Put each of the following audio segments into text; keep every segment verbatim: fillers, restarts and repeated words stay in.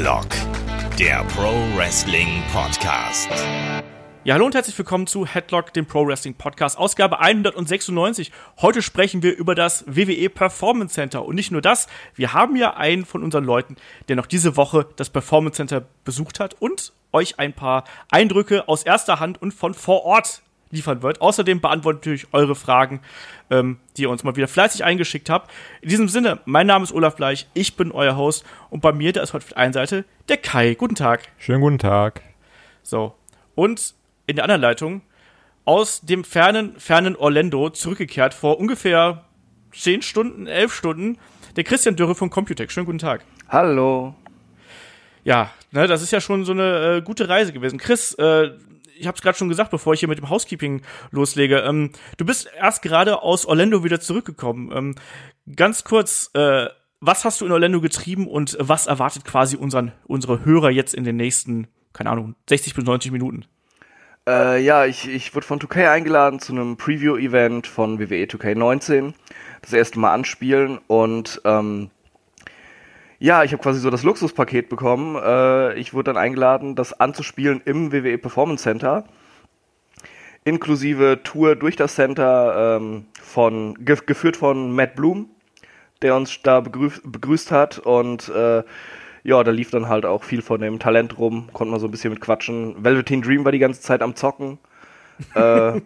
Headlock, der Pro Wrestling Podcast. Ja, hallo und herzlich willkommen zu Headlock, dem Pro Wrestling Podcast, Ausgabe hundertsechsundneunzig. Heute sprechen wir über das W W E Performance Center. Und nicht nur das, wir haben ja einen von unseren Leuten, der noch diese Woche das Performance Center besucht hat und euch ein paar Eindrücke aus erster Hand und von vor Ort liefern wird. Außerdem beantworten natürlich eure Fragen, ähm, die ihr uns mal wieder fleißig eingeschickt habt. In diesem Sinne, mein Name ist Olaf Bleich, ich bin euer Host und bei mir, da ist heute auf der einen Seite der Kai. Guten Tag. Schönen guten Tag. So, und in der anderen Leitung aus dem fernen, fernen Orlando zurückgekehrt vor ungefähr zehn Stunden, elf Stunden, der Christian Dürre von Computec. Schönen guten Tag. Hallo. Ja, ne, das ist ja schon so eine äh, gute Reise gewesen. Chris, äh, ich habe es gerade schon gesagt, bevor ich hier mit dem Housekeeping loslege. Ähm, du bist erst gerade aus Orlando wieder zurückgekommen. Ähm, ganz kurz, äh, was hast du in Orlando getrieben und was erwartet quasi unseren, unsere Hörer jetzt in den nächsten, keine Ahnung, sechzig bis neunzig Minuten? Äh, ja, ich, ich wurde von zwei K eingeladen zu einem Preview-Event von W W E zwei K neunzehn. Das erste Mal anspielen und ähm, ja, ich habe quasi so das Luxuspaket bekommen. Äh, ich wurde dann eingeladen, das anzuspielen im W W E Performance Center. Inklusive Tour durch das Center, ähm, von, ge- geführt von Matt Bloom, der uns da begrüßt, begrüßt hat und äh, ja, da lief dann halt auch viel von dem Talent rum, konnte man so ein bisschen mit quatschen. Velveteen Dream war die ganze Zeit am Zocken. äh,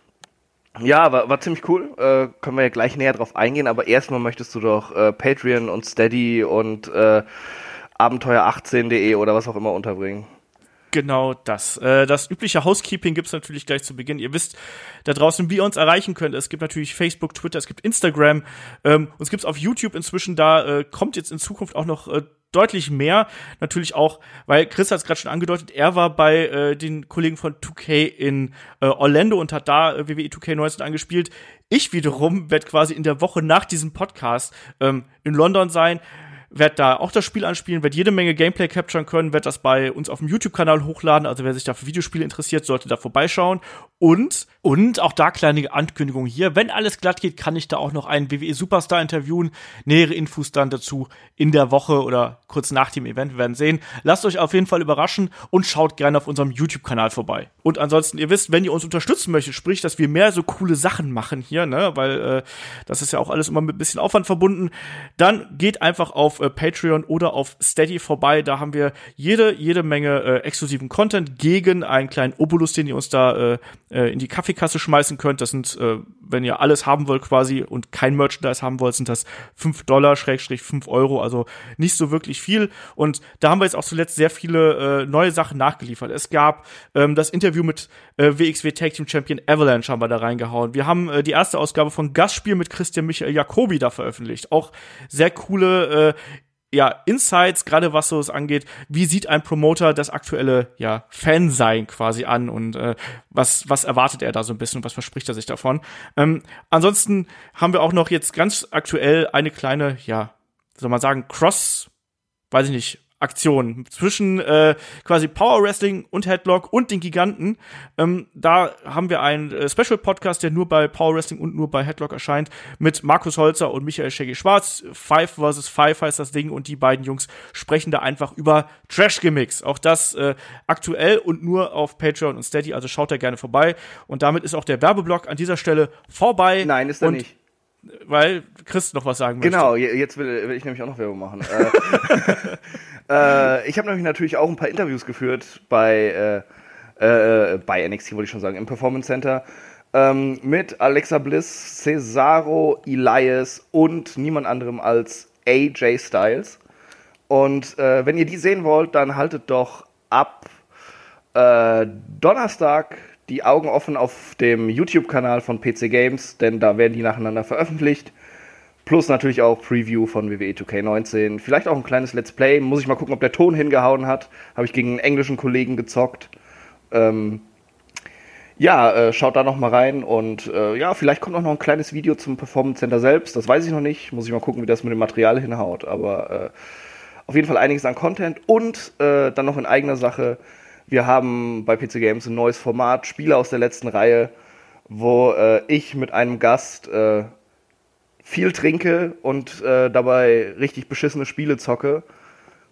ja, war, war ziemlich cool. Äh, können wir ja gleich näher drauf eingehen, aber erstmal möchtest du doch äh, Patreon und Steady und äh, Abenteuer achtzehn punkt de oder was auch immer unterbringen. Genau das. Äh, das übliche Housekeeping gibt's natürlich gleich zu Beginn. Ihr wisst da draußen, wie ihr uns erreichen könnt. Es gibt natürlich Facebook, Twitter, es gibt Instagram. Ähm, uns gibt's auf YouTube inzwischen. Da äh, kommt jetzt in Zukunft auch noch äh, deutlich mehr. Natürlich auch, weil Chris hat es gerade schon angedeutet, er war bei äh, den Kollegen von zwei K in äh, Orlando und hat da äh, W W E zwei K neunzehn angespielt. Ich wiederum werde quasi in der Woche nach diesem Podcast ähm, in London sein, werde da auch das Spiel anspielen, werde jede Menge Gameplay capturen können, werde das bei uns auf dem YouTube-Kanal hochladen, also wer sich da für Videospiele interessiert, sollte da vorbeischauen. Und, und auch da kleine Ankündigung hier, wenn alles glatt geht, kann ich da auch noch einen W W E-Superstar interviewen. Nähere Infos dann dazu in der Woche oder kurz nach dem Event, wir werden sehen. Lasst euch auf jeden Fall überraschen und schaut gerne auf unserem YouTube-Kanal vorbei. Und ansonsten, ihr wisst, wenn ihr uns unterstützen möchtet, sprich, dass wir mehr so coole Sachen machen hier, ne, weil äh, das ist ja auch alles immer mit ein bisschen Aufwand verbunden, dann geht einfach auf äh, Patreon oder auf Steady vorbei. Da haben wir jede, jede Menge äh, exklusiven Content gegen einen kleinen Obolus, den ihr uns da äh, äh, in die Kaffeekasse schmeißen könnt. Das sind, äh, wenn ihr alles haben wollt quasi und kein Merchandise haben wollt, sind das fünf Dollar, Schrägstrich fünf Euro, also nicht so wirklich viel. Und da haben wir jetzt auch zuletzt sehr viele äh, neue Sachen nachgeliefert. Es gab ähm, das Interview mit äh, W X W Tag Team Champion Avalanche haben wir da reingehauen. Wir haben äh, die erste Ausgabe von Gastspiel mit Christian Michael Jacobi da veröffentlicht. Auch sehr coole äh, ja, Insights, gerade was so es angeht, wie sieht ein Promoter das aktuelle, ja, Fansein quasi an und äh, was was erwartet er da so ein bisschen, was verspricht er sich davon. Ähm, ansonsten haben wir auch noch jetzt ganz aktuell eine kleine, ja, soll man sagen, Cross, weiß ich nicht, Aktion zwischen äh, quasi Power Wrestling und Headlock und den Giganten. Ähm, da haben wir einen äh, Special-Podcast, der nur bei Power Wrestling und nur bei Headlock erscheint, mit Markus Holzer und Michael Shaggy Schwarz. Five versus Five heißt das Ding und die beiden Jungs sprechen da einfach über Trash-Gimmicks. Auch das äh, aktuell und nur auf Patreon und Steady, also schaut da gerne vorbei. Und damit ist auch der Werbeblock an dieser Stelle vorbei. Nein, ist er und nicht. Weil Chris noch was sagen möchte. Genau, jetzt will, will ich nämlich auch noch Werbung machen. äh, äh, ich habe nämlich natürlich auch ein paar Interviews geführt bei, äh, äh, bei N X T, wollte ich schon sagen, im Performance Center, ähm, mit Alexa Bliss, Cesaro, Elias und niemand anderem als A J Styles. Und äh, wenn ihr die sehen wollt, dann haltet doch ab äh, Donnerstag die Augen offen auf dem YouTube-Kanal von P C Games, denn da werden die nacheinander veröffentlicht. Plus natürlich auch Preview von W W E zwei K neunzehn. Vielleicht auch ein kleines Let's Play. Muss ich mal gucken, ob der Ton hingehauen hat. Habe ich gegen einen englischen Kollegen gezockt. Ähm, ja, äh, schaut da noch mal rein. Und äh, ja, vielleicht kommt auch noch ein kleines Video zum Performance Center selbst. Das weiß ich noch nicht. Muss ich mal gucken, wie das mit dem Material hinhaut. Aber äh, auf jeden Fall einiges an Content. Und äh, dann noch in eigener Sache. Wir haben bei P C Games ein neues Format, Spiele aus der letzten Reihe, wo äh, ich mit einem Gast äh, viel trinke und äh, dabei richtig beschissene Spiele zocke.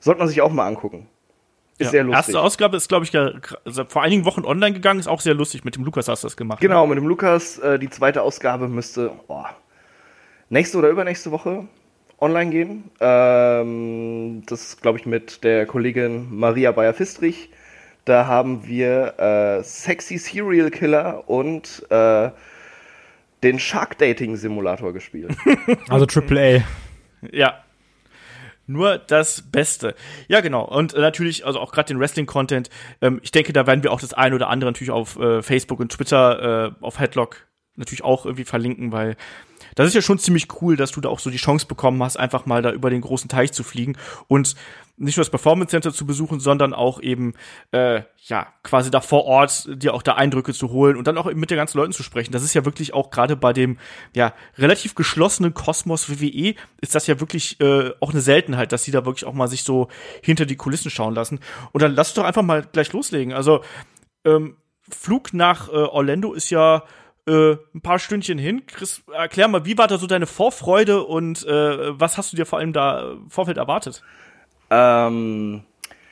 Sollte man sich auch mal angucken. Ist ja. sehr lustig. Erste Ausgabe ist, glaube ich, ja, vor einigen Wochen online gegangen, ist auch sehr lustig. Mit dem Lukas hast du das gemacht. Genau, ne? mit dem Lukas. Äh, die zweite Ausgabe müsste oh, nächste oder übernächste Woche online gehen. Ähm, das ist, glaube ich, mit der Kollegin Maria Bayer-Fistrich. Da haben wir äh, Sexy Serial Killer und äh, den Shark Dating Simulator gespielt. Also Triple A. Ja. Nur das Beste. Ja, genau. Und äh, natürlich, also auch gerade den Wrestling-Content. Ähm, ich denke, da werden wir auch das eine oder andere natürlich auf äh, Facebook und Twitter, äh, auf Headlock natürlich auch irgendwie verlinken, weil das ist ja schon ziemlich cool, dass du da auch so die Chance bekommen hast, einfach mal da über den großen Teich zu fliegen und nicht nur das Performance Center zu besuchen, sondern auch eben, äh, ja, quasi da vor Ort dir auch da Eindrücke zu holen und dann auch eben mit den ganzen Leuten zu sprechen. Das ist ja wirklich auch gerade bei dem, ja, relativ geschlossenen Kosmos W W E ist das ja wirklich äh, auch eine Seltenheit, dass die da wirklich auch mal sich so hinter die Kulissen schauen lassen. Und dann lass uns doch einfach mal gleich loslegen. Also, ähm, Flug nach äh, Orlando ist ja Äh, ein paar Stündchen hin. Chris, erklär mal, wie war da so deine Vorfreude und äh, was hast du dir vor allem da im Vorfeld erwartet? Ähm,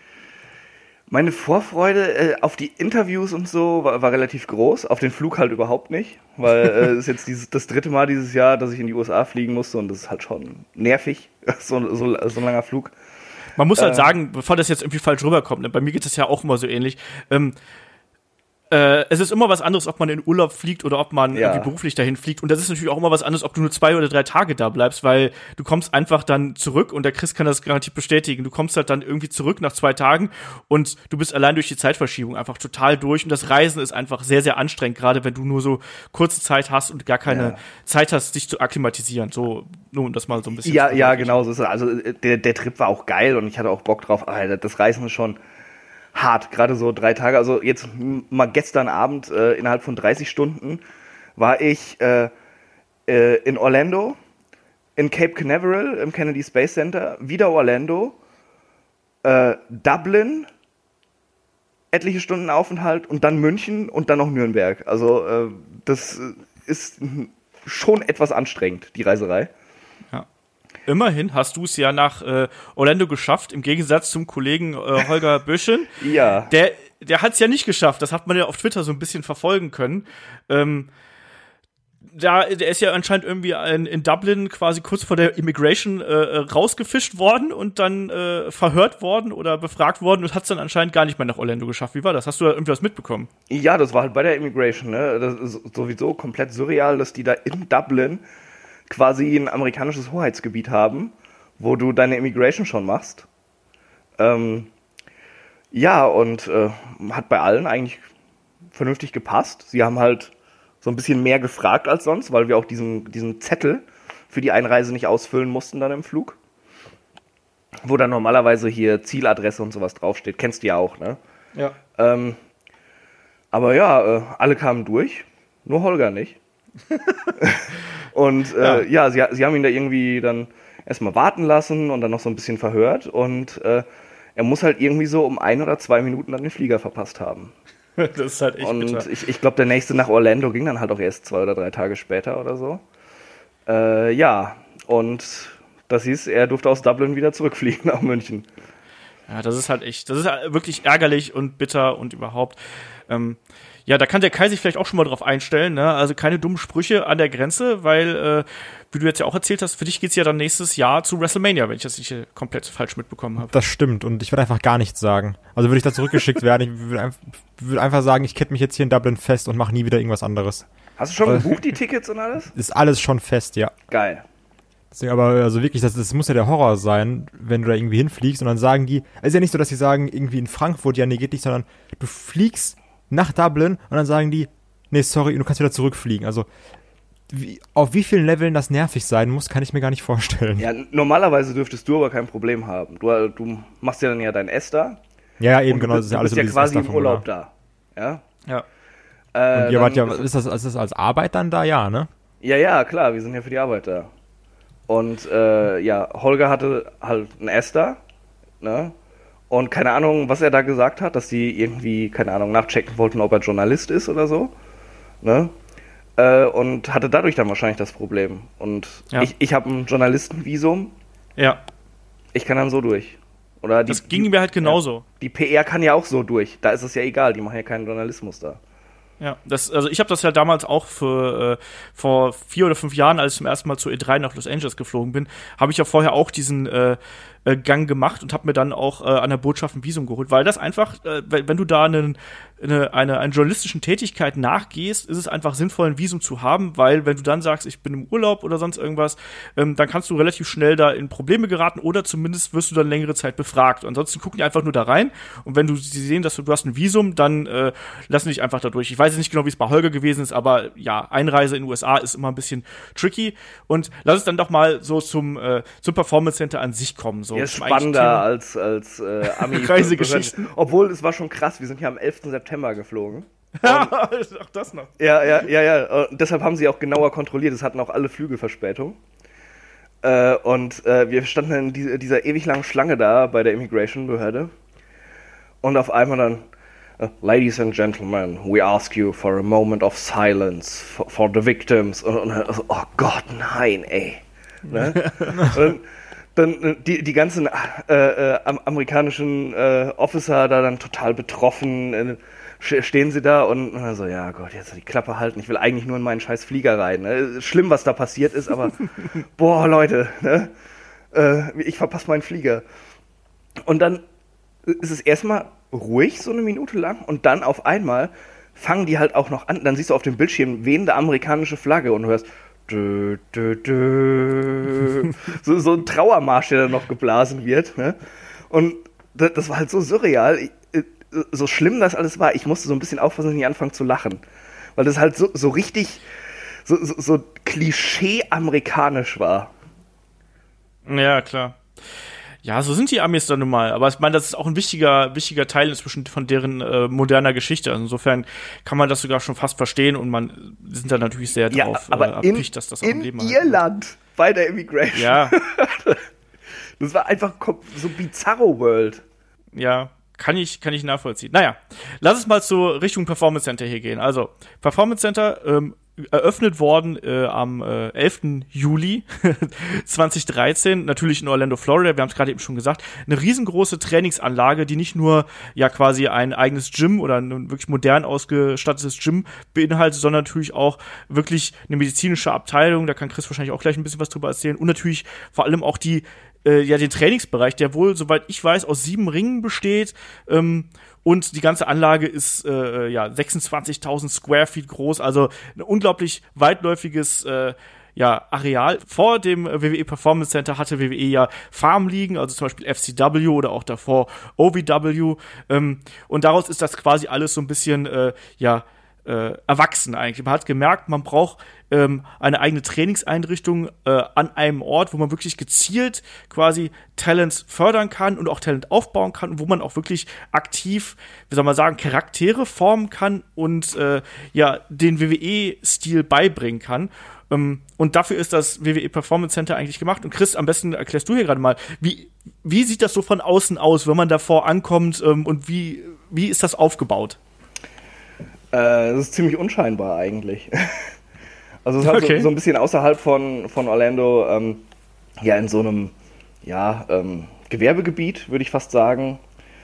meine Vorfreude äh, auf die Interviews und so war, war relativ groß, auf den Flug halt überhaupt nicht, weil es äh, ist jetzt dieses, das dritte Mal dieses Jahr, dass ich in die U S A fliegen musste und das ist halt schon nervig, so, so, so ein langer Flug. Man muss halt äh, sagen, bevor das jetzt irgendwie falsch rüberkommt, ne, bei mir geht es ja auch immer so ähnlich, ähm, Äh, es ist immer was anderes, ob man in Urlaub fliegt oder ob man ja. irgendwie beruflich dahin fliegt. Und das ist natürlich auch immer was anderes, ob du nur zwei oder drei Tage da bleibst, weil du kommst einfach dann zurück und der Chris kann das garantiert bestätigen. Du kommst halt dann irgendwie zurück nach zwei Tagen und du bist allein durch die Zeitverschiebung einfach total durch. Und das Reisen ist einfach sehr, sehr anstrengend, gerade wenn du nur so kurze Zeit hast und gar keine ja. Zeit hast, dich zu akklimatisieren. So, nur um das mal so ein bisschen Ja, zu ja, genau so ist es. Also der, der Trip war auch geil und ich hatte auch Bock drauf. Alter, das Reisen ist schon hart, gerade so drei Tage. Also jetzt mal gestern Abend, äh, innerhalb von dreißig Stunden, war ich äh, äh, in Orlando, in Cape Canaveral, im Kennedy Space Center, wieder Orlando, äh, Dublin, etliche Stunden Aufenthalt und dann München und dann noch Nürnberg. Also äh, das ist schon etwas anstrengend, die Reiserei. Ja. Immerhin hast du es ja nach äh, Orlando geschafft, im Gegensatz zum Kollegen äh, Holger Böschen. Ja. Der, der hat es ja nicht geschafft, das hat man ja auf Twitter so ein bisschen verfolgen können. Ähm, da, der ist ja anscheinend irgendwie in, in Dublin quasi kurz vor der Immigration äh, rausgefischt worden und dann äh, verhört worden oder befragt worden und hat es dann anscheinend gar nicht mehr nach Orlando geschafft. Wie war das? Hast du da irgendwie was mitbekommen? Ja, das war halt bei der Immigration, ne? Das ist sowieso komplett surreal, dass die da in Dublin quasi ein amerikanisches Hoheitsgebiet haben, wo du deine Immigration schon machst. Ähm, ja, und äh, hat bei allen eigentlich vernünftig gepasst. Sie haben halt so ein bisschen mehr gefragt als sonst, weil wir auch diesen, diesen Zettel für die Einreise nicht ausfüllen mussten dann im Flug. Wo dann normalerweise hier Zieladresse und sowas draufsteht. Kennst du ja auch, ne? Ja. Ähm, aber ja, äh, alle kamen durch, nur Holger nicht. Und äh, ja, ja sie, sie haben ihn da irgendwie dann erstmal warten lassen und dann noch so ein bisschen verhört und äh, er muss halt irgendwie so um ein oder zwei Minuten dann den Flieger verpasst haben. Das ist halt echt und bitter. ich, ich glaube, der nächste nach Orlando ging dann halt auch erst zwei oder drei Tage später oder so. Äh, ja, und das hieß, er durfte aus Dublin wieder zurückfliegen nach München. Ja, das ist halt echt, das ist halt wirklich ärgerlich und bitter und überhaupt. Ähm, ja, da kann der Kai sich vielleicht auch schon mal drauf einstellen, ne? Also keine dummen Sprüche an der Grenze, weil, äh, wie du jetzt ja auch erzählt hast, für dich geht's ja dann nächstes Jahr zu WrestleMania, wenn ich das nicht komplett falsch mitbekommen habe. Das stimmt und ich würde einfach gar nichts sagen. Also würde ich da zurückgeschickt werden, ich würde einfach, würd einfach sagen, ich kette mich jetzt hier in Dublin fest und mache nie wieder irgendwas anderes. Hast du schon also, gebucht, die Tickets und alles? Ist alles schon fest, ja. Geil. Deswegen aber, also wirklich, das, das muss ja der Horror sein, wenn du da irgendwie hinfliegst und dann sagen die, es ist ja nicht so, dass sie sagen, irgendwie in Frankfurt, ja, nee, geht nicht, sondern du fliegst nach Dublin und dann sagen die, nee, sorry, du kannst wieder zurückfliegen. Also, wie, auf wie vielen Leveln das nervig sein muss, kann ich mir gar nicht vorstellen. Ja, normalerweise dürftest du aber kein Problem haben. Du, du machst ja dann ja dein Ester. Ja, eben, genau, das ist ja alles so. Du bist ja quasi im Urlaub da. Ja. Ja. Äh, und ihr wart ja, ist das, ist das als Arbeit dann da? Ja, ne? Ja, ja, klar, wir sind ja für die Arbeit da. Und äh, ja, Holger hatte halt ein Ester, ne? Und keine Ahnung, was er da gesagt hat, dass die irgendwie, keine Ahnung, nachchecken wollten, ob er Journalist ist oder so. Ne? Äh, und hatte dadurch dann wahrscheinlich das Problem. Und ja. ich, ich habe ein Journalistenvisum. Ja. Ich kann dann so durch. Oder die, das ging mir halt genauso. Ja, die P R kann ja auch so durch. Da ist es ja egal, die machen ja keinen Journalismus da. Ja, das, also ich habe das ja damals auch für äh, vor vier oder fünf Jahren, als ich zum ersten Mal zur E drei nach Los Angeles geflogen bin, habe ich ja vorher auch diesen äh, äh, Gang gemacht und habe mir dann auch äh, an der Botschaft ein Visum geholt, weil das einfach, äh, wenn, wenn du da einen, eine, eine, eine journalistischen Tätigkeit nachgehst, ist es einfach sinnvoll, ein Visum zu haben, weil wenn du dann sagst, ich bin im Urlaub oder sonst irgendwas, ähm, dann kannst du relativ schnell da in Probleme geraten oder zumindest wirst du dann längere Zeit befragt. Ansonsten gucken die einfach nur da rein und wenn du sie sehen, dass du, du hast ein Visum, dann äh, lassen dich einfach da durch. Ich weiß nicht genau, wie es bei Holger gewesen ist, aber ja, Einreise in den U S A ist immer ein bisschen tricky und lass uns dann doch mal so zum, äh, zum Performance Center an sich kommen. So, ja, ist spannender als, als äh, Ami-Reisegeschichten. Obwohl, es war schon krass, wir sind ja am elften September geflogen. Auch das noch. Ja, ja, ja, ja. Und deshalb haben sie auch genauer kontrolliert. Es hatten auch alle Flüge Verspätung. Äh, und äh, wir standen in die, dieser ewig langen Schlange da bei der Immigration-Behörde. Und auf einmal dann, uh, Ladies and Gentlemen, we ask you for a moment of silence for, for the victims. Und, und also, oh Gott, nein, ey. Ne? Und dann die, die ganzen äh, äh, amerikanischen äh, Officer da dann total betroffen, äh, stehen sie da und, und so, ja Gott, jetzt die Klappe halten, ich will eigentlich nur in meinen scheiß Flieger rein. Ne? Schlimm, was da passiert ist, aber boah, Leute, ne? äh, ich verpasse meinen Flieger. Und dann ist es erstmal ruhig, so eine Minute lang, und dann auf einmal fangen die halt auch noch an, dann siehst du auf dem Bildschirm wehende amerikanische Flagge und du hörst Dö, dö, dö. So, so ein Trauermarsch, der dann noch geblasen wird. Ne? Und das, das war halt so surreal. Ich, so schlimm das alles war, ich musste so ein bisschen aufpassen, dass ich nicht anfangen zu lachen. Weil das halt so, so richtig, so, so, so klischee-amerikanisch war. Ja, klar. Ja, so sind die Amis dann nun mal. Aber ich meine, das ist auch ein wichtiger, wichtiger Teil inzwischen von deren äh, moderner Geschichte. Also insofern kann man das sogar schon fast verstehen und man sind da natürlich sehr ja, drauf aber äh, abpicht, dass das auch im in Leben Irland hat. Bei der Immigration. Ja. Das war einfach so bizarro World. Ja, kann ich, kann ich nachvollziehen. Naja, lass es mal zu Richtung Performance Center hier gehen. Also, Performance Center, ähm, eröffnet worden äh, am äh, elften Juli zweitausenddreizehn, natürlich in Orlando, Florida, wir haben es gerade eben schon gesagt, eine riesengroße Trainingsanlage, die nicht nur ja quasi ein eigenes Gym oder ein wirklich modern ausgestattetes Gym beinhaltet, sondern natürlich auch wirklich eine medizinische Abteilung, da kann Chris wahrscheinlich auch gleich ein bisschen was drüber erzählen, und natürlich vor allem auch die äh, ja den Trainingsbereich, der wohl, soweit ich weiß, aus sieben Ringen besteht, ähm, und die ganze Anlage ist äh, ja sechsundzwanzigtausend Square Feet groß, also ein unglaublich weitläufiges äh, ja, Areal. Vor dem W W E Performance Center hatte W W E ja Farmen liegen, also zum Beispiel F C W oder auch davor O V W. Ähm, und daraus ist das quasi alles so ein bisschen äh, ja äh, erwachsen eigentlich. Man hat gemerkt, man braucht ähm, eine eigene Trainingseinrichtung äh, an einem Ort, wo man wirklich gezielt quasi Talents fördern kann und auch Talent aufbauen kann und wo man auch wirklich aktiv, wie soll man sagen, Charaktere formen kann und äh, ja den W W E-Stil beibringen kann. Ähm, und dafür ist das W W E Performance Center eigentlich gemacht. Und Chris, am besten erklärst du hier gerade mal, wie, wie sieht das so von außen aus, wenn man davor ankommt, ähm, und wie, wie ist das aufgebaut? Äh, das ist ziemlich unscheinbar eigentlich. Also es ist halt okay. so, so ein bisschen außerhalb von, von Orlando, ähm, ja, in so einem ja, ähm, Gewerbegebiet, würde ich fast sagen.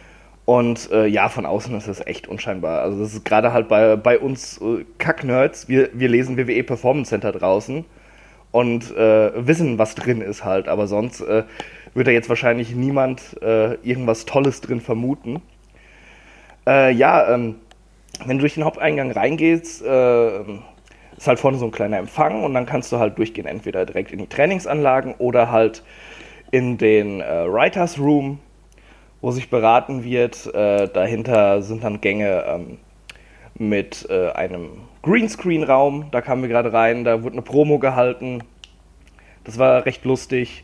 Und äh, ja, von außen ist das echt unscheinbar. Also das ist gerade halt bei, bei uns äh, Kack-Nerds, wir, wir lesen W W E Performance Center draußen und äh, wissen, was drin ist halt. Aber sonst äh, würde da jetzt wahrscheinlich niemand äh, irgendwas Tolles drin vermuten. Äh, ja, ähm, wenn du durch den Haupteingang reingehst, äh, ist halt vorne so ein kleiner Empfang und dann kannst du halt durchgehen, entweder direkt in die Trainingsanlagen oder halt in den äh, Writers Room, wo sich beraten wird. Äh, dahinter sind dann Gänge ähm, mit äh, einem Greenscreen-Raum, da kamen wir gerade rein, da wurde eine Promo gehalten, das war recht lustig.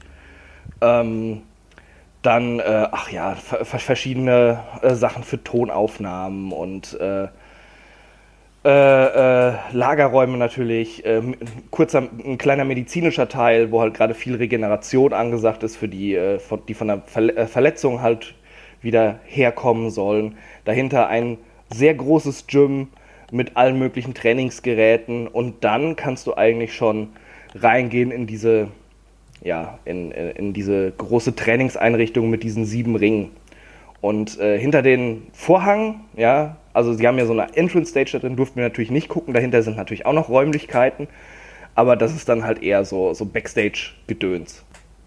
Ähm, dann, äh, ach ja, f- verschiedene äh, Sachen für Tonaufnahmen und äh, Äh, äh, Lagerräume natürlich, äh, ein kurzer, ein kleiner medizinischer Teil, wo halt gerade viel Regeneration angesagt ist für die, äh, von, die von der Verle- äh, Verletzung halt wieder herkommen sollen. Dahinter ein sehr großes Gym mit allen möglichen Trainingsgeräten und dann kannst du eigentlich schon reingehen in diese ja, in, in diese große Trainingseinrichtung mit diesen sieben Ringen. Und äh, hinter den Vorhang, ja, also sie haben ja so eine Entrance-Stage, da drin durften wir natürlich nicht gucken, dahinter sind natürlich auch noch Räumlichkeiten, aber das ist dann halt eher so, so Backstage-Gedöns.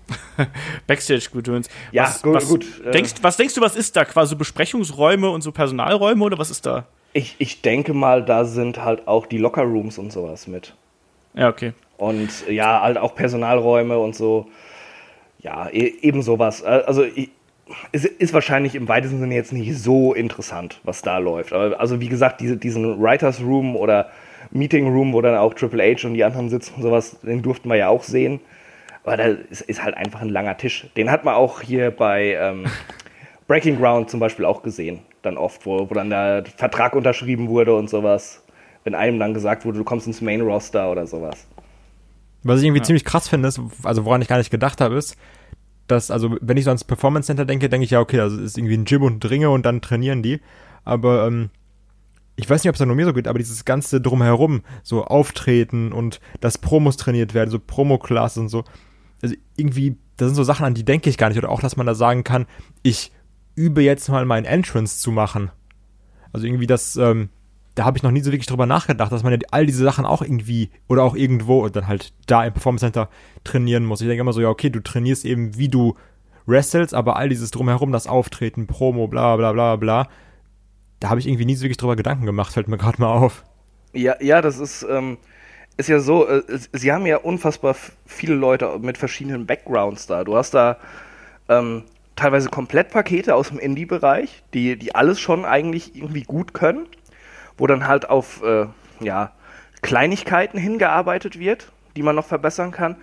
Backstage-Gedöns. Ja, was, gut. Was, gut denkst, äh, was denkst du, was ist da? Quasi Besprechungsräume und so Personalräume oder was ist da? Ich, ich denke mal, da sind halt auch die Locker-Rooms und sowas mit. Ja, okay. Und ja, halt auch Personalräume und so. Ja, e- eben sowas. Also ich, es ist wahrscheinlich im weitesten Sinne jetzt nicht so interessant, was da läuft. Aber also wie gesagt, diese, diesen Writers Room oder Meeting Room, wo dann auch Triple H und die anderen sitzen und sowas, den durften wir ja auch sehen. Aber da ist, ist halt einfach ein langer Tisch. Den hat man auch hier bei ähm, Breaking Ground zum Beispiel auch gesehen. Dann oft, wo, wo dann der Vertrag unterschrieben wurde und sowas. Wenn einem dann gesagt wurde, du kommst ins Main Roster oder sowas. Was ich irgendwie Ja. ziemlich krass finde, ist, also woran ich gar nicht gedacht habe, ist, dass, also wenn ich so ans Performance Center denke, denke ich ja, okay, also ist irgendwie ein Gym und Ringe und dann trainieren die. Aber ähm, ich weiß nicht, ob es da nur mir so geht, aber dieses ganze Drumherum, so Auftreten und dass Promos trainiert werden, so Promo-Classes und so, also irgendwie, das sind so Sachen, an die denke ich gar nicht. Oder auch, dass man da sagen kann, ich übe jetzt mal meinen Entrance zu machen. Also irgendwie das, ähm, da habe ich noch nie so wirklich drüber nachgedacht, dass man ja all diese Sachen auch irgendwie oder auch irgendwo dann halt da im Performance Center trainieren muss. Ich denke immer so, ja, okay, du trainierst eben, wie du wrestelst, aber all dieses Drumherum, das Auftreten, Promo, bla bla bla bla, da habe ich irgendwie nie so wirklich drüber Gedanken gemacht, fällt mir gerade mal auf. Ja, ja, das ist, ähm, ist ja so, äh, sie haben ja unfassbar f- viele Leute mit verschiedenen Backgrounds da. Du hast da ähm, teilweise Komplettpakete aus dem Indie-Bereich, die, die alles schon eigentlich irgendwie gut können, wo dann halt auf äh, ja, Kleinigkeiten hingearbeitet wird, die man noch verbessern kann.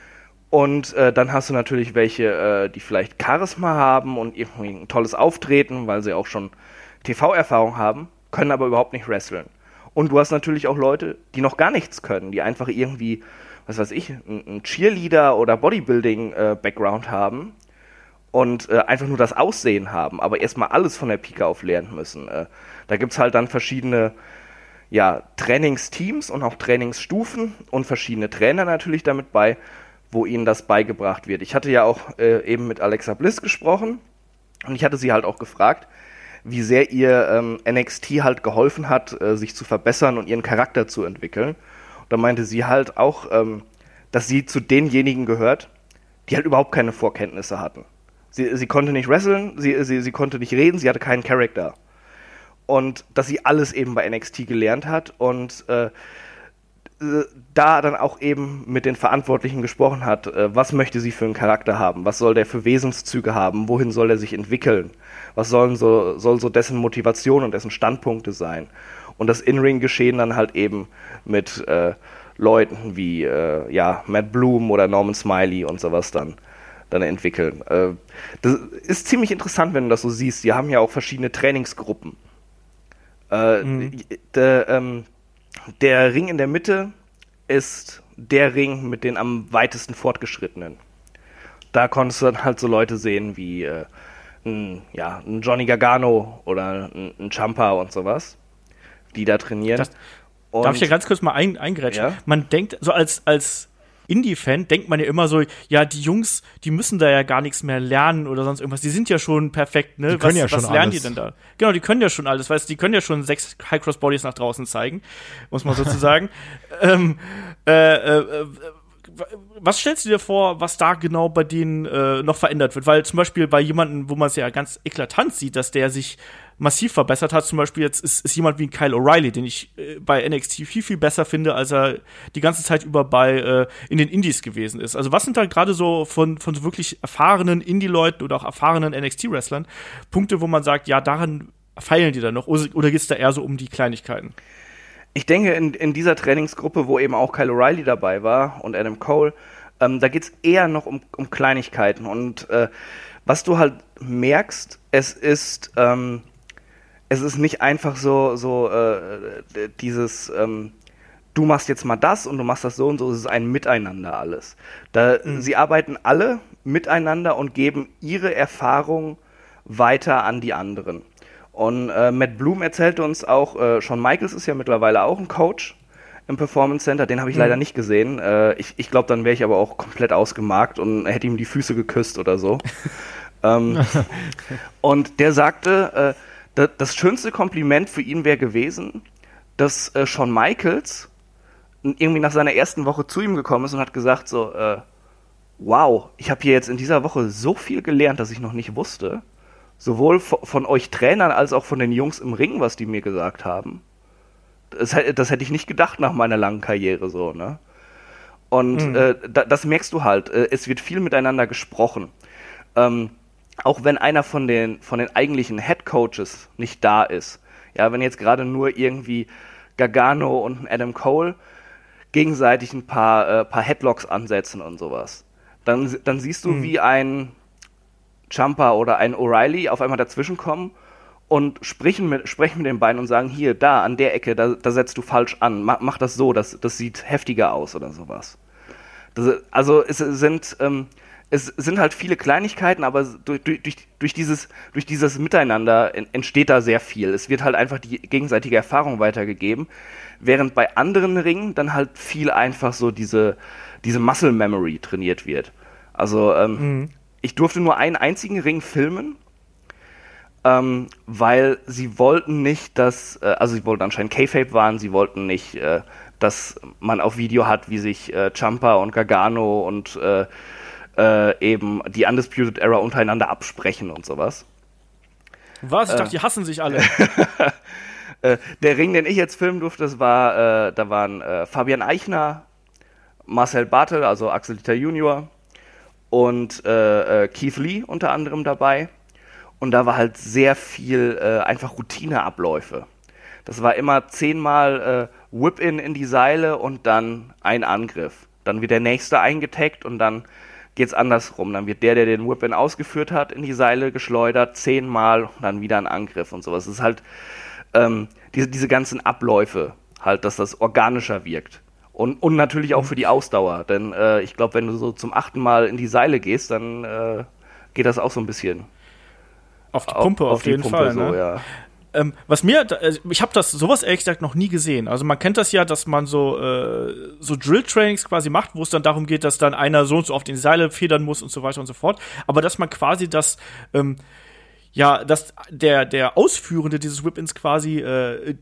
Und äh, dann hast du natürlich welche, äh, die vielleicht Charisma haben und irgendwie ein tolles Auftreten, weil sie auch schon T V-Erfahrung haben, können aber überhaupt nicht wresteln. Und du hast natürlich auch Leute, die noch gar nichts können, die einfach irgendwie, was weiß ich, einen Cheerleader- oder Bodybuilding-Background haben und äh, einfach nur das Aussehen haben, aber erstmal alles von der Pike auf lernen müssen. Äh, da gibt es halt dann verschiedene ja, Trainingsteams und auch Trainingsstufen und verschiedene Trainer natürlich damit bei, wo ihnen das beigebracht wird. Ich hatte ja auch äh, eben mit Alexa Bliss gesprochen und ich hatte sie halt auch gefragt, wie sehr ihr ähm, N X T halt geholfen hat, äh, sich zu verbessern und ihren Charakter zu entwickeln. Und da meinte sie halt auch, ähm, dass sie zu denjenigen gehört, die halt überhaupt keine Vorkenntnisse hatten. Sie, sie konnte nicht wresteln, sie, sie, sie konnte nicht reden, sie hatte keinen Charakter. Und dass sie alles eben bei N X T gelernt hat und äh, da dann auch eben mit den Verantwortlichen gesprochen hat, äh, was möchte sie für einen Charakter haben, was soll der für Wesenszüge haben, wohin soll er sich entwickeln, was sollen so, soll so dessen Motivation und dessen Standpunkte sein. Und das In-Ring-Geschehen dann halt eben mit äh, Leuten wie äh, ja, Matt Bloom oder Norman Smiley und sowas dann, dann entwickeln. Äh, das ist ziemlich interessant, wenn du das so siehst. Die haben ja auch verschiedene Trainingsgruppen. Äh, mhm. der, ähm, der Ring in der Mitte ist der Ring mit den am weitesten Fortgeschrittenen. Da konntest du dann halt so Leute sehen wie äh, ein, ja, ein Johnny Gargano oder ein, ein Ciampa und sowas, die da trainieren. Das, und, darf ich ja ganz kurz mal ein, eingrätschen? Ja? Man denkt, so als, als Indie-Fan denkt man ja immer so, ja, die Jungs, die müssen da ja gar nichts mehr lernen oder sonst irgendwas. Die sind ja schon perfekt, ne? Die können was ja schon was lernen alles. die denn da? Genau, die können ja schon alles, weißt du, die können ja schon sechs High-Cross-Bodies nach draußen zeigen, muss man sozusagen. ähm, äh, äh, was stellst du dir vor, was da genau bei denen äh, noch verändert wird? Weil zum Beispiel bei jemandem, wo man es ja ganz eklatant sieht, dass der sich massiv verbessert hat, zum Beispiel jetzt ist, ist jemand wie Kyle O'Reilly, den ich äh, bei N X T viel, viel besser finde, als er die ganze Zeit über bei äh, in den Indies gewesen ist. Also was sind da gerade so von, von so wirklich erfahrenen Indie-Leuten oder auch erfahrenen N X T-Wrestlern Punkte, wo man sagt, ja, daran feilen die dann noch, oder geht es da eher so um die Kleinigkeiten? Ich denke, in, in dieser Trainingsgruppe, wo eben auch Kyle O'Reilly dabei war und Adam Cole, ähm, da geht es eher noch um, um Kleinigkeiten. Und äh, was du halt merkst, es ist, ähm, es ist nicht einfach so, so äh, dieses, ähm, du machst jetzt mal das und du machst das so und so, es ist ein Miteinander alles. Da, mhm. Sie arbeiten alle miteinander und geben ihre Erfahrung weiter an die anderen. Und äh, Matt Bloom erzählte uns auch, äh, Shawn Michaels ist ja mittlerweile auch ein Coach. im Performance Center. Den habe ich mhm. leider nicht gesehen. Äh, ich ich glaube, dann wäre ich aber auch komplett ausgemarkt und hätte ihm die Füße geküsst oder so. ähm, und der sagte, äh, d- das schönste Kompliment für ihn wäre gewesen, dass äh, Shawn Michaels irgendwie nach seiner ersten Woche zu ihm gekommen ist und hat gesagt so, äh, wow, ich habe hier jetzt in dieser Woche so viel gelernt, dass ich noch nicht wusste. Sowohl von, von euch Trainern als auch von den Jungs im Ring, was die mir gesagt haben. Das, das hätte ich nicht gedacht nach meiner langen Karriere so, ne? Und mhm. äh, da, das merkst du halt. Äh, es wird viel miteinander gesprochen. Ähm, auch wenn einer von den, von den eigentlichen Head Coaches nicht da ist. Ja, wenn jetzt gerade nur irgendwie Gargano und Adam Cole gegenseitig ein paar, äh, paar Headlocks ansetzen und sowas. Dann, dann siehst du, mhm. wie ein Ciampa oder ein O'Reilly auf einmal dazwischen kommen und sprechen mit, sprechen mit den beiden und sagen, hier, da, an der Ecke, da, da setzt du falsch an, mach, mach das so, das, das sieht heftiger aus oder sowas. Das, also es sind, ähm, es sind halt viele Kleinigkeiten, aber durch, durch, durch, dieses, durch dieses Miteinander entsteht da sehr viel. Es wird halt einfach die gegenseitige Erfahrung weitergegeben, während bei anderen Ringen dann halt viel einfach so diese, diese Muscle Memory trainiert wird. Also ähm, mhm. ich durfte nur einen einzigen Ring filmen, ähm, weil sie wollten nicht, dass, äh, also sie wollten anscheinend Kayfabe waren, sie wollten nicht, äh, dass man auf Video hat, wie sich äh, Ciampa und Gargano und äh, äh, eben die Undisputed Era untereinander absprechen und sowas. Was? Ich äh, dachte, die hassen sich alle. äh, der Ring, den ich jetzt filmen durfte, das war, äh, da waren äh, Fabian Eichner, Marcel Bartel, also Axel Dieter Junior und äh, äh, Keith Lee unter anderem dabei. Und da war halt sehr viel äh, einfach Routineabläufe. Das war immer zehnmal äh, Whip-In in die Seile und dann ein Angriff. Dann wird der nächste eingetaggt und dann geht's andersrum. Dann wird der, der den Whip-In ausgeführt hat, in die Seile geschleudert, zehnmal und dann wieder ein Angriff und sowas. Es ist halt ähm, diese, diese ganzen Abläufe, halt, dass das organischer wirkt. Und, und natürlich auch für die Ausdauer. Denn äh, ich glaube, wenn du so zum achten Mal in die Seile gehst, dann äh, geht das auch so ein bisschen auf die Pumpe, auf, auf, auf jeden Pumpe Fall. So, ne? Ja. Ähm, was mir, ich habe das sowas ehrlich gesagt noch nie gesehen. Also man kennt das ja, dass man so äh, so Drill-Trainings quasi macht, wo es dann darum geht, dass dann einer so und so auf den Seile federn muss und so weiter und so fort. Aber dass man quasi das, ähm, ja, dass der der Ausführende dieses Whip-Ins quasi äh,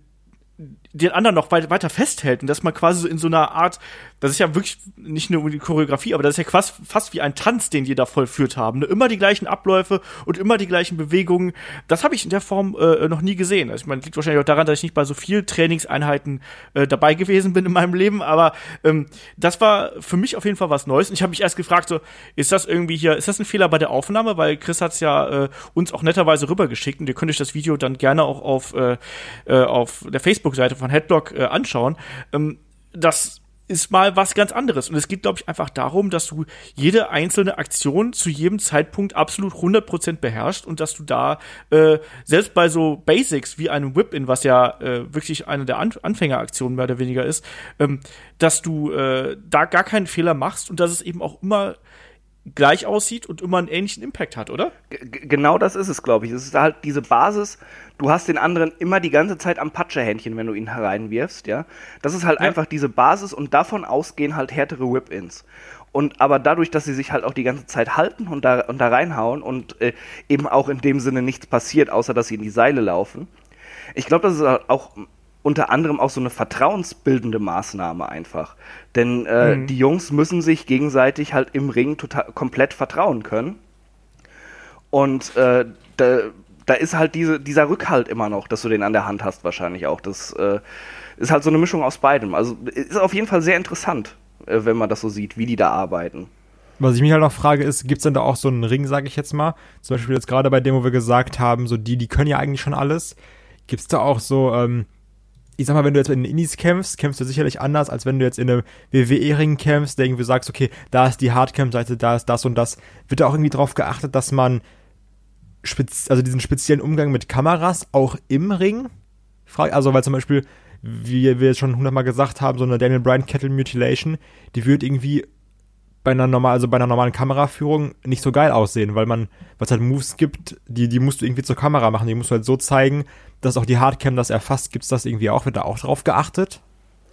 den anderen noch weit, weiter festhält und dass man quasi so in so einer Art, das ist ja wirklich nicht nur die Choreografie, aber das ist ja fast, fast wie ein Tanz, den die da vollführt haben. Ne? Immer die gleichen Abläufe und immer die gleichen Bewegungen. Das habe ich in der Form äh, noch nie gesehen. Also ich meine, liegt wahrscheinlich auch daran, dass ich nicht bei so vielen Trainingseinheiten äh, dabei gewesen bin in meinem Leben, aber ähm, das war für mich auf jeden Fall was Neues. Und ich habe mich erst gefragt, so, ist das irgendwie hier, ist das ein Fehler bei der Aufnahme? Weil Chris hat's ja äh, uns auch netterweise rübergeschickt und ihr könnt euch das Video dann gerne auch auf, äh, äh, auf der Facebook-Seite von Headlock äh, anschauen. Ähm, das ist mal was ganz anderes. Und es geht, glaube ich, einfach darum, dass du jede einzelne Aktion zu jedem Zeitpunkt absolut hundert Prozent beherrschst und dass du da äh, selbst bei so Basics wie einem Whip-In, was ja äh, wirklich eine der An- Anfängeraktionen mehr oder weniger ist, ähm, dass du äh, da gar keinen Fehler machst und dass es eben auch immer gleich aussieht und immer einen ähnlichen Impact hat, oder? G- genau das ist es, glaube ich. Es ist halt diese Basis, du hast den anderen immer die ganze Zeit am Patschehändchen, wenn du ihn hereinwirfst, ja. Das ist halt ja. einfach diese Basis und davon ausgehen halt härtere Whip-Ins. Und aber dadurch, dass sie sich halt auch die ganze Zeit halten und da, und da reinhauen und äh, eben auch in dem Sinne nichts passiert, außer dass sie in die Seile laufen. Ich glaube, das ist auch unter anderem auch so eine vertrauensbildende Maßnahme einfach. Denn äh, mhm. die Jungs müssen sich gegenseitig halt im Ring total, komplett vertrauen können. Und äh, da, da ist halt diese, dieser Rückhalt immer noch, dass du den an der Hand hast wahrscheinlich auch. Das äh, ist halt so eine Mischung aus beidem. Also ist auf jeden Fall sehr interessant, äh, wenn man das so sieht, wie die da arbeiten. Was ich mich halt noch frage ist, gibt's denn da auch so einen Ring, sage ich jetzt mal? Zum Beispiel jetzt gerade bei dem, wo wir gesagt haben, so die, die können ja eigentlich schon alles. Gibt's da auch so, ähm, ich sag mal, wenn du jetzt in den Indies kämpfst, kämpfst du sicherlich anders, als wenn du jetzt in einem W W E-Ring kämpfst, der irgendwie sagst, okay, da ist die Hardcam-Seite, da ist das und das. Wird da auch irgendwie drauf geachtet, dass man spez- also diesen speziellen Umgang mit Kameras auch im Ring fragt? Also, weil zum Beispiel, wie wir jetzt schon hundertmal gesagt haben, so eine Daniel Bryan Kettle Mutilation, die wird irgendwie bei einer normal, also bei einer normalen Kameraführung nicht so geil aussehen, weil man, was halt Moves gibt, die, die musst du irgendwie zur Kamera machen, die musst du halt so zeigen, dass auch die Hardcam das erfasst. Gibt's das irgendwie auch? Wird da auch drauf geachtet?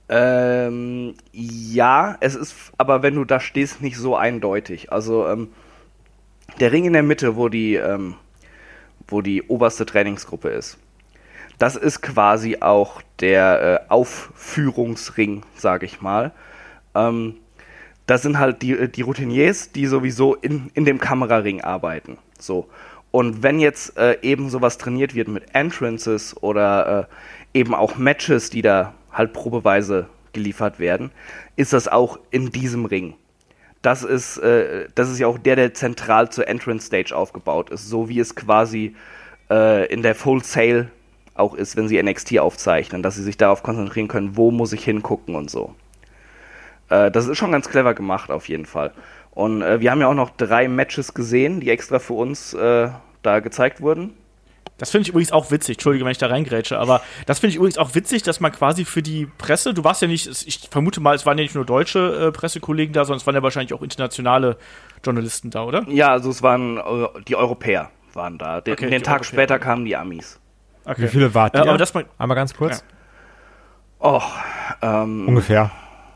Ähm, ja, es ist, aber wenn du da stehst, nicht so eindeutig. Also, ähm, der Ring in der Mitte, wo die, ähm, wo die oberste Trainingsgruppe ist, das ist quasi auch der äh, Aufführungsring, sage ich mal. Ähm, das sind halt die, die Routiniers, die sowieso in, in dem Kameraring arbeiten. So. Und wenn jetzt äh, eben sowas trainiert wird mit Entrances oder äh, eben auch Matches, die da halt probeweise geliefert werden, ist das auch in diesem Ring. Das ist, äh, das ist ja auch der, der zentral zur Entrance Stage aufgebaut ist, so wie es quasi äh, in der Full Sail auch ist, wenn sie N X T aufzeichnen, dass sie sich darauf konzentrieren können, wo muss ich hingucken und so. Äh, das ist schon ganz clever gemacht auf jeden Fall. Und äh, wir haben ja auch noch drei Matches gesehen, die extra für uns äh, da gezeigt wurden. Das finde ich übrigens auch witzig, Entschuldige, wenn ich da reingrätsche, aber das finde ich übrigens auch witzig, dass man quasi für die Presse, du warst ja nicht, ich vermute mal, es waren ja nicht nur deutsche äh, Pressekollegen da, sondern es waren ja wahrscheinlich auch internationale Journalisten da, oder? Ja, also es waren äh, die Europäer waren da. Den, Okay, den die Tag Europäer. später kamen die Amis. Okay. Wie viele wart Äh, ihr? aber das mal, Einmal ganz kurz. Ja. Och, ähm, Ungefähr.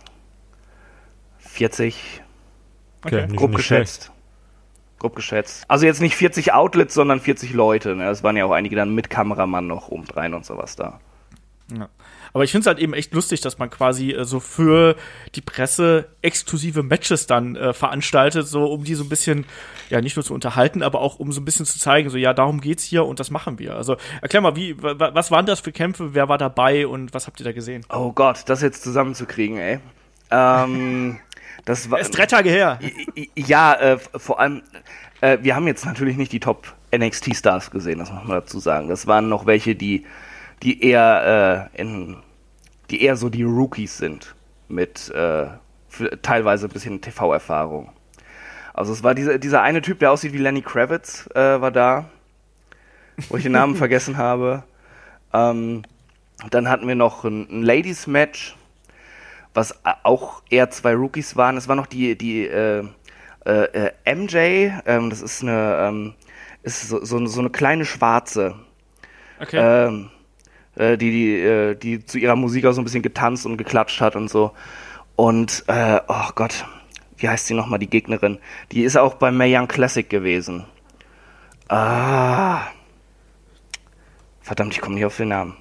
vierzig, Okay, Okay. nicht, grob nicht schlecht. geschätzt. Grob geschätzt. Also jetzt nicht vierzig Outlets, sondern vierzig Leute. Ne? Es waren ja auch einige dann mit Kameramann noch obendrein und sowas da. Ja. Aber ich finde es halt eben echt lustig, dass man quasi äh, so für die Presse exklusive Matches dann äh, veranstaltet, so um die so ein bisschen, ja, nicht nur zu unterhalten, aber auch um so ein bisschen zu zeigen, so, ja, darum geht's hier und das machen wir. Also erklär mal, wie, w- was waren das für Kämpfe, wer war dabei und was habt ihr da gesehen? Oh Gott, das jetzt zusammenzukriegen, ey. Ähm, das war. Ist drei Tage her. Ja, äh, vor allem, äh, wir haben jetzt natürlich nicht die Top N X T-Stars gesehen, das muss man dazu sagen. Das waren noch welche, die, die eher äh, in, die eher so die Rookies sind, mit äh, für, teilweise ein bisschen T V-Erfahrung. Also es war dieser, dieser eine Typ, der aussieht wie Lenny Kravitz, äh, war da, wo ich den Namen vergessen habe. Ähm, dann hatten wir noch ein, ein Ladies-Match, was auch eher zwei Rookies waren. Es war noch die, die äh, äh, M J, ähm, das ist eine, ähm, ist so, so, so eine kleine Schwarze, Okay. ähm, äh, die, die, äh, die zu ihrer Musik auch so ein bisschen getanzt und geklatscht hat und so. Und, äh, oh Gott, wie heißt sie nochmal, die Gegnerin? Die ist auch beim Mae Young Classic gewesen. Ah. Verdammt, ich komme nicht auf den Namen.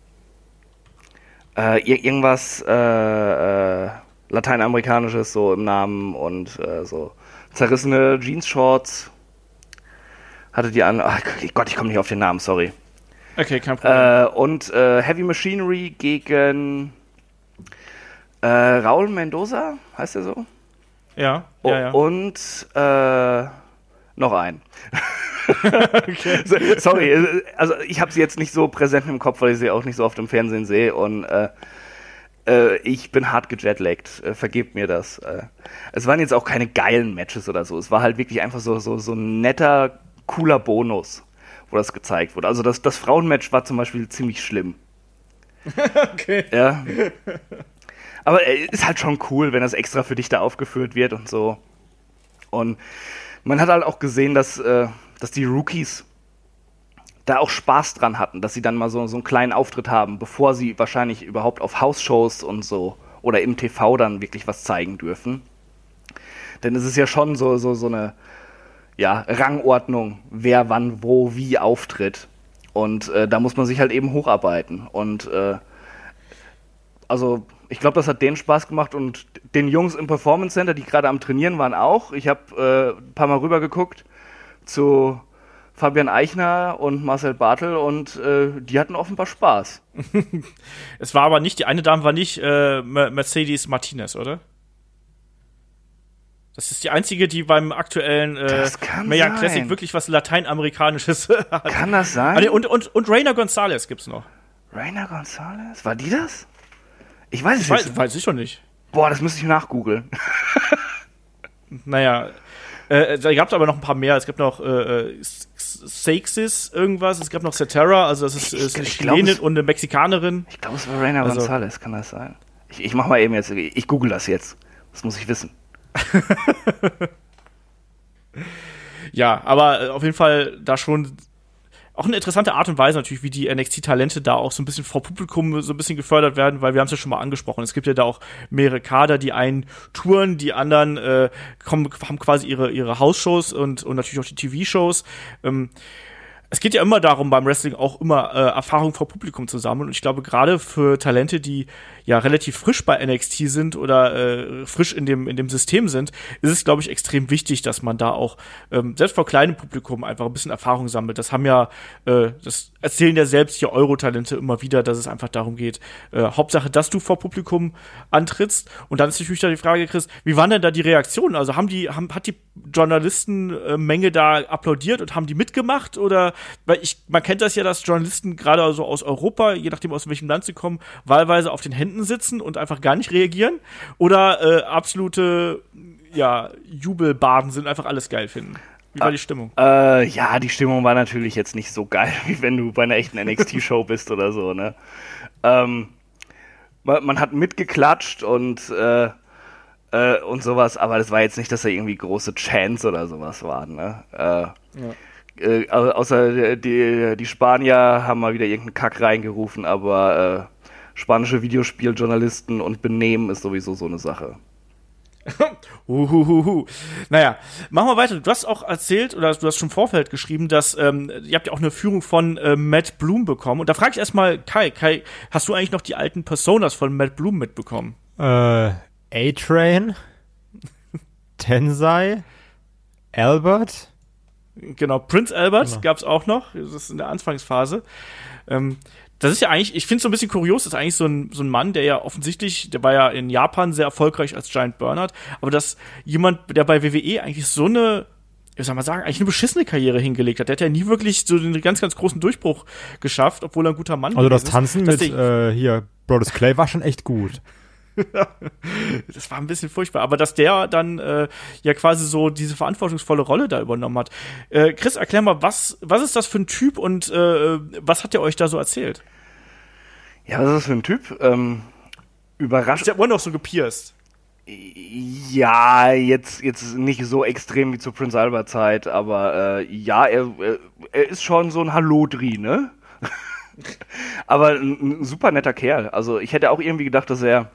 Äh, ir- irgendwas äh, äh, Lateinamerikanisches so im Namen und äh, so zerrissene Jeans-Shorts hatte die an. Ach Gott, ich komme nicht auf den Namen, sorry. Okay, kein Problem. Äh, und äh, Heavy Machinery gegen äh, Raul Mendoza, heißt der so? ja, Oh, ja, ja. Und äh, noch ein. So, sorry, äh, also ich habe sie jetzt nicht so präsent im Kopf, weil ich sie auch nicht so oft im Fernsehen sehe und äh, äh, ich bin hart gejetlaggt, äh, vergebt mir das. Äh, es waren jetzt auch keine geilen Matches oder so, es war halt wirklich einfach so, so, so ein netter, cooler Bonus, wo das gezeigt wurde. Also das, das Frauenmatch war zum Beispiel ziemlich schlimm. Okay. Ja. Aber äh, ist halt schon cool, wenn das extra für dich da aufgeführt wird und so. Und man hat halt auch gesehen, dass, äh, dass die Rookies da auch Spaß dran hatten, dass sie dann mal so, so einen kleinen Auftritt haben, bevor sie wahrscheinlich überhaupt auf House-Shows und so oder im T V dann wirklich was zeigen dürfen. Denn es ist ja schon so, so, so eine ja, Rangordnung, wer wann wo wie auftritt. Und äh, da muss man sich halt eben hocharbeiten. Und äh, also ich glaube, das hat denen Spaß gemacht und den Jungs im Performance Center, die gerade am Trainieren waren, auch. Ich habe äh, ein paar Mal rüber geguckt zu Fabian Eichner und Marcel Bartel und äh, die hatten offenbar Spaß. Es war aber nicht, die eine Dame war nicht äh, Mercedes Martinez, oder? Das ist die einzige, die beim aktuellen äh, Das kann Mae Young sein. Classic wirklich was Lateinamerikanisches hat. Kann das sein? Ah, nee, und, und, und Reina Gonzalez gibt's noch. Rainer Gonzalez? War die das? Ich weiß es Ich jetzt. weiß, weiß ich schon nicht. Boah, das müsste ich nachgoogeln. Naja, äh, da gab es aber noch ein paar mehr. Es gibt noch äh, Sexis irgendwas, es gab noch Cetera, also das ist, Ich- ist eine ich glaub, Chilenin es- und eine Mexikanerin. Ich glaube, es war Rainer Also- Gonzalez, kann das sein? Ich, ich mach mal eben jetzt, ich google das jetzt. Das muss ich wissen. Ja, aber äh, auf jeden Fall da schon auch eine interessante Art und Weise natürlich, wie die N X T-Talente da auch so ein bisschen vor Publikum so ein bisschen gefördert werden, weil wir haben es ja schon mal angesprochen. Es gibt ja da auch mehrere Kader, die einen touren, die anderen äh, kommen, haben quasi ihre ihre Hausshows und und natürlich auch die T V-Shows. Ähm, Es geht ja immer darum, beim Wrestling auch immer äh, Erfahrung vor Publikum zu sammeln. Und ich glaube, gerade für Talente, die ja relativ frisch bei N X T sind oder äh, frisch in dem in dem System sind, ist es, glaube ich, extrem wichtig, dass man da auch ähm, selbst vor kleinem Publikum einfach ein bisschen Erfahrung sammelt. Das haben ja, äh, das erzählen ja selbst hier Euro-Talente immer wieder, dass es einfach darum geht, äh, Hauptsache, dass du vor Publikum antrittst. Und dann ist natürlich da die Frage, Chris, wie waren denn da die Reaktionen? Also haben die, haben, hat die Journalistenmenge da applaudiert und haben die mitgemacht? Oder, weil ich, man kennt das ja, dass Journalisten gerade also aus Europa, je nachdem aus welchem Land sie kommen, wahlweise auf den Händen sitzen und einfach gar nicht reagieren? Oder äh, absolute, ja, Jubelbaden sind, einfach alles geil finden? Wie war die Stimmung? Äh, ja, die Stimmung war natürlich jetzt nicht so geil, wie wenn du bei einer echten N X T-Show bist oder so, ne? Ähm, man, man hat mitgeklatscht und äh, äh, und sowas, aber das war jetzt nicht, dass da irgendwie große Chants oder sowas waren, ne? Äh, ja. äh, au- außer die, die Spanier haben mal wieder irgendeinen Kack reingerufen, aber äh, spanische Videospieljournalisten und Benehmen ist sowieso so eine Sache. Uhuhuhu. Naja, machen wir weiter. Du hast auch erzählt, oder du hast schon im Vorfeld geschrieben, dass ähm, ihr habt ja auch eine Führung von äh, Matt Bloom bekommen. Und da frage ich erstmal Kai, Kai, hast du eigentlich noch die alten Personas von Matt Bloom mitbekommen? Äh, A-Train, Tensei, Albert. Genau, Prince Albert Genau. gab's auch noch. Das ist in der Anfangsphase. Ähm, das ist ja eigentlich, ich finde es so ein bisschen kurios, das ist eigentlich so ein, so ein Mann, der ja offensichtlich, der war ja in Japan sehr erfolgreich als Giant Bernard, aber dass jemand, der bei W W E eigentlich so eine, wie soll man sagen, eigentlich eine beschissene Karriere hingelegt hat, der hat ja nie wirklich so einen ganz, ganz großen Durchbruch geschafft, obwohl er ein guter Mann Also das gewesen ist. Tanzen Dass mit der- äh, hier Brodus Clay war schon echt gut. Das war ein bisschen furchtbar, aber dass der dann äh, ja quasi so diese verantwortungsvolle Rolle da übernommen hat. Äh, Chris, erklär mal, was, was ist das für ein Typ und äh, was hat der euch da so erzählt? Ja, was ist das für ein Typ? Ähm, überrascht. Ist der Ohr noch so gepierst? Ja, jetzt, jetzt nicht so extrem wie zur Prince Albert Zeit, aber äh, ja, er, er, er ist schon so ein Hallodri, ne? Aber ein, ein super netter Kerl. Also ich hätte auch irgendwie gedacht, dass er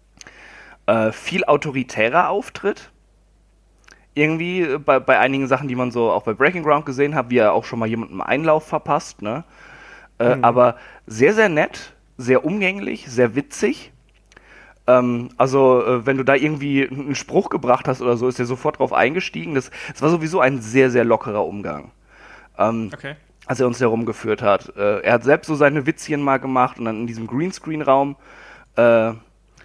äh, viel autoritärer auftritt. Irgendwie äh, bei, bei einigen Sachen, die man so auch bei Breaking Ground gesehen hat, wie er auch schon mal jemandem Einlauf verpasst, ne? Äh, Mhm. Aber sehr, sehr nett, sehr umgänglich, sehr witzig. Ähm, also, äh, wenn du da irgendwie einen Spruch gebracht hast oder so, ist er sofort drauf eingestiegen. Das, das war sowieso ein sehr, sehr lockerer Umgang. Ähm, Okay. als er uns herumgeführt hat. Äh, er hat selbst so seine Witzchen mal gemacht und dann in diesem Greenscreen-Raum, äh, äh,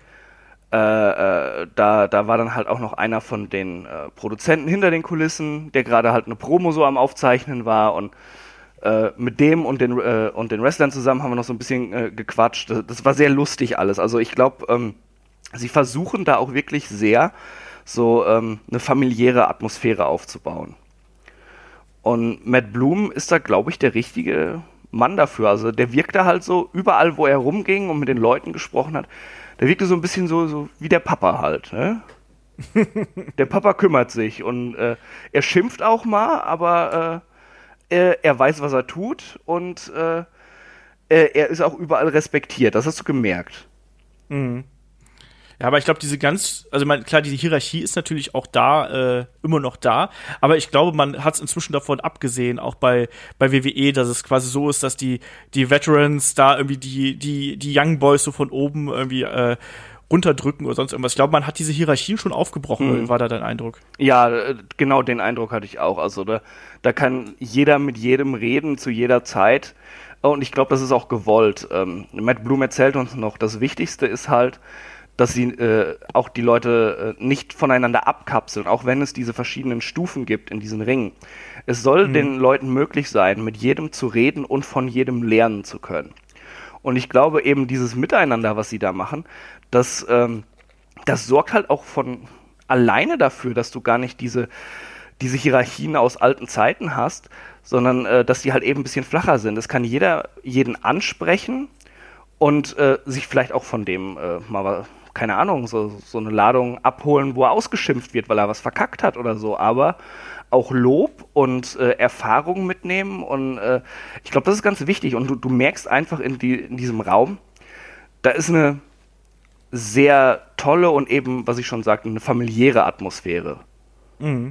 äh, da, da war dann halt auch noch einer von den äh, Produzenten hinter den Kulissen, der gerade halt eine Promo so am Aufzeichnen war und äh, mit dem und den, äh, und den Wrestlern zusammen haben wir noch so ein bisschen äh, gequatscht. Das, das war sehr lustig alles. Also ich glaube, ähm, sie versuchen da auch wirklich sehr so ähm, eine familiäre Atmosphäre aufzubauen. Und Matt Bloom ist da, glaube ich, der richtige Mann dafür. Also der wirkte halt so, überall, wo er rumging und mit den Leuten gesprochen hat, der wirkte so ein bisschen so, so wie der Papa halt. Ne? Der Papa kümmert sich und äh, er schimpft auch mal, aber äh, er, er weiß, was er tut und äh, er, er ist auch überall respektiert. Das hast du gemerkt. Mhm. Ja, aber ich glaube, diese ganz, also man, klar, diese Hierarchie ist natürlich auch da, äh, immer noch da, aber ich glaube, man hat es inzwischen davon abgesehen, auch bei, bei W W E, dass es quasi so ist, dass die, die Veterans da irgendwie die, die, die Young Boys so von oben irgendwie, äh, runterdrücken oder sonst irgendwas. Ich glaube, man hat diese Hierarchien schon aufgebrochen, Mhm. war da dein Eindruck? Ja, äh, genau den Eindruck hatte ich auch. Also da, da kann jeder mit jedem reden zu jeder Zeit. Und ich glaube, das ist auch gewollt. Ähm, Matt Bloom erzählt uns noch, das Wichtigste ist halt, dass sie äh, auch die Leute äh, nicht voneinander abkapseln, auch wenn es diese verschiedenen Stufen gibt in diesen Ringen. Es soll Mhm. den Leuten möglich sein, mit jedem zu reden und von jedem lernen zu können. Und ich glaube eben dieses Miteinander, was sie da machen, das, ähm, das sorgt halt auch von alleine dafür, dass du gar nicht diese, diese Hierarchien aus alten Zeiten hast, sondern äh, dass die halt eben ein bisschen flacher sind. Es kann jeder jeden ansprechen und äh, sich vielleicht auch von dem äh, mal keine Ahnung, so, so eine Ladung abholen, wo er ausgeschimpft wird, weil er was verkackt hat oder so, aber auch Lob und äh, Erfahrung mitnehmen und äh, ich glaube, das ist ganz wichtig und du, du merkst einfach in, die, in diesem Raum, da ist eine sehr tolle und eben, was ich schon sagte, eine familiäre Atmosphäre. Mhm.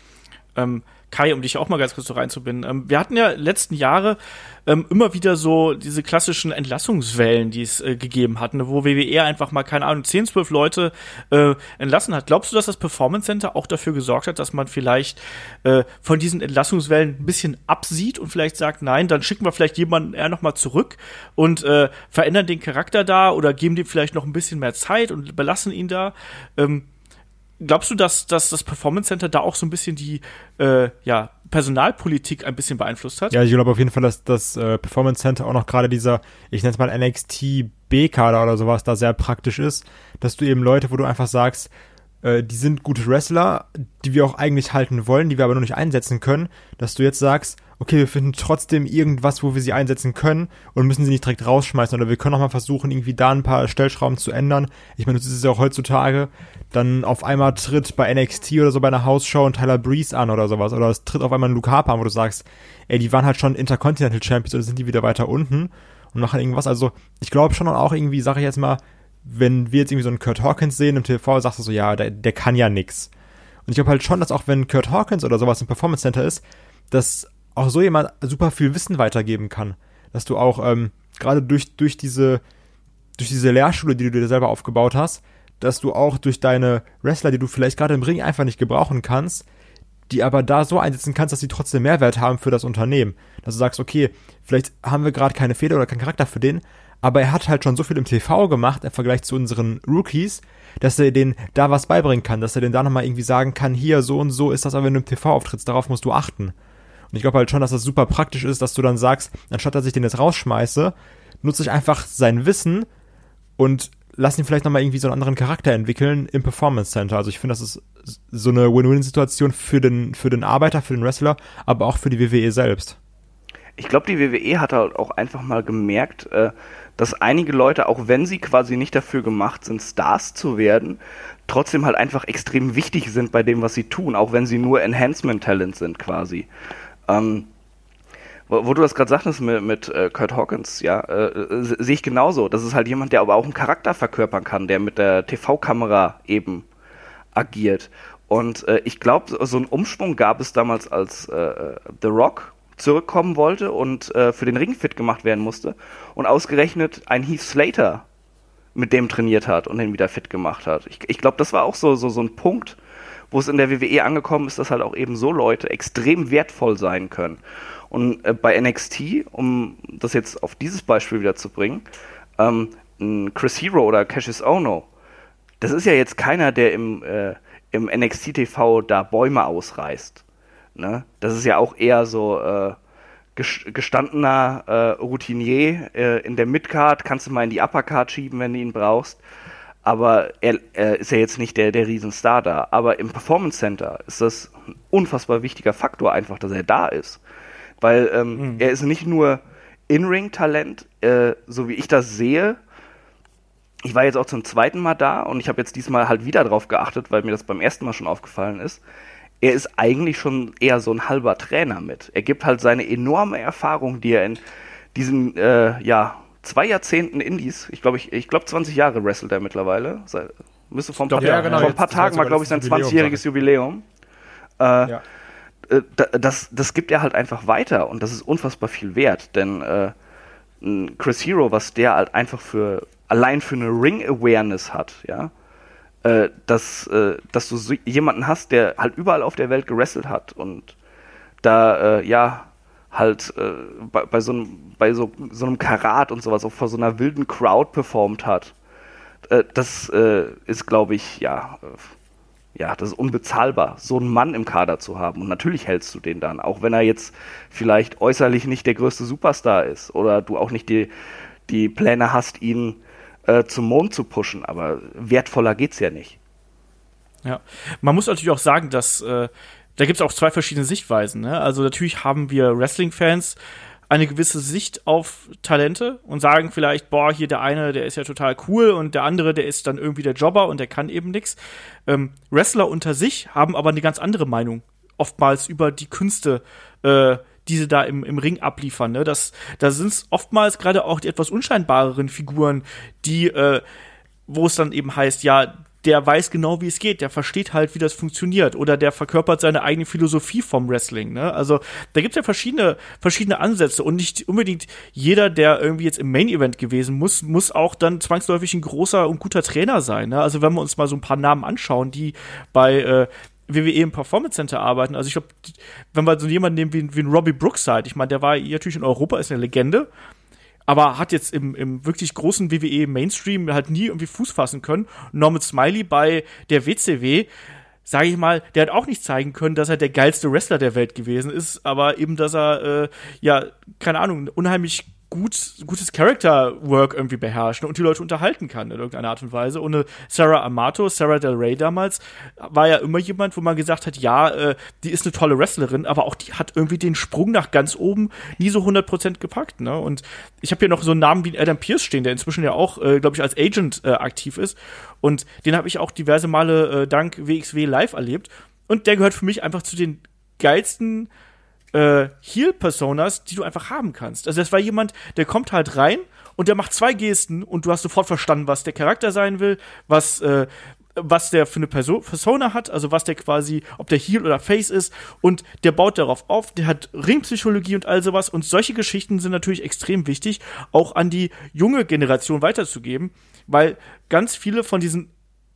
Ähm, Kai, um dich auch mal ganz kurz so reinzubinden. Ähm, wir hatten ja letzten Jahre ähm, immer wieder so diese klassischen Entlassungswellen, die es äh, gegeben hat, ne, wo W W E einfach mal, keine Ahnung, zehn, zwölf Leute äh, entlassen hat. Glaubst du, dass das Performance Center auch dafür gesorgt hat, dass man vielleicht äh, von diesen Entlassungswellen ein bisschen absieht und vielleicht sagt, nein, dann schicken wir vielleicht jemanden eher noch mal zurück und äh, verändern den Charakter da oder geben dem vielleicht noch ein bisschen mehr Zeit und belassen ihn da? Ähm, Glaubst du, dass, dass das Performance Center da auch so ein bisschen die äh, ja, Personalpolitik ein bisschen beeinflusst hat? Ja, ich glaube auf jeden Fall, dass das äh, Performance Center auch noch gerade dieser, ich nenne es mal N X T B-Kader oder sowas, da sehr praktisch ist, dass du eben Leute, wo du einfach sagst, äh, die sind gute Wrestler, die wir auch eigentlich halten wollen, die wir aber noch nicht einsetzen können, dass du jetzt sagst, okay, wir finden trotzdem irgendwas, wo wir sie einsetzen können und müssen sie nicht direkt rausschmeißen oder wir können auch mal versuchen, irgendwie da ein paar Stellschrauben zu ändern. Ich meine, das ist ja auch heutzutage, dann auf einmal tritt bei N X T oder so bei einer Hausshow ein Tyler Breeze an oder sowas oder es tritt auf einmal ein Luke Harper an, wo du sagst, ey, die waren halt schon Intercontinental Champions oder sind die wieder weiter unten und machen irgendwas. Also ich glaube schon auch irgendwie, sage ich jetzt mal, wenn wir jetzt irgendwie so einen Kurt Hawkins sehen im T V, sagst du so, ja, der, der kann ja nix. Und ich glaube halt schon, dass auch wenn Kurt Hawkins oder sowas im Performance Center ist, dass auch so jemand super viel Wissen weitergeben kann. Dass du auch ähm, gerade durch, durch diese durch diese Lehrschule, die du dir selber aufgebaut hast, dass du auch durch deine Wrestler, die du vielleicht gerade im Ring einfach nicht gebrauchen kannst, die aber da so einsetzen kannst, dass sie trotzdem Mehrwert haben für das Unternehmen. Dass du sagst, okay, vielleicht haben wir gerade keine Fehler oder keinen Charakter für den, aber er hat halt schon so viel im T V gemacht im Vergleich zu unseren Rookies, dass er denen da was beibringen kann, dass er denen da nochmal irgendwie sagen kann, hier, so und so ist das, aber wenn du im T V auftrittst, darauf musst du achten. Und ich glaube halt schon, dass das super praktisch ist, dass du dann sagst, anstatt dass ich den jetzt rausschmeiße, nutze ich einfach sein Wissen und lass ihn vielleicht nochmal irgendwie so einen anderen Charakter entwickeln im Performance Center. Also ich finde, das ist so eine Win-Win-Situation für den, für den Arbeiter, für den Wrestler, aber auch für die W W E selbst. Ich glaube, die W W E hat halt auch einfach mal gemerkt, dass einige Leute, auch wenn sie quasi nicht dafür gemacht sind, Stars zu werden, trotzdem halt einfach extrem wichtig sind bei dem, was sie tun, auch wenn sie nur Enhancement-Talent sind quasi. Ähm, wo, wo du das gerade sagtest mit, mit äh, Kurt Hawkins, ja, äh, sehe ich genauso. Das ist halt jemand, der aber auch einen Charakter verkörpern kann, der mit der T V-Kamera eben agiert. Und äh, ich glaube, so einen Umschwung gab es damals, als äh, The Rock zurückkommen wollte und äh, für den Ring fit gemacht werden musste und ausgerechnet ein Heath Slater mit dem trainiert hat und den wieder fit gemacht hat. Ich, ich glaube, das war auch so, so, so ein Punkt, wo es in der W W E angekommen ist, dass halt auch eben so Leute extrem wertvoll sein können. Und äh, bei N X T, um das jetzt auf dieses Beispiel wieder zu bringen, ähm, Chris Hero oder Cassius Ohno, das ist ja jetzt keiner, der im, äh, im N X T T V da Bäume ausreißt. Ne? Das ist ja auch eher so äh, gestandener äh, Routinier äh, in der Midcard, kannst du mal in die Uppercard schieben, wenn du ihn brauchst. Aber er, er ist ja jetzt nicht der, der Riesenstar da. Aber im Performance Center ist das ein unfassbar wichtiger Faktor einfach, dass er da ist. Weil ähm, mhm. er ist nicht nur In-Ring-Talent, äh, so wie ich das sehe. Ich war jetzt auch zum zweiten Mal da und ich habe jetzt diesmal halt wieder drauf geachtet, weil mir das beim ersten Mal schon aufgefallen ist. Er ist eigentlich schon eher so ein halber Trainer mit. Er gibt halt seine enorme Erfahrung, die er in diesen, äh, ja, zwei Jahrzehnten Indies, ich glaube, ich, ich glaube zwanzig Jahre wrestelt er mittlerweile. Sei, müsste vor ein paar, ja, genau, vor ein paar jetzt, Tagen war, glaube ich, sein zwanzigjähriges Jubiläum. Äh, ja. äh, das, das gibt er halt einfach weiter und das ist unfassbar viel wert, denn äh, Chris Hero, was der halt einfach für, allein für eine Ring-Awareness hat, ja, äh, dass, äh, dass du so jemanden hast, der halt überall auf der Welt gewrestelt hat und da, äh, ja, halt äh, bei, bei, so einem, bei so, so einem Karat und sowas auch vor so einer wilden Crowd performt hat. Äh, das äh, ist, glaube ich, ja, äh, ja, das ist unbezahlbar, so einen Mann im Kader zu haben. Und natürlich hältst du den dann, auch wenn er jetzt vielleicht äußerlich nicht der größte Superstar ist oder du auch nicht die, die Pläne hast, ihn äh, zum Mond zu pushen. Aber wertvoller geht's ja nicht. Ja, man muss natürlich auch sagen, dass äh da gibt es auch zwei verschiedene Sichtweisen. Ne? Also natürlich haben wir Wrestling-Fans, eine gewisse Sicht auf Talente und sagen vielleicht, boah, hier der eine, der ist ja total cool und der andere, der ist dann irgendwie der Jobber und der kann eben nichts. Ähm, Wrestler unter sich haben aber eine ganz andere Meinung, oftmals über die Künste, äh, die sie da im, im Ring abliefern. Ne? Das, da sind es oftmals gerade auch die etwas unscheinbareren Figuren, die, äh, wo es dann eben heißt, ja, der weiß genau, wie es geht, der versteht halt, wie das funktioniert oder der verkörpert seine eigene Philosophie vom Wrestling, ne? Also da gibt's ja verschiedene verschiedene Ansätze und nicht unbedingt jeder, der irgendwie jetzt im Main-Event gewesen muss, muss auch dann zwangsläufig ein großer und guter Trainer sein, ne? Also wenn wir uns mal so ein paar Namen anschauen, die bei äh, W W E im Performance Center arbeiten, also ich glaube, wenn wir so jemanden nehmen wie, wie ein Robbie Brookside, ich meine, der war natürlich in Europa, ist eine Legende, aber hat jetzt im, im wirklich großen W W E-Mainstream halt nie irgendwie Fuß fassen können. Norman Smiley bei der W C W, sage ich mal, der hat auch nicht zeigen können, dass er der geilste Wrestler der Welt gewesen ist, aber eben, dass er, äh, ja, keine Ahnung, unheimlich gut, gutes Character-Work irgendwie beherrscht und die Leute unterhalten kann in irgendeiner Art und Weise. Ohne Sarah Amato, Sarah Del Rey damals, war ja immer jemand, wo man gesagt hat, ja, äh, die ist eine tolle Wrestlerin, aber auch die hat irgendwie den Sprung nach ganz oben nie so hundert Prozent gepackt, ne? Und ich habe hier noch so einen Namen wie Adam Pearce stehen, der inzwischen ja auch, äh, glaube ich, als Agent äh, aktiv ist. Und den habe ich auch diverse Male äh, dank W X W live erlebt. Und der gehört für mich einfach zu den geilsten Äh, Heel-Personas, die du einfach haben kannst. Also das war jemand, der kommt halt rein und der macht zwei Gesten und du hast sofort verstanden, was der Charakter sein will, was äh, was der für eine Perso- Persona hat, also was der quasi, ob der Heel oder Face ist und der baut darauf auf, der hat Ringpsychologie und all sowas und solche Geschichten sind natürlich extrem wichtig, auch an die junge Generation weiterzugeben, weil ganz viele von diesen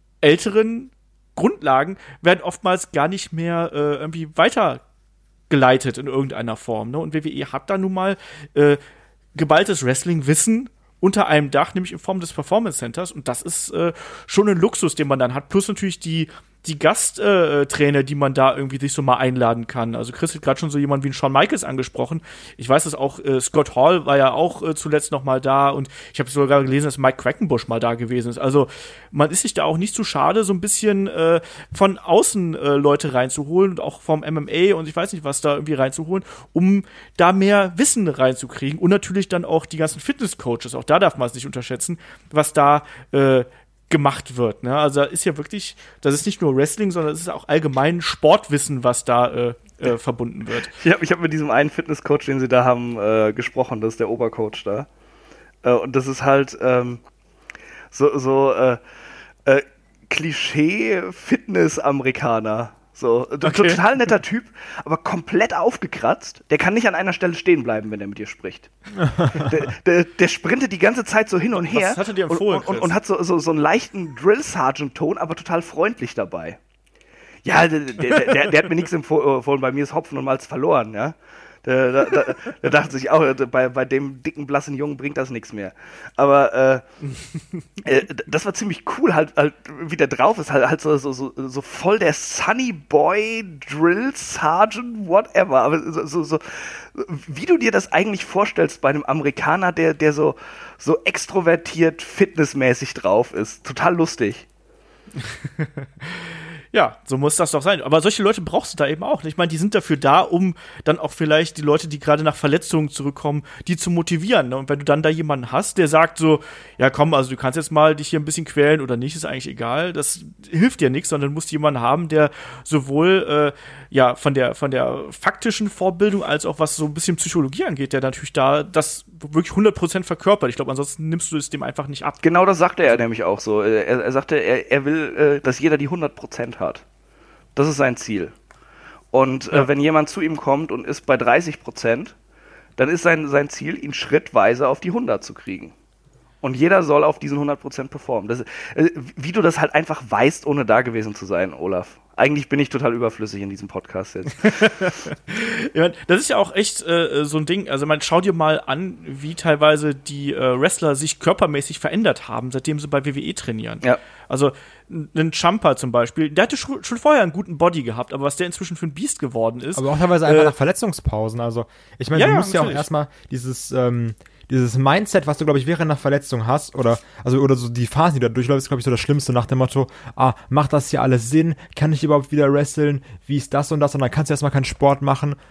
älteren Grundlagen werden oftmals gar nicht mehr äh, irgendwie weiter geleitet in irgendeiner Form, ne? Und W W E hat da nun mal äh, geballtes Wrestling-Wissen unter einem Dach, nämlich in Form des Performance Centers und das ist äh, schon ein Luxus, den man dann hat, plus natürlich die die Gasttrainer, äh, die man da irgendwie sich so mal einladen kann. Also Chris hat gerade schon so jemanden wie einen Shawn Michaels angesprochen. Ich weiß, dass auch äh, Scott Hall war ja auch äh, zuletzt noch mal da und ich habe sogar gelesen, dass Mike Quackenbush mal da gewesen ist. Also man ist sich da auch nicht zu schade, so ein bisschen äh, von außen äh, Leute reinzuholen und auch vom M M A und ich weiß nicht, was da irgendwie reinzuholen, um da mehr Wissen reinzukriegen und natürlich dann auch die ganzen Fitness-Coaches, auch da darf man es nicht unterschätzen, was da äh, gemacht wird, ne? Also da ist ja wirklich, das ist nicht nur Wrestling, sondern es ist auch allgemein Sportwissen, was da äh, äh, verbunden wird. Ich habe ich hab mit diesem einen Fitnesscoach, den sie da haben, äh, gesprochen, das ist der Obercoach da. Äh, und das ist halt ähm, so, so äh, äh, Klischee-Fitness-Amerikaner. So, okay. Total netter Typ, aber komplett aufgekratzt. Der kann nicht an einer Stelle stehen bleiben, wenn er mit dir spricht. der, der, der sprintet die ganze Zeit so hin und her. Was hat er dir empfohlen, und, und, und hat so, so, so einen leichten Drill-Sergeant-Ton, aber total freundlich dabei. Ja, der, der, der, der hat mir nichts empfohlen, bei mir ist Hopfen und Malz verloren, ja. Der, der, der, der dachte sich auch, bei, bei dem dicken, blassen Jungen bringt das nichts mehr. Aber äh, äh, das war ziemlich cool, halt, halt wie der drauf ist, halt, halt so, so, so, so voll der Sunny Boy, Drill Sergeant, whatever. Aber so, so, so, wie du dir das eigentlich vorstellst bei einem Amerikaner, der, der so, so extrovertiert, fitnessmäßig drauf ist. Total lustig. Ja, so muss das doch sein. Aber solche Leute brauchst du da eben auch. Ich meine, die sind dafür da, um dann auch vielleicht die Leute, die gerade nach Verletzungen zurückkommen, die zu motivieren. Ne? Und wenn du dann da jemanden hast, der sagt so, ja komm, also du kannst jetzt mal dich hier ein bisschen quälen oder nicht, ist eigentlich egal. Das hilft dir nichts, sondern du musst jemanden haben, der sowohl äh, ja von der von der faktischen Vorbildung als auch was so ein bisschen Psychologie angeht, der natürlich da das wirklich hundert Prozent verkörpert. Ich glaube, ansonsten nimmst du es dem einfach nicht ab. Genau das sagte er nämlich auch so. Er, er sagte, er, er will, äh, dass jeder die hundert Prozent hat. Das ist sein Ziel. Und ja. äh, wenn jemand zu ihm kommt und ist bei dreißig Prozent, dann ist sein, sein Ziel, ihn schrittweise auf die hundert zu kriegen. Und jeder soll auf diesen hundert Prozent performen. Das, äh, wie du das halt einfach weißt, ohne da gewesen zu sein, Olaf. Eigentlich bin ich total überflüssig in diesem Podcast jetzt. Ja, das ist ja auch echt äh, so ein Ding. Also man schau dir mal an, wie teilweise die äh, Wrestler sich körpermäßig verändert haben, seitdem sie bei W W E trainieren. Ja. Also ein Ciampa zum Beispiel, der hatte schon, schon vorher einen guten Body gehabt, aber was der inzwischen für ein Biest geworden ist. Aber auch teilweise äh, einfach nach Verletzungspausen. Also ich meine, ja, du musst ja, ja auch erstmal dieses ähm, dieses Mindset, was du, glaube ich, während einer Verletzung hast, oder also oder so die Phasen, die da durchläufst, ist, glaube ich, so das Schlimmste nach dem Motto, ah, macht das hier alles Sinn? Kann ich überhaupt wieder wresteln? Wie ist das und das? Und dann kannst du erstmal keinen Sport machen.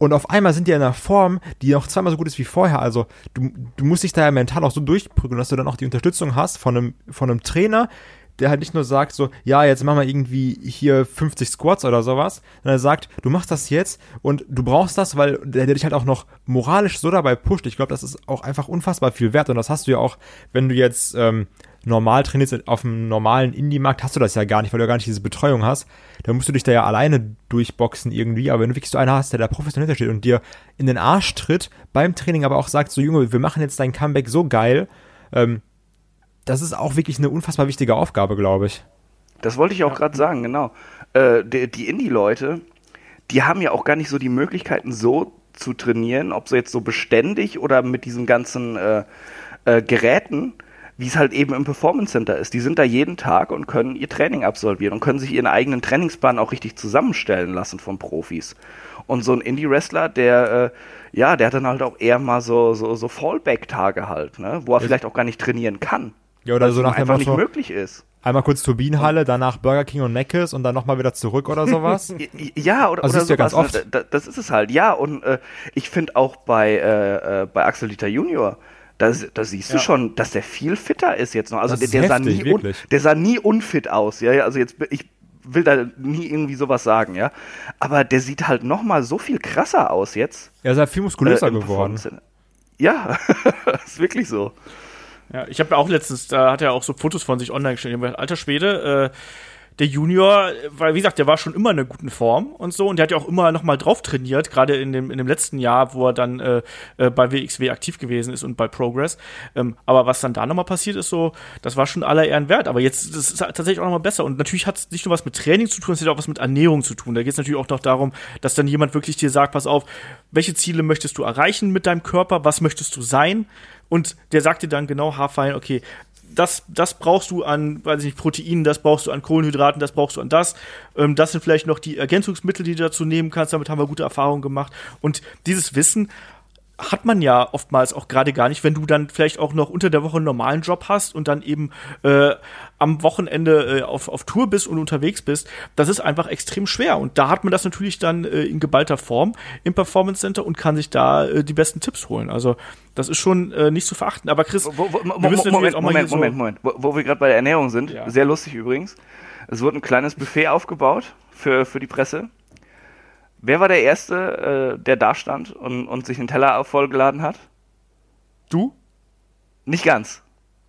Und auf einmal sind die in einer Form, die noch zweimal so gut ist wie vorher. Also du, du musst dich da ja mental auch so durchprügeln, dass du dann auch die Unterstützung hast von einem, von einem Trainer, der halt nicht nur sagt so, ja, jetzt machen wir irgendwie hier fünfzig Squats oder sowas, sondern er sagt, du machst das jetzt und du brauchst das, weil der, der dich halt auch noch moralisch so dabei pusht. Ich glaube, das ist auch einfach unfassbar viel wert und das hast du ja auch, wenn du jetzt ähm, normal trainierst auf einem normalen Indie-Markt, hast du das ja gar nicht, weil du ja gar nicht diese Betreuung hast. Da musst du dich da ja alleine durchboxen irgendwie, aber wenn du wirklich so einer hast, der da professionell hintersteht und dir in den Arsch tritt beim Training, aber auch sagt so, Junge, wir machen jetzt dein Comeback so geil, ähm, das ist auch wirklich eine unfassbar wichtige Aufgabe, glaube ich. Das wollte ich auch gerade sagen, genau. Äh, die die Indie-Leute, die haben ja auch gar nicht so die Möglichkeiten, so zu trainieren, ob sie jetzt so beständig oder mit diesen ganzen äh, äh, Geräten, wie es halt eben im Performance Center ist. Die sind da jeden Tag und können ihr Training absolvieren und können sich ihren eigenen Trainingsplan auch richtig zusammenstellen lassen von Profis. Und so ein Indie-Wrestler, der, äh, ja, der hat dann halt auch eher mal so, so, so Fallback-Tage halt, ne, wo er Ja. vielleicht auch gar nicht trainieren kann. Ja, oder so nach dem einfach nicht Motto, möglich ist. einmal kurz Turbinenhalle, danach Burger King und Mc's und dann nochmal wieder zurück oder sowas. Ja, oder, Also oder siehst du ja ganz sowas, oft. ne? Da- Das ist es halt, ja. Und äh, ich finde auch bei, äh, äh, bei Axel Dieter Junior, da, da siehst du Ja. schon, dass der viel fitter ist jetzt noch. Also Das der, ist der, sah heftig, nie un, wirklich. der sah nie unfit aus. Ja, ja, also jetzt, ich will da nie irgendwie sowas sagen, ja. Aber der sieht halt noch mal so viel krasser aus jetzt. Er ist halt viel muskulöser äh, im geworden. Performance. Ja, ist wirklich so. Ja, ich habe ja auch letztens, da hat er auch so Fotos von sich online gestellt. Alter Schwede, äh, der Junior, weil wie gesagt, der war schon immer in einer guten Form und so und der hat ja auch immer noch mal drauf trainiert, gerade in dem in dem letzten Jahr, wo er dann äh, äh, bei W X W aktiv gewesen ist und bei Progress. Ähm, aber was dann da noch mal passiert ist, so, das war schon aller Ehren wert. Aber jetzt das ist tatsächlich auch noch mal besser und natürlich hat es nicht nur was mit Training zu tun, es hat auch was mit Ernährung zu tun. Da geht es natürlich auch noch darum, dass dann jemand wirklich dir sagt, pass auf, welche Ziele möchtest du erreichen mit deinem Körper, was möchtest du sein? Und der sagt dir dann genau haarfein, okay, das, das brauchst du an, weiß ich nicht, Proteinen, das brauchst du an Kohlenhydraten, das brauchst du an das. Ähm, das sind vielleicht noch die Ergänzungsmittel, die du dazu nehmen kannst. Damit haben wir gute Erfahrungen gemacht. Und dieses Wissen hat man ja oftmals auch gerade gar nicht, wenn du dann vielleicht auch noch unter der Woche einen normalen Job hast und dann eben äh, am Wochenende äh, auf, auf Tour bist und unterwegs bist. Das ist einfach extrem schwer. Und da hat man das natürlich dann äh, in geballter Form im Performance Center und kann sich da äh, die besten Tipps holen. Also das ist schon äh, nicht zu verachten. Aber Chris, Wo, wo, wir müssen natürlich Moment, jetzt auch mal Moment, hier Moment, so Moment. Wo, wo wir gerade bei der Ernährung sind, Ja. sehr lustig übrigens. Es wurde ein kleines Buffet aufgebaut für, für die Presse. Wer war der Erste, äh, der da stand und, und sich einen Teller vollgeladen hat? Du? Nicht ganz.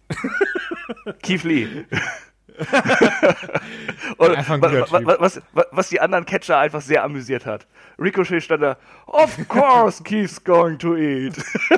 Keith Lee. Und Einfach ein wa- guter wa- Typ. wa- was, wa- was die anderen Catcher einfach sehr amüsiert hat. Ricochet stand da, of course Keith's going to eat.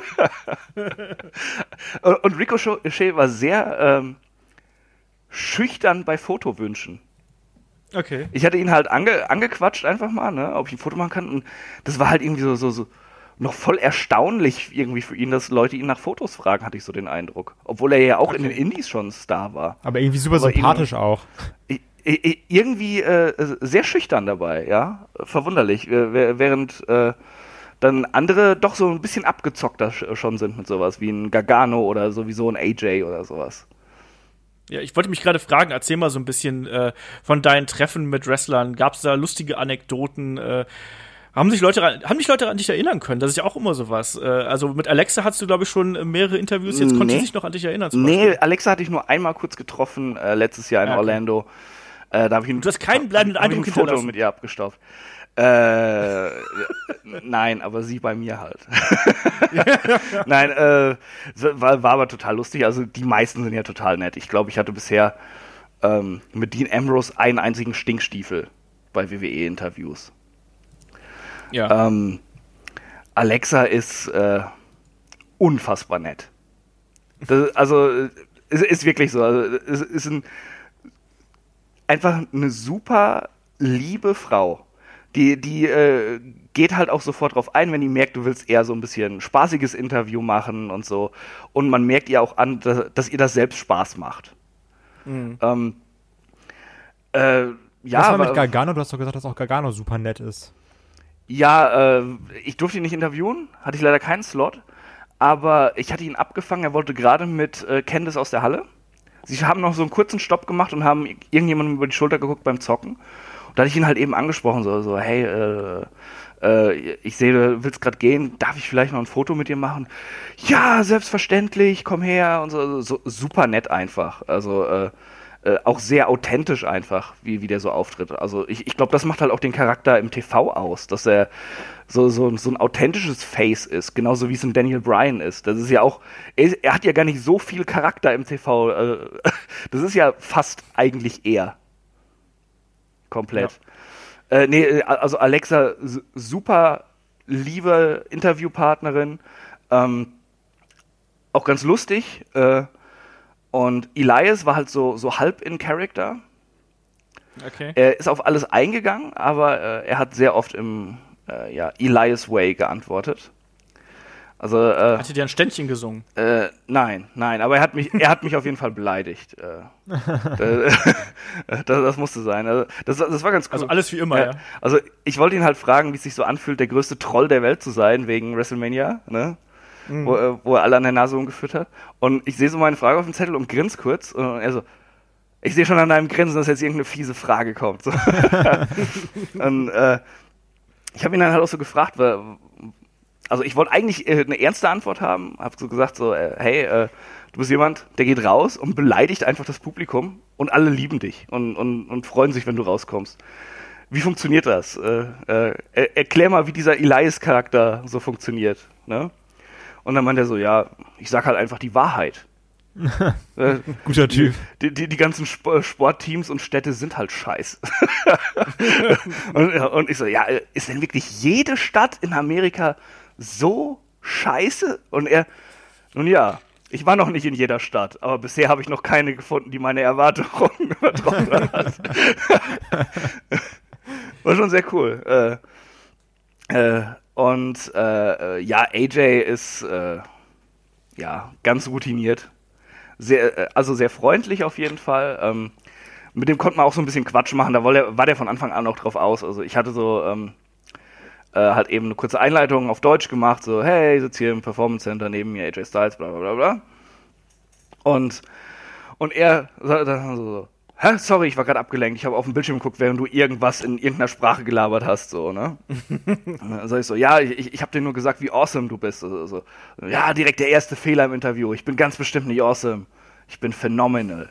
und, und Ricochet war sehr ähm, schüchtern bei Fotowünschen. Okay. Ich hatte ihn halt ange, angequatscht einfach mal, ne, ob ich ein Foto machen kann. Und das war halt irgendwie so, so, so noch voll erstaunlich irgendwie für ihn, dass Leute ihn nach Fotos fragen, hatte ich so den Eindruck. Obwohl er ja auch in den Indies schon ein Star war. Aber irgendwie super Aber sympathisch auch. I- I- irgendwie äh, sehr schüchtern dabei, ja. Verwunderlich. Äh, während äh, dann andere doch so ein bisschen abgezockter sch- schon sind mit sowas, wie ein Gargano oder sowieso ein A J oder sowas. Ja, ich wollte mich gerade fragen, erzähl mal so ein bisschen äh, von deinen Treffen mit Wrestlern. Gab es da lustige Anekdoten? Äh, haben sich Leute, ran- haben dich Leute an dich erinnern können? Das ist ja auch immer sowas. Äh, also mit Alexa hast du, glaube ich, schon mehrere Interviews. Jetzt konnte Nee. sie sich noch an dich erinnern. Zum Nee, Beispiel. Alexa hatte ich nur einmal kurz getroffen, äh, letztes Jahr in Ja, okay. Orlando. Äh, da hab ich ein, Du hast keinen bleibenden hab ich Eindruck ein Foto hinterlassen. mit ihr abgestaubt. Äh, nein, aber sie bei mir halt. Nein, äh, so- war, war aber total lustig. Also die meisten sind ja total nett. Ich glaube, ich hatte bisher ähm, mit Dean Ambrose einen einzigen Stinkstiefel bei W W E-Interviews. Ja. Ähm, Alexa ist äh, unfassbar nett. Das, also, äh, es ist wirklich so. Also, es ist ein, einfach eine super liebe Frau. Die, die äh, geht halt auch sofort drauf ein, wenn die merkt, du willst eher so ein bisschen spaßiges Interview machen und so. Und man merkt ihr auch an, dass, dass ihr das selbst Spaß macht. Mhm. Ähm, äh, ja, Was war mit aber- Gargano? Du hast doch gesagt, dass auch Gargano super nett ist. Ja, äh, ich durfte ihn nicht interviewen, hatte ich leider keinen Slot, aber ich hatte ihn abgefangen, er wollte gerade mit äh, Candice aus der Halle. Sie haben noch so einen kurzen Stopp gemacht und haben irgendjemandem über die Schulter geguckt beim Zocken. Und da hatte ich ihn halt eben angesprochen, so, so hey, äh, äh, ich sehe, du willst gerade gehen, darf ich vielleicht noch ein Foto mit dir machen? Ja, selbstverständlich, komm her und so, so super nett einfach. Also äh, äh, auch sehr authentisch einfach, wie, wie der so auftritt. Also ich, ich glaube, das macht halt auch den Charakter im T V aus, dass er so, so, so ein authentisches Face ist, genauso wie es ein Daniel Bryan ist. Das ist ja auch, er, er hat ja gar nicht so viel Charakter im T V. Äh, das ist ja fast eigentlich er. Komplett. Ja. Äh, nee, also Alexa, super liebe Interviewpartnerin, ähm, auch ganz lustig. Äh, und Elias war halt so, so halb in Character. Okay. Er ist auf alles eingegangen, aber äh, er hat sehr oft im äh, ja, Elias Way geantwortet. Also, äh, Hat er dir ein Ständchen gesungen? Äh, nein, nein, aber er hat mich, er hat mich auf jeden Fall beleidigt. Äh, das, das musste sein. Also, das, das war ganz cool. Also alles wie immer, ja. ja. Also ich wollte ihn halt fragen, wie es sich so anfühlt, der größte Troll der Welt zu sein wegen WrestleMania, ne? Mhm. Wo, äh, wo er alle an der Nase umgeführt hat. Und ich sehe so meine Frage auf dem Zettel und grinse kurz. Und er so, ich sehe schon an deinem Grinsen, dass jetzt irgendeine fiese Frage kommt. So. Und äh, ich habe ihn dann halt auch so gefragt, weil, also ich wollte eigentlich äh, eine ernste Antwort haben, habe so gesagt so, äh, hey, äh, du bist jemand, der geht raus und beleidigt einfach das Publikum und alle lieben dich und, und, und freuen sich, wenn du rauskommst. Wie funktioniert das? Äh, äh, erklär mal, wie dieser Elias-Charakter so funktioniert. Ne? Und dann meint er so, ja, ich sag halt einfach die Wahrheit. äh, Guter Typ. Die, die, die ganzen Sp- Sportteams und Städte sind halt scheiß. und, und ich so, ja, ist denn wirklich jede Stadt in Amerika so scheiße? Und er, nun ja, ich war noch nicht in jeder Stadt, aber bisher habe ich noch keine gefunden, die meine Erwartungen übertroffen hat. War schon sehr cool. Äh, äh, und äh, ja, A J ist äh, ja ganz routiniert. Sehr, also sehr freundlich auf jeden Fall. Ähm, mit dem konnte man auch so ein bisschen Quatsch machen, da war der, war der von Anfang an auch drauf aus. Also ich hatte so ähm, äh, halt eben eine kurze Einleitung auf Deutsch gemacht, so hey, ich sitze hier im Performance Center, neben mir A J Styles, bla bla bla bla. Und, und er sagte dann so, hä, sorry, ich war gerade abgelenkt, ich habe auf dem Bildschirm geguckt, während du irgendwas in irgendeiner Sprache gelabert hast, so, ne? Dann sag ich so, ja, ich, ich habe dir nur gesagt, wie awesome du bist. Also, so, ja, direkt der erste Fehler im Interview, ich bin ganz bestimmt nicht awesome, ich bin phenomenal.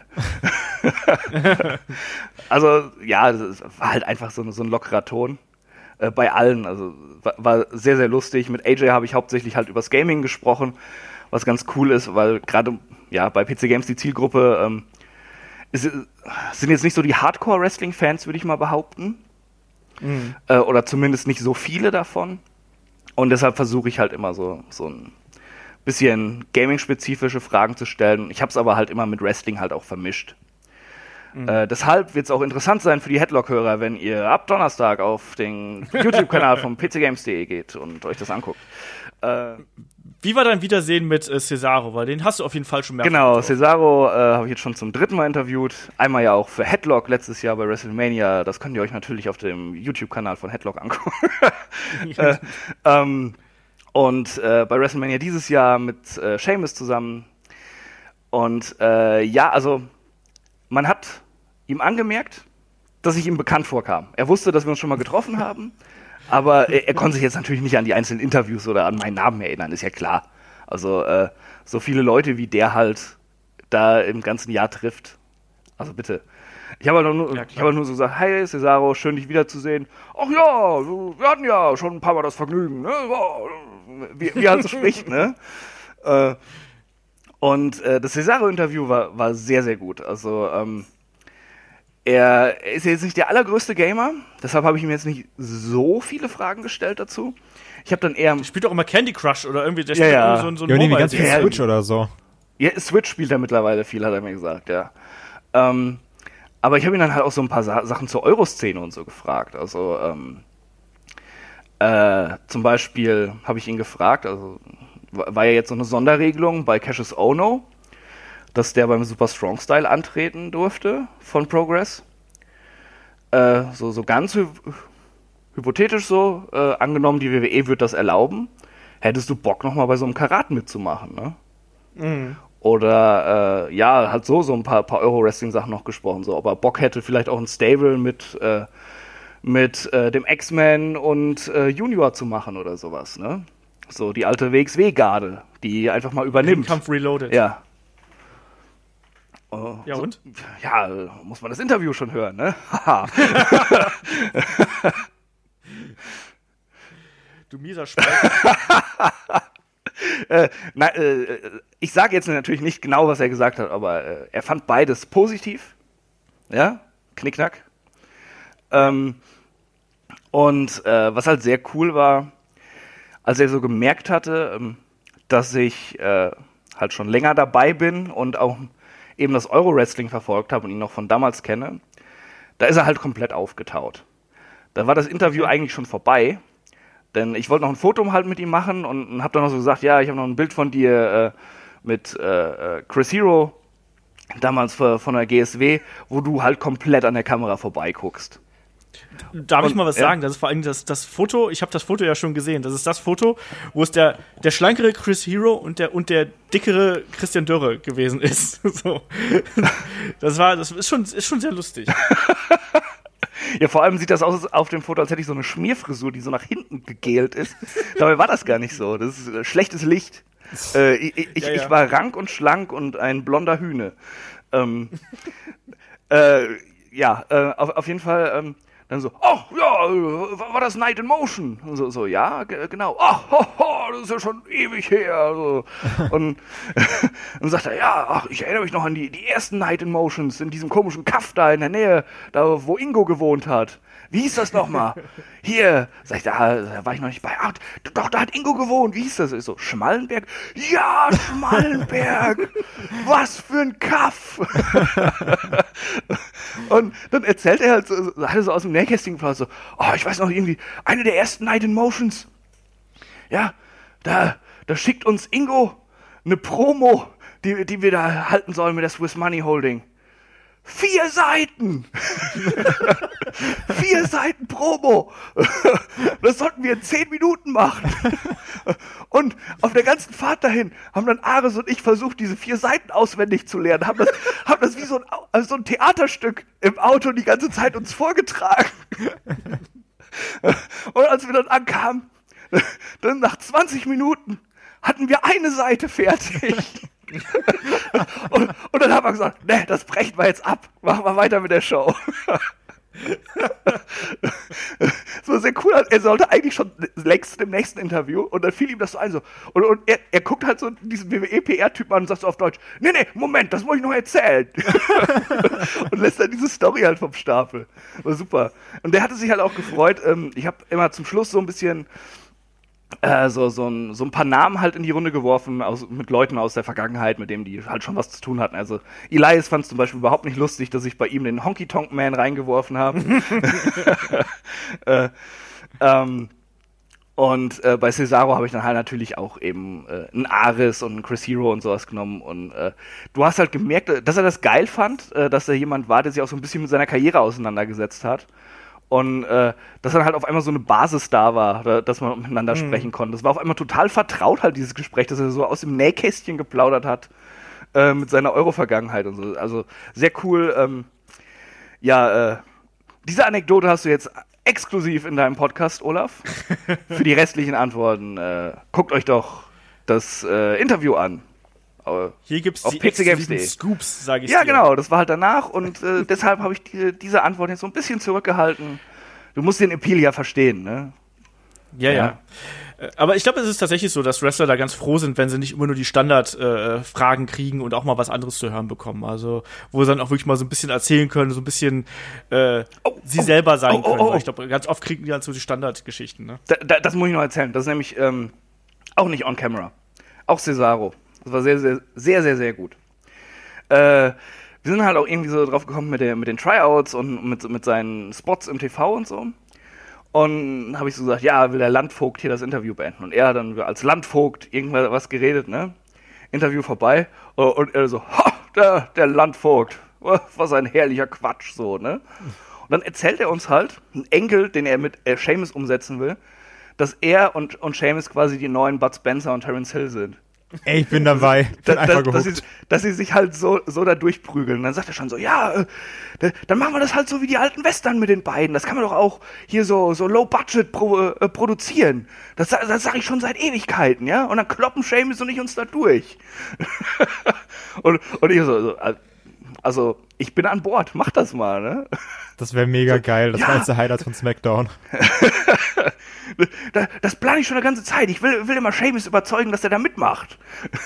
Also, ja, das war halt einfach so, so ein lockerer Ton. Äh, bei allen, also war, war sehr, sehr lustig. Mit A J habe ich hauptsächlich halt übers Gaming gesprochen, was ganz cool ist, weil gerade ja, bei P C Games die Zielgruppe ähm, ist, sind jetzt nicht so die Hardcore-Wrestling-Fans, würde ich mal behaupten. Mhm. Äh, oder zumindest nicht so viele davon. Und deshalb versuche ich halt immer so, so ein bisschen gaming-spezifische Fragen zu stellen. Ich habe es aber halt immer mit Wrestling halt auch vermischt. Mhm. Äh, deshalb wird es auch interessant sein für die Headlock-Hörer, wenn ihr ab Donnerstag auf den YouTube-Kanal vom p c games punkt d e geht und euch das anguckt. Äh, Wie war dein Wiedersehen mit äh, Cesaro? Weil den hast du auf jeden Fall schon mehrfach. Genau, Cesaro äh, habe ich jetzt schon zum dritten Mal interviewt. Einmal ja auch für Headlock letztes Jahr bei WrestleMania. Das könnt ihr euch natürlich auf dem YouTube-Kanal von Headlock angucken. äh, ähm, und äh, bei WrestleMania dieses Jahr mit äh, Sheamus zusammen. Und äh, ja, also man hat ihm angemerkt, dass ich ihm bekannt vorkam. Er wusste, dass wir uns schon mal getroffen haben. Aber er, er konnte sich jetzt natürlich nicht an die einzelnen Interviews oder an meinen Namen erinnern, ist ja klar. Also äh, so viele Leute, wie der halt da im ganzen Jahr trifft. Also bitte. Ich habe halt nur, ja, ich hab halt nur so gesagt, hi Cesaro, schön dich wiederzusehen. Ach ja, wir hatten ja schon ein paar Mal das Vergnügen, ne? Wie, wie halt so spricht, ne? Äh, und äh, das Cesaro-Interview war, war sehr, sehr gut. Also ähm, Er ist jetzt nicht der allergrößte Gamer, deshalb habe ich ihm jetzt nicht so viele Fragen gestellt dazu. Ich habe dann eher... Der spielt doch immer Candy Crush oder irgendwie, der ja, spielt ja. so, so ein ja, nee, Mobile. ganz viel Switch oder so. Ja, Switch spielt er mittlerweile viel, hat er mir gesagt, ja. Ähm, aber ich habe ihn dann halt auch so ein paar Sa- Sachen zur Euroszene und so gefragt. Also ähm, äh, zum Beispiel habe ich ihn gefragt, also war ja jetzt so eine Sonderregelung bei Cassius Ohno, dass der beim Super Strong Style antreten durfte von Progress. Äh, so, so ganz hy- hypothetisch so, äh, angenommen, die W W E würde das erlauben, hättest du Bock, nochmal bei so einem Karat mitzumachen, ne? Mhm. Oder, äh, ja, hat so, so ein paar, paar Euro-Wrestling-Sachen noch gesprochen, so, ob er Bock hätte, vielleicht auch ein Stable mit, äh, mit äh, dem X-Men und äh, Junior zu machen oder sowas, ne? So die alte W X W-Garde, die einfach mal übernimmt. Kampf Reloaded. Ja. Oh, Ja, so, und? Ja, muss man das Interview schon hören, ne? Haha. Du mieser Schwein. äh, na, äh, ich sage jetzt natürlich nicht genau, was er gesagt hat, aber äh, er fand beides positiv. Ja, Knickknack. Ähm, und äh, was halt sehr cool war, als er so gemerkt hatte, ähm, dass ich äh, halt schon länger dabei bin und auch eben das Euro-Wrestling verfolgt habe und ihn noch von damals kenne, da ist er halt komplett aufgetaut. Da war das Interview eigentlich schon vorbei, denn ich wollte noch ein Foto halt mit ihm machen und, und habe dann noch so gesagt, ja, ich habe noch ein Bild von dir äh, mit äh, Chris Hero, damals für, von der G S W, wo du halt komplett an der Kamera vorbeiguckst. Darf ich Und, mal was ja. sagen? Das ist vor allem das, das Foto, ich habe das Foto ja schon gesehen, das ist das Foto, wo es der, der schlankere Chris Hero und der, und der dickere Christian Dörre gewesen ist. So. Das war, das ist schon, ist schon sehr lustig. Ja, vor allem sieht das aus auf dem Foto, als hätte ich so eine Schmierfrisur, die so nach hinten gegelt ist. Dabei war das gar nicht so. Das ist äh, schlechtes Licht. Äh, ich, ich, Ja, ja. ich war rank und schlank und ein blonder Hühne. Ähm, äh, ja, äh, auf, auf jeden Fall ähm, dann so, oh, ja, äh, war das Night in Motion? Und so, so ja, g- genau. Ach, ho, ho, das ist ja schon ewig her. So. Und dann sagt er, ja, ach, ich erinnere mich noch an die, die ersten Night in Motions in diesem komischen Kaff da in der Nähe, da wo Ingo gewohnt hat. Wie hieß das nochmal? Hier, sag ich, da, da war ich noch nicht bei. Ach, doch, da hat Ingo gewohnt. Wie hieß das? Ich so, Schmallenberg? Ja, Schmallenberg! Was für ein Kaff! Und dann erzählt er halt so, hat er so aus dem Nähkästchen geplaudert, so, oh, ich weiß noch irgendwie, eine der ersten Night in Motions. Ja, da, da schickt uns Ingo eine Promo, die, die wir da halten sollen mit der Swiss Money Holding. Vier Seiten! Vier Seiten Promo! Das sollten wir in zehn Minuten machen. Und auf der ganzen Fahrt dahin haben dann Ares und ich versucht, diese vier Seiten auswendig zu lernen. Haben das, haben das wie so ein, also so ein Theaterstück im Auto die ganze Zeit uns vorgetragen. Und als wir dann ankamen, dann nach zwanzig Minuten hatten wir eine Seite fertig. und, und dann haben wir gesagt, ne, das brechen wir jetzt ab. Machen wir weiter mit der Show. Das war sehr cool. Er sollte eigentlich schon längst im nächsten Interview und dann fiel ihm das so ein. So. Und, und er, er guckt halt so diesen W W E-P R-Typ an und sagt so auf Deutsch, nee, nee, Moment, das muss ich noch erzählen. Und lässt dann diese Story halt vom Stapel. War super. Und der hatte sich halt auch gefreut. Ähm, ich habe immer zum Schluss so ein bisschen Äh, so, so, ein, so ein paar Namen halt in die Runde geworfen aus, mit Leuten aus der Vergangenheit, mit denen die halt schon was zu tun hatten. Also Elias fand es zum Beispiel überhaupt nicht lustig, dass ich bei ihm den Honky Tonk Man reingeworfen habe. äh, ähm, und äh, bei Cesaro habe ich dann halt natürlich auch eben äh, einen Ares und einen Chris Hero und sowas genommen. Und äh, du hast halt gemerkt, dass er das geil fand, äh, dass er jemand war, der sich auch so ein bisschen mit seiner Karriere auseinandergesetzt hat. Und äh, dass dann halt auf einmal so eine Basis da war, da, dass man miteinander mhm. sprechen konnte. Das war auf einmal total vertraut halt, dieses Gespräch, dass er so aus dem Nähkästchen geplaudert hat äh, mit seiner Euro-Vergangenheit und so. Also sehr cool. Ähm, ja, äh, diese Anekdote hast du jetzt exklusiv in deinem Podcast, Olaf. Für die restlichen Antworten äh, guckt euch doch das äh, Interview an. Hier gibt es auf die p c games punkt exklusiven d Scoops, sage ich Ja, dir. genau, das war halt danach und äh, deshalb habe ich die, diese Antwort jetzt so ein bisschen zurückgehalten. Du musst den Appeal ja verstehen, ne? Ja, ja. Ja. Äh, Aber ich glaube, es ist tatsächlich so, dass Wrestler da ganz froh sind, wenn sie nicht immer nur die Standardfragen äh, kriegen und auch mal was anderes zu hören bekommen. Also, wo sie dann auch wirklich mal so ein bisschen erzählen können, so ein bisschen äh, Oh, sie oh, selber sein oh, oh, können. oh. Weil ich glaube, ganz oft kriegen die dann so die Standardgeschichten, ne? Da, da, das muss ich noch erzählen. Das ist nämlich ähm, auch nicht on camera. Auch Cesaro. Das war sehr, sehr, sehr, sehr, sehr gut. Äh, wir sind halt auch irgendwie so drauf gekommen mit, der, mit den Tryouts und mit, mit seinen Spots im T V und so. Und habe ich so gesagt, ja, will der Landvogt hier das Interview beenden. Und er hat dann als Landvogt irgendwas geredet, ne? Interview vorbei. Und er so, ha, der, der Landvogt. Was ein herrlicher Quatsch, so, ne? Und dann erzählt er uns halt, einen Enkel, den er mit äh, Sheamus umsetzen will, dass er und, und Sheamus quasi die neuen Bud Spencer und Terence Hill sind. Ey, ich bin dabei. Ich bin Da, einfach da, dass, gehuckt. sie, dass sie sich halt so, so da durchprügeln. Dann sagt er schon so, ja, äh, da, dann machen wir das halt so wie die alten Western mit den beiden. Das kann man doch auch hier so, so low-budget pro, äh, produzieren. Das, das sage ich schon seit Ewigkeiten, ja? Und dann kloppen Sheamus und ich uns da durch. und, und ich so, so, also, ich bin an Bord, mach das mal, ne? Das wäre mega geil. Das ja. war eins der Highlights von SmackDown. Das, das plane ich schon eine ganze Zeit. Ich will, will immer Sheamus überzeugen, dass er da mitmacht.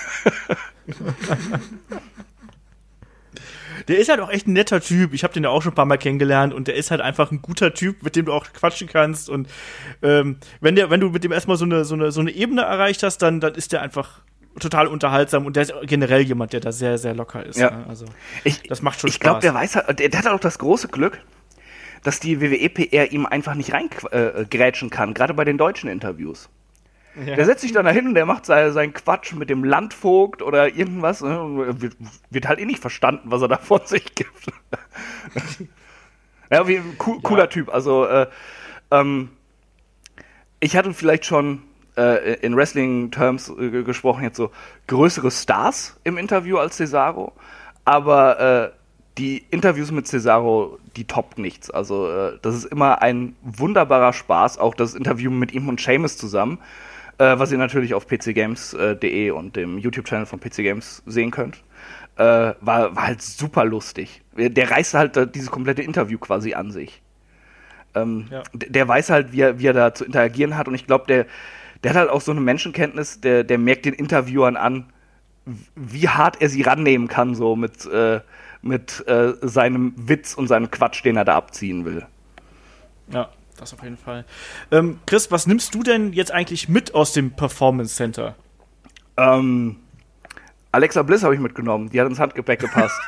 Der ist halt auch echt ein netter Typ. Ich habe den ja auch schon ein paar Mal kennengelernt und der ist halt einfach ein guter Typ, mit dem du auch quatschen kannst. Und ähm, wenn der, wenn du mit dem erstmal so eine, so eine, so eine Ebene erreicht hast, dann, dann ist der einfach total unterhaltsam und der ist generell jemand, der da sehr, sehr locker ist. Ja. Ne? Also Ich, das macht schon ich Spaß. Ich glaube, der weiß halt, der, der hat auch das große Glück, dass die W W E P R ihm einfach nicht reingrätschen äh, kann, gerade bei den deutschen Interviews. Ja. Der setzt sich dann da hin und der macht seinen sein Quatsch mit dem Landvogt oder irgendwas. Ne? Wird, wird halt eh nicht verstanden, was er da von sich gibt. Ja, wie ein co- cooler ja. Typ. Also, äh, ähm, ich hatte vielleicht schon äh, in Wrestling-Terms äh, gesprochen, jetzt so größere Stars im Interview als Cesaro, aber äh, die Interviews mit Cesaro, die toppt nichts. Also äh, das ist immer ein wunderbarer Spaß, auch das Interview mit ihm und Sheamus zusammen, äh, was ihr natürlich auf p c games punkt d e und dem YouTube-Channel von P C Games sehen könnt. Äh, war, war halt super lustig. Der reißt halt äh, dieses komplette Interview quasi an sich. Ähm, ja. d- der weiß halt, wie er, wie er da zu interagieren hat und ich glaube, der, der hat halt auch so eine Menschenkenntnis, der, der merkt den Interviewern an, wie hart er sie rannehmen kann, so mit äh, mit äh, seinem Witz und seinem Quatsch, den er da abziehen will. Ja, das auf jeden Fall. Ähm, Chris, was nimmst du denn jetzt eigentlich mit aus dem Performance Center? Ähm, Alexa Bliss habe ich mitgenommen. Die hat ins Handgepäck gepasst.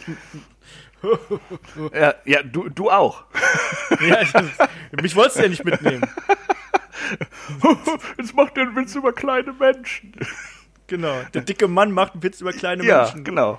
ja, ja, du, du auch. Ja, ich, mich wolltest du ja nicht mitnehmen. Jetzt macht der einen Witz über kleine Menschen. Genau, der dicke Mann macht einen Witz über kleine ja, Menschen. Ja, genau.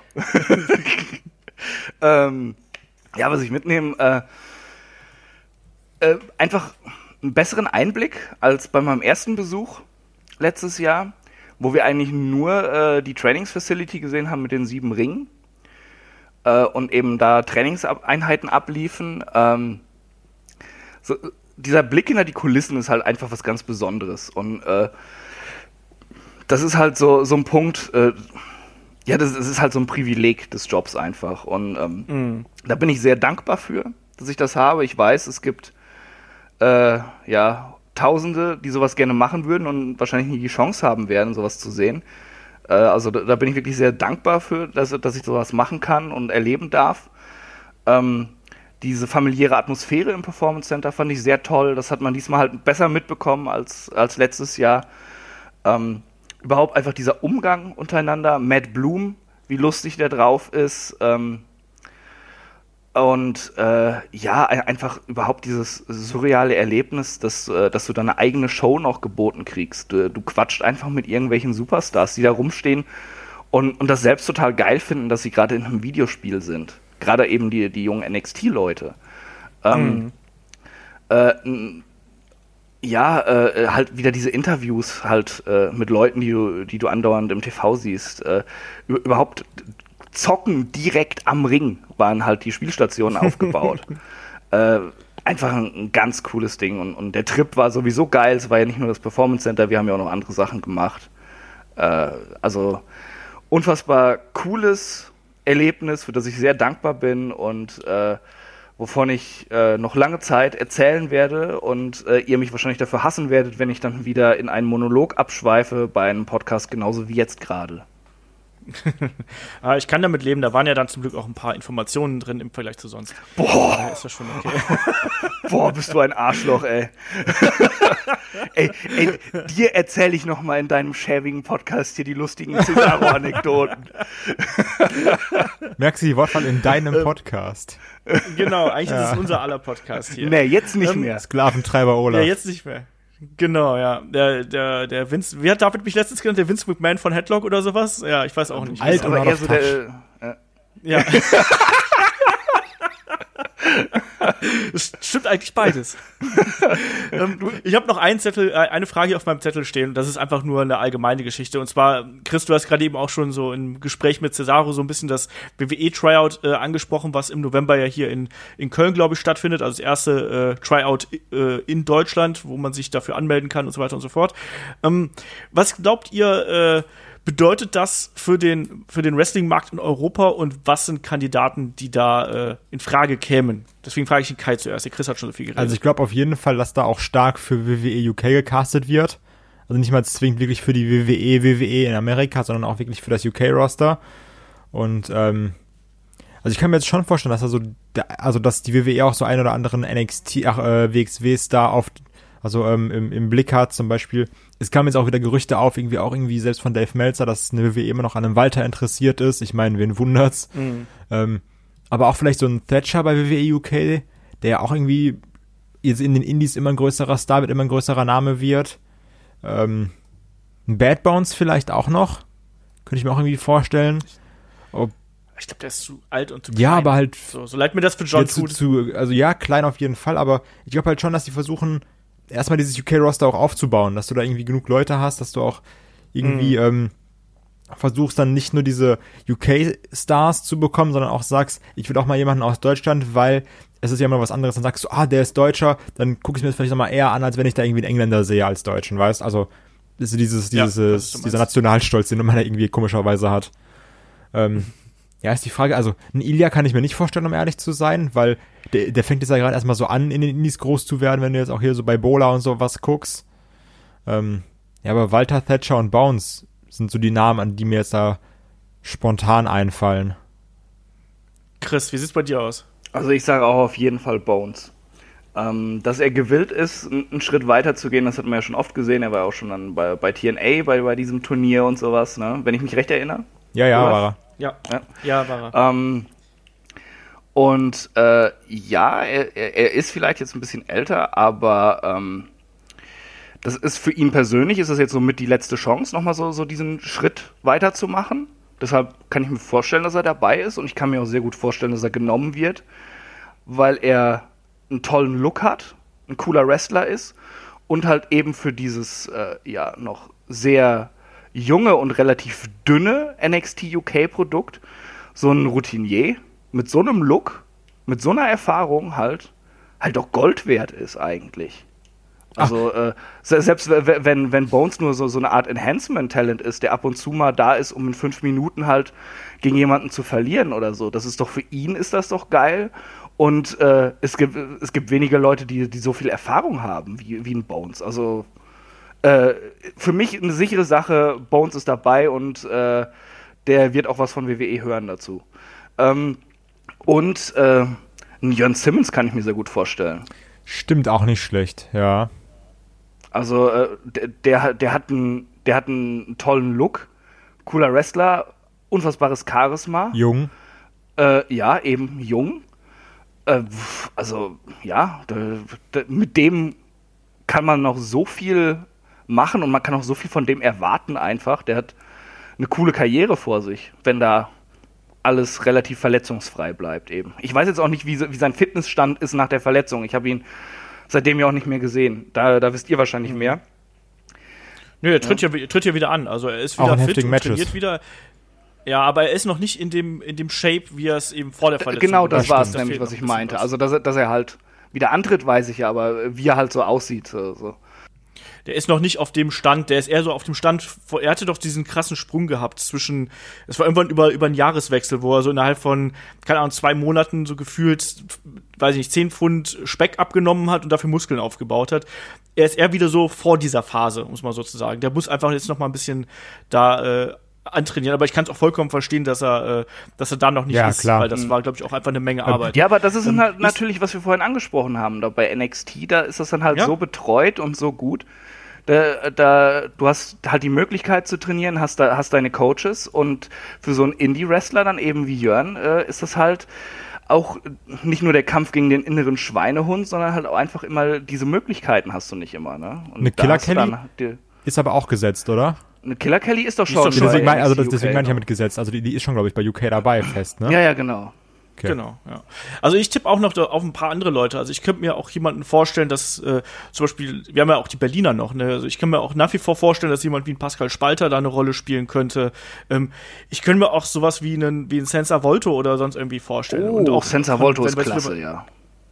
ähm, ja, was ich mitnehme, äh, äh, einfach einen besseren Einblick als bei meinem ersten Besuch letztes Jahr, wo wir eigentlich nur äh, die Trainingsfacility gesehen haben mit den sieben Ringen äh, und eben da Trainingseinheiten abliefen. Ähm, so, dieser Blick hinter die Kulissen ist halt einfach was ganz Besonderes und äh, das ist halt so, so ein Punkt, äh, ja, das, das ist halt so ein Privileg des Jobs einfach. Und ähm, mm. da bin ich sehr dankbar für, dass ich das habe. Ich weiß, es gibt äh, ja Tausende, die sowas gerne machen würden und wahrscheinlich nie die Chance haben werden, sowas zu sehen. Äh, also da, da bin ich wirklich sehr dankbar für, dass, dass ich sowas machen kann und erleben darf. Ähm, diese familiäre Atmosphäre im Performance Center fand ich sehr toll. Das hat man diesmal halt besser mitbekommen als, als letztes Jahr. Ähm, Überhaupt einfach dieser Umgang untereinander, Matt Bloom, wie lustig der drauf ist. Ähm, und äh, ja, einfach überhaupt dieses surreale Erlebnis, dass, äh, dass du deine eigene Show noch geboten kriegst. Du, du quatscht einfach mit irgendwelchen Superstars, die da rumstehen und, und das selbst total geil finden, dass sie gerade in einem Videospiel sind. Gerade eben die, die jungen N X T-Leute. Ähm, mhm. äh, Ja, äh, halt wieder diese Interviews halt äh, mit Leuten, die du, die du andauernd im T V siehst. Äh, überhaupt Zocken direkt am Ring waren halt die Spielstationen aufgebaut. äh, einfach ein, ein ganz cooles Ding. Und, und der Trip war sowieso geil. Es war ja nicht nur das Performance Center, wir haben ja auch noch andere Sachen gemacht. Äh, also unfassbar cooles Erlebnis, für das ich sehr dankbar bin und äh, wovon ich äh, noch lange Zeit erzählen werde und äh, ihr mich wahrscheinlich dafür hassen werdet, wenn ich dann wieder in einen Monolog abschweife bei einem Podcast, genauso wie jetzt gerade. ah, ich kann damit leben, da waren ja dann zum Glück auch ein paar Informationen drin im Vergleich zu sonst. Boah! Ja, ist das schon okay. Boah, bist du ein Arschloch, ey. ey, ey, dir erzähle ich noch mal in deinem schäbigen Podcast hier die lustigen Cesaro-Anekdoten. Merkst du die Wortwahl in deinem Podcast? Genau, eigentlich ja. ist es unser aller Podcast hier. Nee, jetzt nicht ähm, mehr. Sklaventreiber Olaf. Ja, jetzt nicht mehr. Genau, ja. Der, der, der Vince, wie hat David mich letztens genannt? Der Vince McMahon von Headlock oder sowas? Ja, ich weiß auch nicht. Alt und aber eher so der, äh, ja. Das stimmt eigentlich beides. ähm, ich habe noch einen Zettel, äh, eine Frage hier auf meinem Zettel stehen, und das ist einfach nur eine allgemeine Geschichte. Und zwar, Chris, du hast gerade eben auch schon so im Gespräch mit Cesaro so ein bisschen das W W E-Tryout äh, angesprochen, was im November ja hier in, in Köln, glaube ich, stattfindet. Also das erste äh, Tryout äh, in Deutschland, wo man sich dafür anmelden kann und so weiter und so fort. Ähm, was glaubt ihr, äh, bedeutet das für den, für den Wrestling-Markt in Europa, und was sind Kandidaten, die da äh, in Frage kämen? Deswegen frage ich den Kai zuerst. Der Chris hat schon so viel geredet. Also ich glaube auf jeden Fall, dass da auch stark für W W E U K gecastet wird. Also nicht mal zwingend wirklich für die W W E, W W E in Amerika, sondern auch wirklich für das U K-Roster. Und ähm, also ich kann mir jetzt schon vorstellen, dass also, also dass die W W E auch so einen oder anderen N X T, ach, äh, W X W-Star auf, also ähm, im, im Blick hat. Zum Beispiel, es kamen jetzt auch wieder Gerüchte auf, irgendwie auch irgendwie selbst von Dave Meltzer, dass eine W W E immer noch an einem Walter interessiert ist. Ich meine, wen wundert's? Mhm. Ähm, aber auch vielleicht so ein Thatcher bei W W E U K, der ja auch irgendwie jetzt in den Indies immer ein größerer Star wird, immer ein größerer Name wird. Ähm, ein Bad Bounce vielleicht auch noch. Könnte ich mir auch irgendwie vorstellen. Ob Ich glaube, der ist zu alt und zu klein. Ja, aber halt so, so leid mir das für John zu, tut. zu, also ja, klein auf jeden Fall, aber ich glaube halt schon, dass die versuchen, erstmal dieses U K-Roster auch aufzubauen, dass du da irgendwie genug Leute hast, dass du auch irgendwie mhm. ähm, versuchst dann nicht nur diese U K-Stars zu bekommen, sondern auch sagst, ich will auch mal jemanden aus Deutschland, weil es ist ja immer was anderes, dann sagst du, ah, der ist Deutscher, dann gucke ich mir das vielleicht nochmal eher an, als wenn ich da irgendwie einen Engländer sehe als Deutschen, weißt? Also ist dieses, dieses, ja, dieses dieser Nationalstolz, den man da irgendwie komischerweise hat. Ähm, ja, ist die Frage, also ein Ilya kann ich mir nicht vorstellen, um ehrlich zu sein, weil der, der fängt jetzt ja gerade erstmal so an, in den Indies groß zu werden, wenn du jetzt auch hier so bei Bola und so was guckst. Ähm, ja, aber Walter, Thatcher und Bounce sind so die Namen, an die mir jetzt da spontan einfallen. Chris, wie sieht's bei dir aus? Also ich sage auch auf jeden Fall Bones. Ähm, dass er gewillt ist, einen Schritt weiter zu gehen, das hat man ja schon oft gesehen. Er war auch schon dann bei, bei T N A, bei, bei diesem Turnier und sowas, ne? Wenn ich mich recht erinnere. Ja, ja, war er. Ja, ja, ja war er. Ähm, und äh, ja, er, er ist vielleicht jetzt ein bisschen älter, aber ähm, das ist für ihn persönlich, ist das jetzt so mit die letzte Chance, nochmal so, so diesen Schritt weiterzumachen. Deshalb kann ich mir vorstellen, dass er dabei ist, und ich kann mir auch sehr gut vorstellen, dass er genommen wird, weil er einen tollen Look hat, ein cooler Wrestler ist und halt eben für dieses äh, ja noch sehr junge und relativ dünne N X T U K-Produkt so ein Routinier mit so einem Look, mit so einer Erfahrung halt, halt doch Gold wert ist eigentlich. Also äh, selbst wenn, wenn Bones nur so, so eine Art Enhancement-Talent ist, der ab und zu mal da ist, um in fünf Minuten halt gegen jemanden zu verlieren oder so, das ist doch für ihn, ist das doch geil. Und äh, es gibt es gibt wenige Leute, die, die so viel Erfahrung haben wie, wie ein Bones. Also äh, für mich eine sichere Sache, Bones ist dabei, und äh, der wird auch was von W W E hören dazu. Ähm, und äh, einen Jörn Simmons kann ich mir sehr gut vorstellen. Stimmt, auch nicht schlecht, ja. Also äh, der, der, der, hat einen, der hat einen tollen Look, cooler Wrestler, unfassbares Charisma. Jung. Äh, ja, eben jung. Äh, also ja, da, da, mit dem kann man noch so viel machen, und man kann auch so viel von dem erwarten einfach. Der hat eine coole Karriere vor sich, wenn da alles relativ verletzungsfrei bleibt eben. Ich weiß jetzt auch nicht, wie, wie sein Fitnessstand ist nach der Verletzung. Ich habe ihn seitdem ja auch nicht mehr gesehen. Da, da wisst ihr wahrscheinlich mehr. Nö, er tritt ja, ja, tritt ja wieder an. Also er ist wieder fit und Matches. Trainiert wieder. Ja, aber er ist noch nicht in dem, in dem Shape, wie er es eben vor der Verletzung Genau, das war es nämlich, was ich meinte. Was. Also, dass er, dass er halt wieder antritt, weiß ich ja, aber wie er halt so aussieht. So. Der ist noch nicht auf dem Stand, der ist eher so auf dem Stand, er hatte doch diesen krassen Sprung gehabt zwischen, es war irgendwann über, über einen Jahreswechsel, wo er so innerhalb von, keine Ahnung, zwei Monaten so gefühlt, weiß ich nicht, zehn Pfund Speck abgenommen hat und dafür Muskeln aufgebaut hat. Er ist eher wieder so vor dieser Phase, muss man sozusagen. Der muss einfach jetzt noch mal ein bisschen da äh, antrainieren, aber ich kann es auch vollkommen verstehen, dass er, äh, dass er da noch nicht ja, ist, klar. weil das war, glaube ich, auch einfach eine Menge Arbeit. Ja, aber das ist ähm, halt natürlich, was wir vorhin angesprochen haben, da bei N X T, da ist das dann halt ja? so betreut und so gut. Da, da, du hast halt die Möglichkeit zu trainieren, hast, da, hast deine Coaches, und für so einen Indie-Wrestler dann eben wie Jörn äh, ist das halt auch nicht nur der Kampf gegen den inneren Schweinehund, sondern halt auch einfach immer diese Möglichkeiten hast du nicht immer. Ne? Und eine Killer Kelly die, ist aber auch gesetzt, oder? Eine Killer Kelly ist doch schon. Ist doch schon deswegen mein, also das, deswegen meine ich ja mit gesetzt. Also die, die ist schon, glaube ich, bei U K dabei fest, ne? Ja, ja, genau. Okay. Genau, ja. Also ich tippe auch noch da auf ein paar andere Leute. Also ich könnte mir auch jemanden vorstellen, dass äh, zum Beispiel, wir haben ja auch die Berliner noch, ne? Also ich kann mir auch nach wie vor vorstellen, dass jemand wie ein Pascal Spalter da eine Rolle spielen könnte. Ähm, ich könnte mir auch sowas wie einen, wie einen Senza Volto oder sonst irgendwie vorstellen. Oh, und auch Senza Volto ist klasse, ja.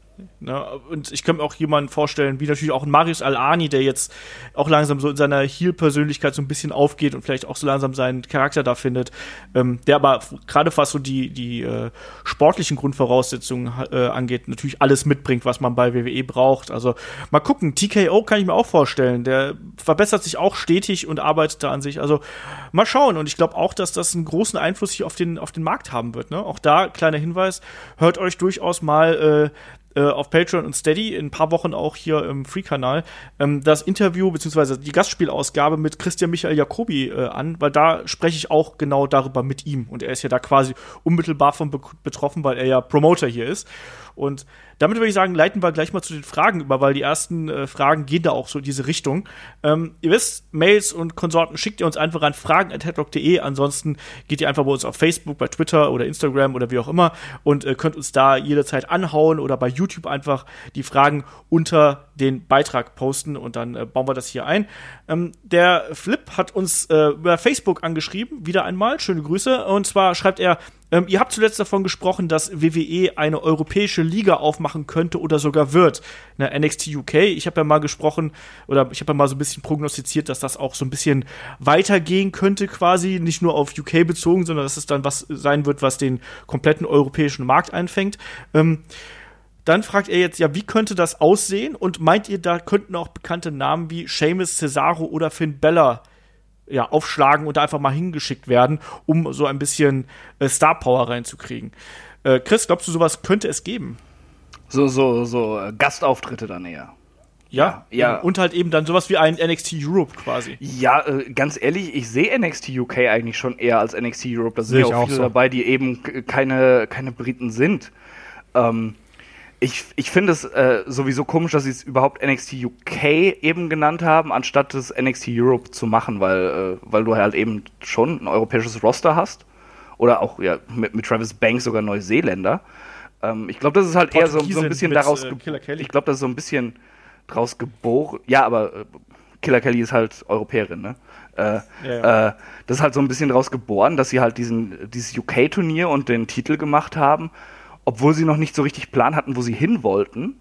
Ne? Und ich könnte mir auch jemanden vorstellen, wie natürlich auch ein Marius Al-Ani, der jetzt auch langsam so in seiner Heel-Persönlichkeit so ein bisschen aufgeht und vielleicht auch so langsam seinen Charakter da findet, ähm, der aber gerade was so die, die äh, sportlichen Grundvoraussetzungen äh, angeht, natürlich alles mitbringt, was man bei W W E braucht. Also mal gucken, T K O kann ich mir auch vorstellen, der verbessert sich auch stetig und arbeitet da an sich. Also mal schauen, und ich glaube auch, dass das einen großen Einfluss hier auf den, auf den Markt haben wird. Ne? Auch da, kleiner Hinweis, hört euch durchaus mal äh, auf Patreon und Steady, in ein paar Wochen auch hier im Free-Kanal, ähm, das Interview bzw. die Gastspielausgabe mit Christian Michael Jacobi äh, an, weil da spreche ich auch genau darüber mit ihm. Und er ist ja da quasi unmittelbar von be- betroffen, weil er ja Promoter hier ist. Und damit würde ich sagen, leiten wir gleich mal zu den Fragen über, weil die ersten äh, Fragen gehen da auch so in diese Richtung. Ähm, ihr wisst, Mails und Konsorten schickt ihr uns einfach an fragen at headlock punkt de. Ansonsten geht ihr einfach bei uns auf Facebook, bei Twitter oder Instagram oder wie auch immer und äh, könnt uns da jederzeit anhauen oder bei YouTube einfach die Fragen unter den Beitrag posten und dann äh, bauen wir das hier ein. Ähm, der Flip hat uns äh, über Facebook angeschrieben, wieder einmal, schöne Grüße. Und zwar schreibt er, Ähm, ihr habt zuletzt davon gesprochen, dass W W E eine europäische Liga aufmachen könnte oder sogar wird. Ne, N X T U K, ich habe ja mal gesprochen, oder ich habe ja mal so ein bisschen prognostiziert, dass das auch so ein bisschen weitergehen könnte quasi, nicht nur auf U K bezogen, sondern dass es dann was sein wird, was den kompletten europäischen Markt einfängt. Ähm, Dann fragt er jetzt, ja, wie könnte das aussehen? Und meint ihr, da könnten auch bekannte Namen wie Sheamus, Cesaro oder Finn Balor ja, aufschlagen und da einfach mal hingeschickt werden, um so ein bisschen äh, Star Power reinzukriegen? Äh, Chris, glaubst du, sowas könnte es geben? So, so, so äh, Gastauftritte dann eher. Ja, ja. Und halt eben dann sowas wie ein N X T Europe quasi. Ja, äh, ganz ehrlich, ich sehe N X T U K eigentlich schon eher als N X T Europe. Da sind Sehe ja ich auch auch viele so. dabei, die eben k- keine, keine Briten sind. Ähm, ich ich finde es äh, sowieso komisch, dass sie es überhaupt N X T U K eben genannt haben, anstatt es N X T Europe zu machen, weil, äh, weil du halt eben schon ein europäisches Roster hast. Oder auch ja, mit, mit Travis Banks sogar Neuseeländer. Ähm, ich glaube, das ist halt eher so, so ein Portugiesin bisschen mit, daraus. äh, ge- Killer Kelly. Ich glaube, das ist so ein bisschen draus geboren. Ja, aber äh, Killer Kelly ist halt Europäerin, ne? Äh, Ja, ja. Äh, das ist halt so ein bisschen draus geboren, dass sie halt diesen, dieses U K-Turnier und den Titel gemacht haben, obwohl sie noch nicht so richtig Plan hatten, wo sie hin wollten.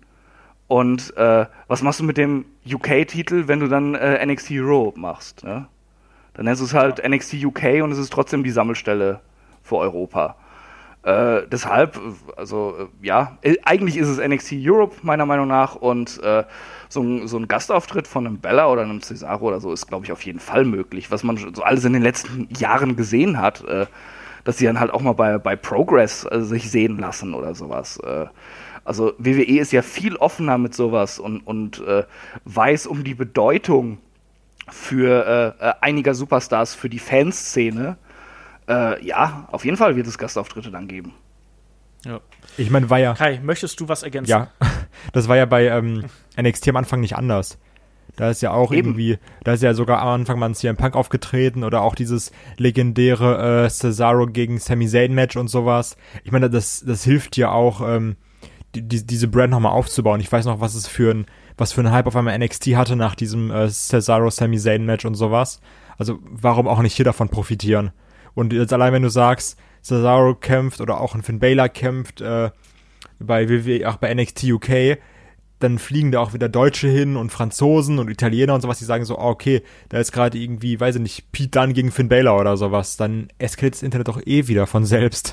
Und äh, was machst du mit dem U K-Titel, wenn du dann äh, N X T Europe machst? Ne? Dann nennst du es halt ja. N X T U K und es ist trotzdem die Sammelstelle für Europa. Äh, deshalb, also äh, ja, äh, eigentlich ist es N X T Europe, meiner Meinung nach, und äh, so, ein, so ein Gastauftritt von einem Bella oder einem Cesaro oder so ist, glaube ich, auf jeden Fall möglich. Was man so alles in den letzten Jahren gesehen hat, äh, dass sie dann halt auch mal bei, bei Progress äh, sich sehen lassen oder sowas. Äh, also W W E ist ja viel offener mit sowas und, und äh, weiß um die Bedeutung für äh, äh, einiger Superstars für die Fanszene. Äh, ja, auf jeden Fall wird es Gastauftritte dann geben. Ja. Ich meine, war ja. Kai, möchtest du was ergänzen? Ja, das war ja bei ähm, N X T am Anfang nicht anders. Da ist ja auch Eben. irgendwie, da ist ja sogar am Anfang mal ein C M Punk aufgetreten oder auch dieses legendäre äh, Cesaro gegen Sami Zayn Match und sowas. Ich meine, das, das hilft ja auch, ähm, die, die, diese Brand nochmal aufzubauen. Ich weiß noch, was es für ein, was für ein Hype auf einmal N X T hatte nach diesem äh, Cesaro Sami Zayn Match und sowas. Also warum auch nicht hier davon profitieren? Und jetzt allein, wenn du sagst, Cesaro kämpft oder auch ein Finn Balor kämpft äh, bei W W E, auch bei N X T U K, dann fliegen da auch wieder Deutsche hin und Franzosen und Italiener und sowas, die sagen so, oh, okay, da ist gerade irgendwie, weiß ich nicht, Pete Dunne gegen Finn Balor oder sowas, dann eskaliert das Internet doch eh wieder von selbst.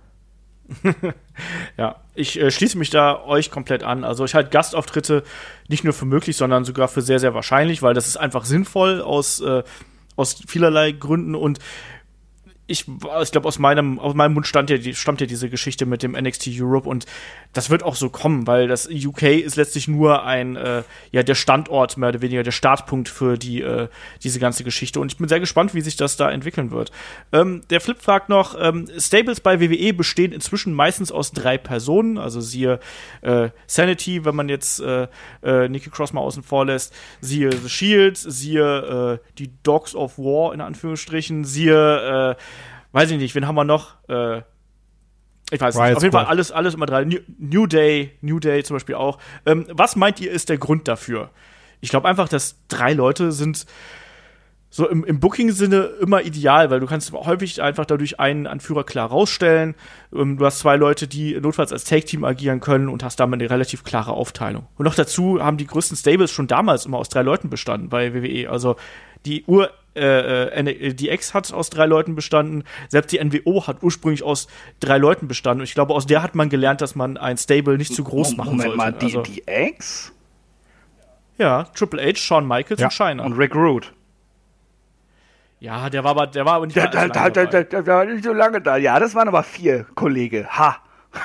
Ja, ich äh, schließe mich da euch komplett an. Also ich halte Gastauftritte nicht nur für möglich, sondern sogar für sehr, sehr wahrscheinlich, weil das ist einfach sinnvoll aus, äh, aus vielerlei Gründen. Und ich, ich glaube, aus meinem, aus meinem Mund stammt ja, die, stammt ja diese Geschichte mit dem N X T Europe und das wird auch so kommen, weil das U K ist letztlich nur ein, äh, ja, der Standort, mehr oder weniger der Startpunkt für die, äh, diese ganze Geschichte und ich bin sehr gespannt, wie sich das da entwickeln wird. Ähm, der Flip fragt noch, ähm, Stables bei W W E bestehen inzwischen meistens aus drei Personen, also siehe äh, Sanity, wenn man jetzt äh, äh, Nikki Cross mal außen vor lässt, siehe The Shield, siehe äh, die Dogs of War in Anführungsstrichen, siehe äh, weiß ich nicht, wen haben wir noch? Äh, Ich weiß Riot nicht. Auf jeden Fall Squad. alles, alles immer drei. New, New Day, New Day zum Beispiel auch. Ähm, was meint ihr, ist der Grund dafür? Ich glaube einfach, dass drei Leute sind so im, im Booking-Sinne immer ideal, weil du kannst häufig einfach dadurch einen Anführer klar rausstellen. Ähm, du hast zwei Leute, die notfalls als Take-Team agieren können und hast damit eine relativ klare Aufteilung. Und noch dazu haben die größten Stables schon damals immer aus drei Leuten bestanden bei W W E. Also die Ur äh, äh, die X hat aus drei Leuten bestanden, selbst die N W O hat ursprünglich aus drei Leuten bestanden. Und ich glaube, aus der hat man gelernt, dass man ein Stable nicht zu groß machen Moment sollte. mal, die, also, die X? ja, Triple H, Shawn Michaels Ja. und Shiner. Und Rick Rude. Ja, der war aber, der war aber nicht Der, mehr der, allzu lange der, der, dabei. der, der war nicht so lange da. Ja, das waren aber vier, Kollege. Ha.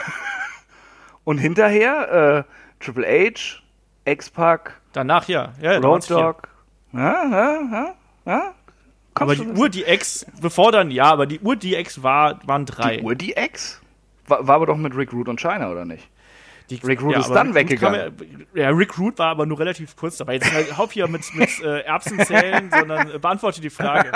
Und hinterher äh, Triple H, X-Pac, Danach, ja. ja, ja da Road waren's vier. Dogg. Ja, ja, ja, ja. Aber die Uhr, die X, bevor dann, ja, aber die Uhr, die X war, waren drei. Die Uhr, die X? War, war aber doch mit Rick Rude und China, oder nicht? Die, Rick Rude ist aber dann Rick Rude weggegangen. kam Ja, ja, Rick Rude war aber nur relativ kurz dabei. Jetzt halt, haupt hier mit, mit äh, Erbsen zählen, sondern äh, beantworte die Frage.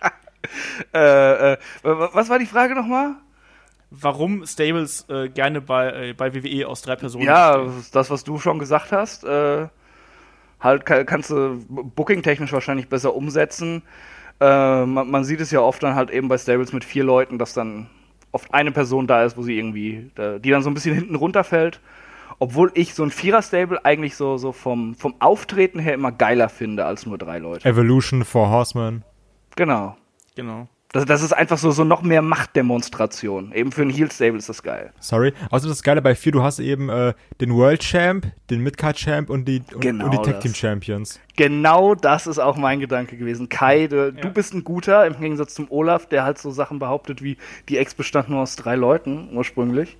Äh, äh, was war die Frage nochmal? Warum Stables äh, gerne bei, äh, bei W W E aus drei Personen Ja, bestehen. das, was du schon gesagt hast. Äh, halt ka- kannst du booking-technisch wahrscheinlich besser umsetzen. Äh, man, man sieht es ja oft dann halt eben bei Stables mit vier Leuten, dass dann oft eine Person da ist, wo sie irgendwie, da, die dann so ein bisschen hinten runterfällt. Obwohl ich so ein Vierer-Stable eigentlich so, so vom, vom Auftreten her immer geiler finde als nur drei Leute. Evolution, Four Horsemen. Genau. Genau. Das, das ist einfach so, so noch mehr Machtdemonstration. Eben für ein Heel-Stable ist das geil. Sorry. Außerdem ist das Geile bei vier, du hast eben äh, den World Champ, den Midcard Champ und die, und, Genau und die Tag das. Team Champions. Genau das ist auch mein Gedanke gewesen. Kai, du, du bist ein guter, im Gegensatz zum Olaf, der halt so Sachen behauptet wie, die Ex bestand nur aus drei Leuten ursprünglich.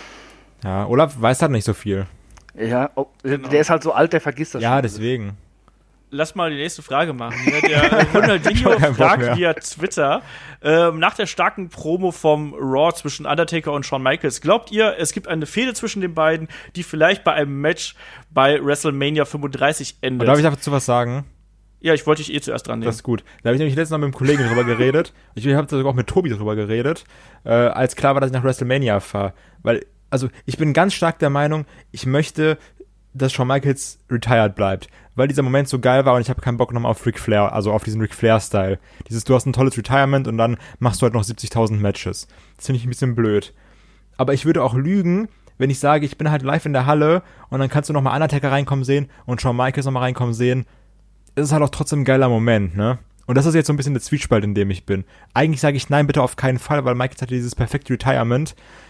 Ja, Olaf weiß halt nicht so viel. Ja, oh, der ist halt so alt, der vergisst das Ja, schon. deswegen. Lass mal die nächste Frage machen. Ja, der äh, Ronaldinho Kein Bock fragt mehr. via Twitter, ähm, nach der starken Promo vom Raw zwischen Undertaker und Shawn Michaels, glaubt ihr, es gibt eine Fehde zwischen den beiden, die vielleicht bei einem Match bei WrestleMania fünfunddreißig endet? Und darf ich dazu was sagen? Ja, ich wollte dich eh zuerst dran nehmen. Das ist gut. Da habe ich nämlich letztens noch mit einem Kollegen drüber geredet. Ich habe sogar auch mit Tobi drüber geredet, äh, als klar war, dass ich nach WrestleMania fahre. Weil, also, ich bin ganz stark der Meinung, ich möchte, dass Shawn Michaels retired bleibt. Weil dieser Moment so geil war und ich habe keinen Bock nochmal auf Ric Flair, also auf diesen Ric Flair-Style. Dieses, du hast ein tolles Retirement und dann machst du halt noch siebzigtausend Matches. Das finde ich ein bisschen blöd. Aber ich würde auch lügen, wenn ich sage, ich bin halt live in der Halle und dann kannst du nochmal Undertaker reinkommen sehen und Shawn Michaels nochmal reinkommen sehen. Es ist halt auch trotzdem ein geiler Moment, ne? Und das ist jetzt so ein bisschen der Zwiespalt, in dem ich bin. Eigentlich sage ich nein, bitte auf keinen Fall, weil Michaels hatte dieses perfekte Retirement.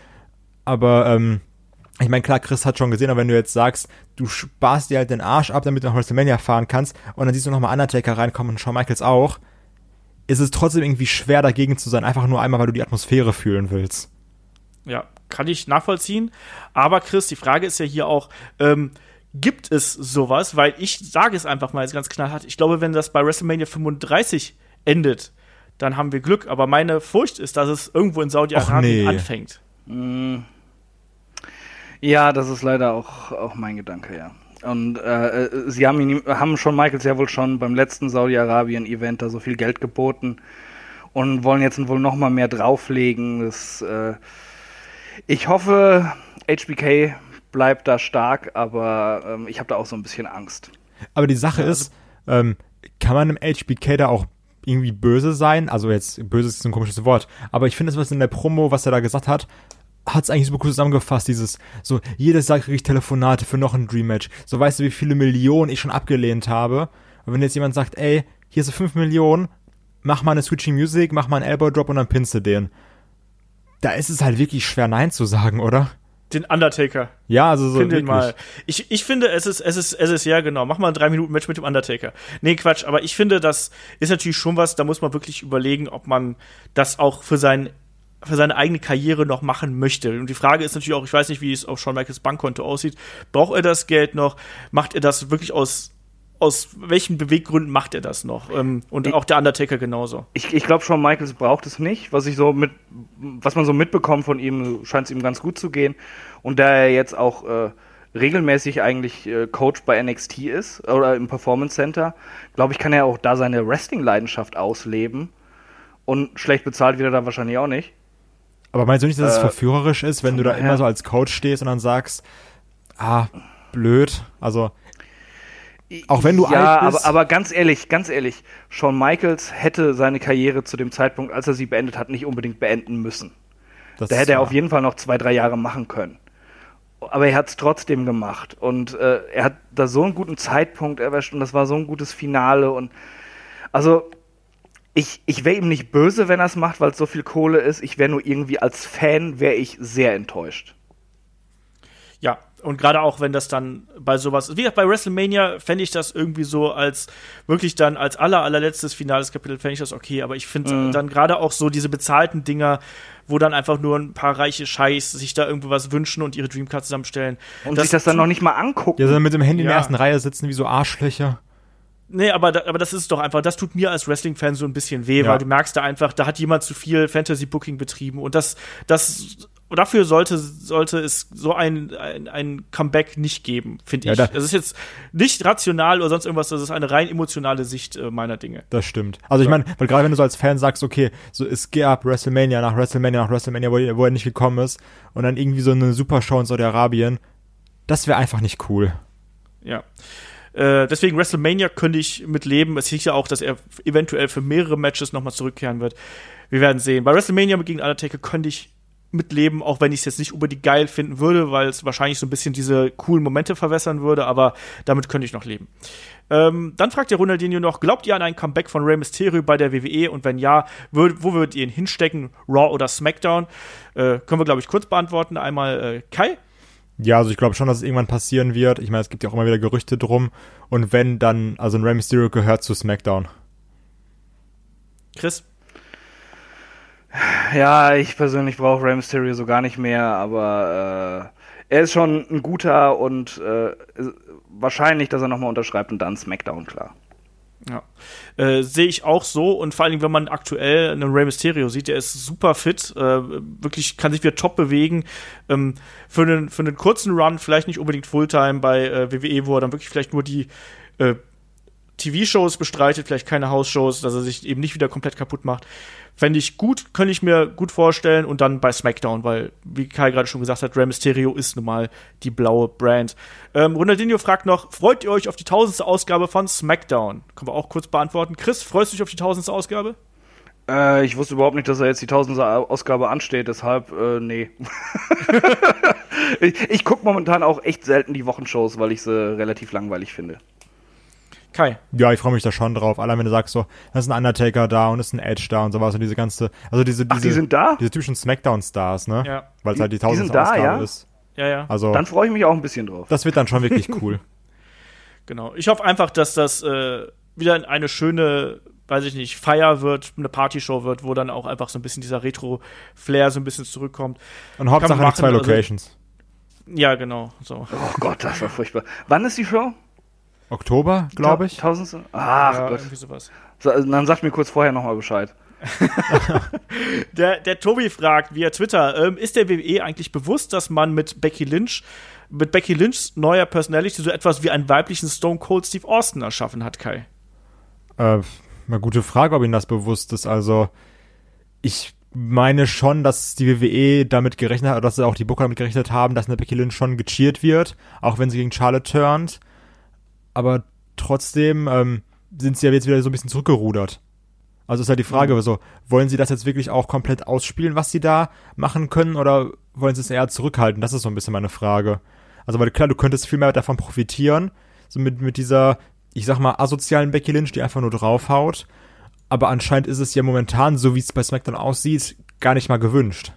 Aber, ähm, ich meine, klar, Chris hat schon gesehen, aber wenn du jetzt sagst, du sparst dir halt den Arsch ab, damit du nach WrestleMania fahren kannst und dann siehst du nochmal Undertaker reinkommen und Shawn Michaels auch, ist es trotzdem irgendwie schwer, dagegen zu sein, einfach nur einmal, weil du die Atmosphäre fühlen willst. Ja, kann ich nachvollziehen. Aber Chris, die Frage ist ja hier auch, ähm, gibt es sowas? Weil ich sage es einfach mal jetzt ganz knallhart. Ich glaube, wenn das bei WrestleMania fünfunddreißig endet, dann haben wir Glück. Aber meine Furcht ist, dass es irgendwo in Saudi-Arabien nee. anfängt. Ja, das ist leider auch, auch mein Gedanke, ja. Und äh, sie haben, ihn, haben schon Michaels ja wohl schon beim letzten Saudi-Arabien-Event da so viel Geld geboten und wollen jetzt wohl noch mal mehr drauflegen. Das, äh, ich hoffe, H B K bleibt da stark, aber ähm, ich habe da auch so ein bisschen Angst. Aber die Sache ist, ähm, kann man im H B K da auch irgendwie böse sein? Also jetzt, böse ist so ein komisches Wort, aber ich finde das, was in der Promo, was er da gesagt hat, hat es eigentlich super cool zusammengefasst, dieses, so, jedes Tag kriege ich Telefonate für noch ein Dream-Match. So, weißt du, wie viele Millionen ich schon abgelehnt habe? Und wenn jetzt jemand sagt, ey, hier sind fünf Millionen, mach mal eine Switching Music, mach mal einen Elbow Drop und dann pinnst du den. Da ist es halt wirklich schwer, Nein zu sagen, oder? Den Undertaker. Ja, also so Find den wirklich. mal. Ich, ich finde, es ist, es ist, es ist, ja genau, mach mal ein drei Minuten Match mit dem Undertaker. Nee, Quatsch, aber ich finde, das ist natürlich schon was, da muss man wirklich überlegen, ob man das auch für sein für seine eigene Karriere noch machen möchte. Und die Frage ist natürlich auch, ich weiß nicht, wie es auf Shawn Michaels Bankkonto aussieht. Braucht er das Geld noch? Macht er das wirklich aus, aus welchen Beweggründen macht er das noch? Ähm, und Ich- auch der Undertaker genauso. Ich, ich glaube schon, Michaels braucht es nicht. Was ich so mit, was man so mitbekommt von ihm, scheint es ihm ganz gut zu gehen. Und da er jetzt auch äh, regelmäßig eigentlich äh, Coach bei N X T ist oder im Performance Center, glaube ich, kann er auch da seine Wrestling-Leidenschaft ausleben. Und schlecht bezahlt wird er da wahrscheinlich auch nicht. Aber meinst du nicht, dass es Äh, verführerisch ist, wenn du da daher- immer so als Coach stehst und dann sagst, ah, blöd, also auch wenn du ja, alt bist. aber, aber ganz ehrlich, ganz ehrlich, Shawn Michaels hätte seine Karriere zu dem Zeitpunkt, als er sie beendet hat, nicht unbedingt beenden müssen. das Da hätte er war- auf jeden Fall noch zwei, drei Jahre machen können. Aber er hat es trotzdem gemacht. Und äh, er hat da so einen guten Zeitpunkt erwischt und das war so ein gutes Finale. Und also, ich, ich wäre ihm nicht böse, wenn er es macht, weil es so viel Kohle ist. Ich wäre nur irgendwie als Fan, wäre ich sehr enttäuscht. Ja, und gerade auch, wenn das dann bei sowas, wie gesagt, bei WrestleMania fände ich das irgendwie so als, wirklich dann als aller, allerletztes finales Kapitel fände ich das okay, aber ich finde Mhm. dann gerade auch so diese bezahlten Dinger, wo dann einfach nur ein paar reiche Scheiß sich da irgendwo was wünschen und ihre Dreamcard zusammenstellen. Und sich das dann noch nicht mal angucken. Ja, sondern mit dem Handy in der Ja. ersten Reihe sitzen wie so Arschlöcher. Nee, aber, da, aber das ist doch einfach, das tut mir als Wrestling-Fan so ein bisschen weh, Ja. weil du merkst da einfach, da hat jemand zu viel Fantasy-Booking betrieben und das, das, dafür sollte, sollte es so ein, ein, ein Comeback nicht geben, finde Ja, ich. da- Das ist jetzt nicht rational oder sonst irgendwas, das ist eine rein emotionale Sicht äh, meiner Dinge. Das stimmt. Also ich meine, weil gerade wenn du so als Fan sagst, okay, so es gab WrestleMania nach WrestleMania nach WrestleMania, wo, wo er nicht gekommen ist und dann irgendwie so eine Supershow in Saudi-Arabien, das wäre einfach nicht cool. Ja. Äh, deswegen WrestleMania könnte ich mit leben. Es hieß ja auch, dass er eventuell für mehrere Matches nochmal zurückkehren wird. Wir werden sehen. Bei WrestleMania gegen Undertaker könnte ich mitleben, auch wenn ich es jetzt nicht unbedingt geil finden würde, weil es wahrscheinlich so ein bisschen diese coolen Momente verwässern würde, aber damit könnte ich noch leben. Ähm, dann fragt der Ronaldinho noch, glaubt ihr an ein Comeback von Rey Mysterio bei der W W E und wenn ja, würd, wo würdet ihr ihn hinstecken? Raw oder SmackDown? Äh, können wir, glaube ich, kurz beantworten. Einmal äh, Kai. Ja, also ich glaube schon, dass es irgendwann passieren wird. Ich meine, es gibt ja auch immer wieder Gerüchte drum. Und wenn, dann, also ein Rey Mysterio gehört zu SmackDown. Chris? Ja, ich persönlich brauche Rey Mysterio so gar nicht mehr, aber äh, er ist schon ein guter und äh, wahrscheinlich, dass er nochmal unterschreibt und dann SmackDown, klar. Ja, äh, sehe ich auch so und vor allem, wenn man aktuell einen Rey Mysterio sieht, der ist super fit, äh, wirklich kann sich wieder top bewegen. Ähm, für einen für einen kurzen Run, vielleicht nicht unbedingt Fulltime bei äh, W W E, wo er dann wirklich vielleicht nur die äh, T V-Shows bestreitet, vielleicht keine House-Shows, dass er sich eben nicht wieder komplett kaputt macht. Fände ich gut, könnte ich mir gut vorstellen und dann bei SmackDown, weil, wie Kai gerade schon gesagt hat, Rey Mysterio ist nun mal die blaue Brand. Ähm, Ronaldinho fragt noch, freut ihr euch auf die tausendste Ausgabe von SmackDown? Können wir auch kurz beantworten. Chris, freust du dich auf die tausendste Ausgabe? Äh, ich wusste überhaupt nicht, dass da jetzt die tausendste Ausgabe ansteht, deshalb, äh, nee. ich ich gucke momentan auch echt selten die Wochenshows, weil ich sie relativ langweilig finde. Kai. Ja, ich freue mich da schon drauf. Allein wenn du sagst so, da ist ein Undertaker da und ist ein Edge da und sowas und diese ganze, also diese, Ach, diese, die sind da? diese typischen Smackdown-Stars, ne? Ja. Weil es halt die Die- die sind tausendste da, Ausgabe ja? ist. Ja, ja. Also, Dann freue ich mich auch ein bisschen drauf. das wird dann schon wirklich cool. Genau. Ich hoffe einfach, dass das äh, wieder eine schöne, weiß ich nicht, Feier wird, eine Partyshow wird, wo dann auch einfach so ein bisschen dieser Retro-Flair so ein bisschen zurückkommt. Und Hauptsache man die zwei machen, also- Locations. Ja, genau. So. Oh Gott, das war furchtbar. Wann ist die Show? Oktober, glaube ich. Tausendste? Ach ja, Gott. irgendwie sowas. So, also dann sagt mir kurz vorher nochmal Bescheid. Der, der Tobi fragt via Twitter, ähm, ist der W W E eigentlich bewusst, dass man mit Becky Lynch, mit Becky Lynchs neuer Personality so etwas wie einen weiblichen Stone Cold Steve Austin erschaffen hat, Kai? Äh, eine gute Frage, ob Ihnen das bewusst ist. Also, ich meine schon, dass die W W E damit gerechnet hat, oder dass auch die Booker damit gerechnet haben, dass eine Becky Lynch schon gecheert wird, auch wenn sie gegen Charlotte turnt. Aber trotzdem ähm, sind sie ja jetzt wieder so ein bisschen zurückgerudert. Also ist halt die Frage, mhm. so, wollen sie das jetzt wirklich auch komplett ausspielen, was sie da machen können, oder wollen sie es eher zurückhalten? Das ist so ein bisschen meine Frage. Also, weil klar, du könntest viel mehr davon profitieren, so mit, mit dieser, ich sag mal, asozialen Becky Lynch, die einfach nur draufhaut. Aber anscheinend ist es ja momentan, so wie es bei SmackDown aussieht, gar nicht mal gewünscht.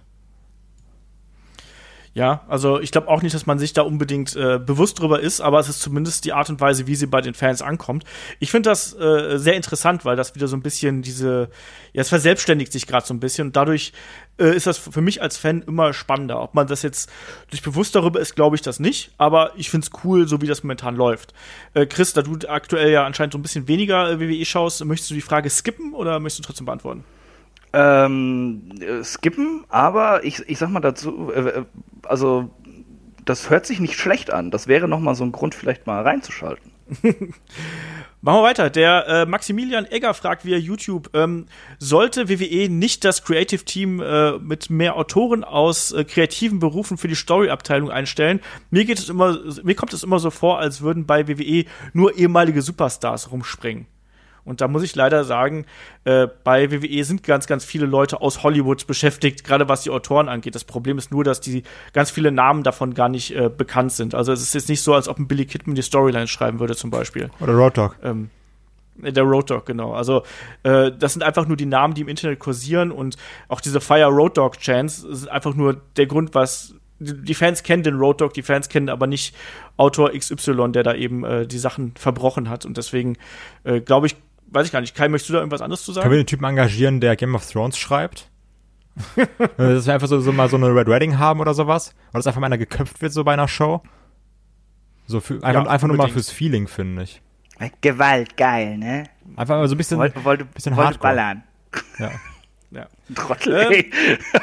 Ja, also ich glaube auch nicht, dass man sich da unbedingt äh, bewusst drüber ist, aber es ist zumindest die Art und Weise, wie sie bei den Fans ankommt. Ich finde das äh, sehr interessant, weil das wieder so ein bisschen diese, ja, es verselbstständigt sich gerade so ein bisschen und dadurch äh, ist das für mich als Fan immer spannender. Ob man das jetzt sich bewusst darüber ist, glaube ich das nicht, aber ich finde es cool, so wie das momentan läuft. Äh, Chris, da du aktuell ja anscheinend so ein bisschen weniger äh, W W E schaust, möchtest du die Frage skippen oder möchtest du trotzdem beantworten? Ähm, äh, skippen, aber ich, ich sag mal dazu, äh, also das hört sich nicht schlecht an. Das wäre nochmal so ein Grund, vielleicht mal reinzuschalten. Machen wir weiter. Der äh, Maximilian Egger fragt via YouTube, ähm, sollte W W E nicht das Creative Team äh, mit mehr Autoren aus äh, kreativen Berufen für die Story-Abteilung einstellen? Mir geht es immer, mir kommt es immer so vor, als würden bei W W E nur ehemalige Superstars rumspringen. Und da muss ich leider sagen, äh, bei W W E sind ganz, ganz viele Leute aus Hollywood beschäftigt, gerade was die Autoren angeht. Das Problem ist nur, dass die ganz viele Namen davon gar nicht äh, bekannt sind. Also es ist jetzt nicht so, als ob ein Billy Kidman die Storylines schreiben würde zum Beispiel. Oder Road Dogg. Ähm, der Road Dogg, genau. Also äh, das sind einfach nur die Namen, die im Internet kursieren, und auch diese Fire Road Dogg Chants sind einfach nur der Grund, was die Fans kennen den Road Dogg, die Fans kennen aber nicht Autor X Y, der da eben äh, die Sachen verbrochen hat. Und deswegen äh, glaube ich, weiß ich gar nicht. Kai, möchtest du da irgendwas anderes zu sagen? Können wir den Typen engagieren, der Game of Thrones schreibt? Dass wir einfach so, so mal so eine Red Wedding haben oder sowas? Oder dass einfach mal einer geköpft wird so bei einer Show? So für, einfach, Ja, einfach nur mal unbedingt. fürs Feeling, finde ich. Gewalt, geil, ne? Einfach mal so ein bisschen, Wollte, wollte, bisschen wollte Hardcore. ballern. Ja. Ja. Trottel, Ähm, ey.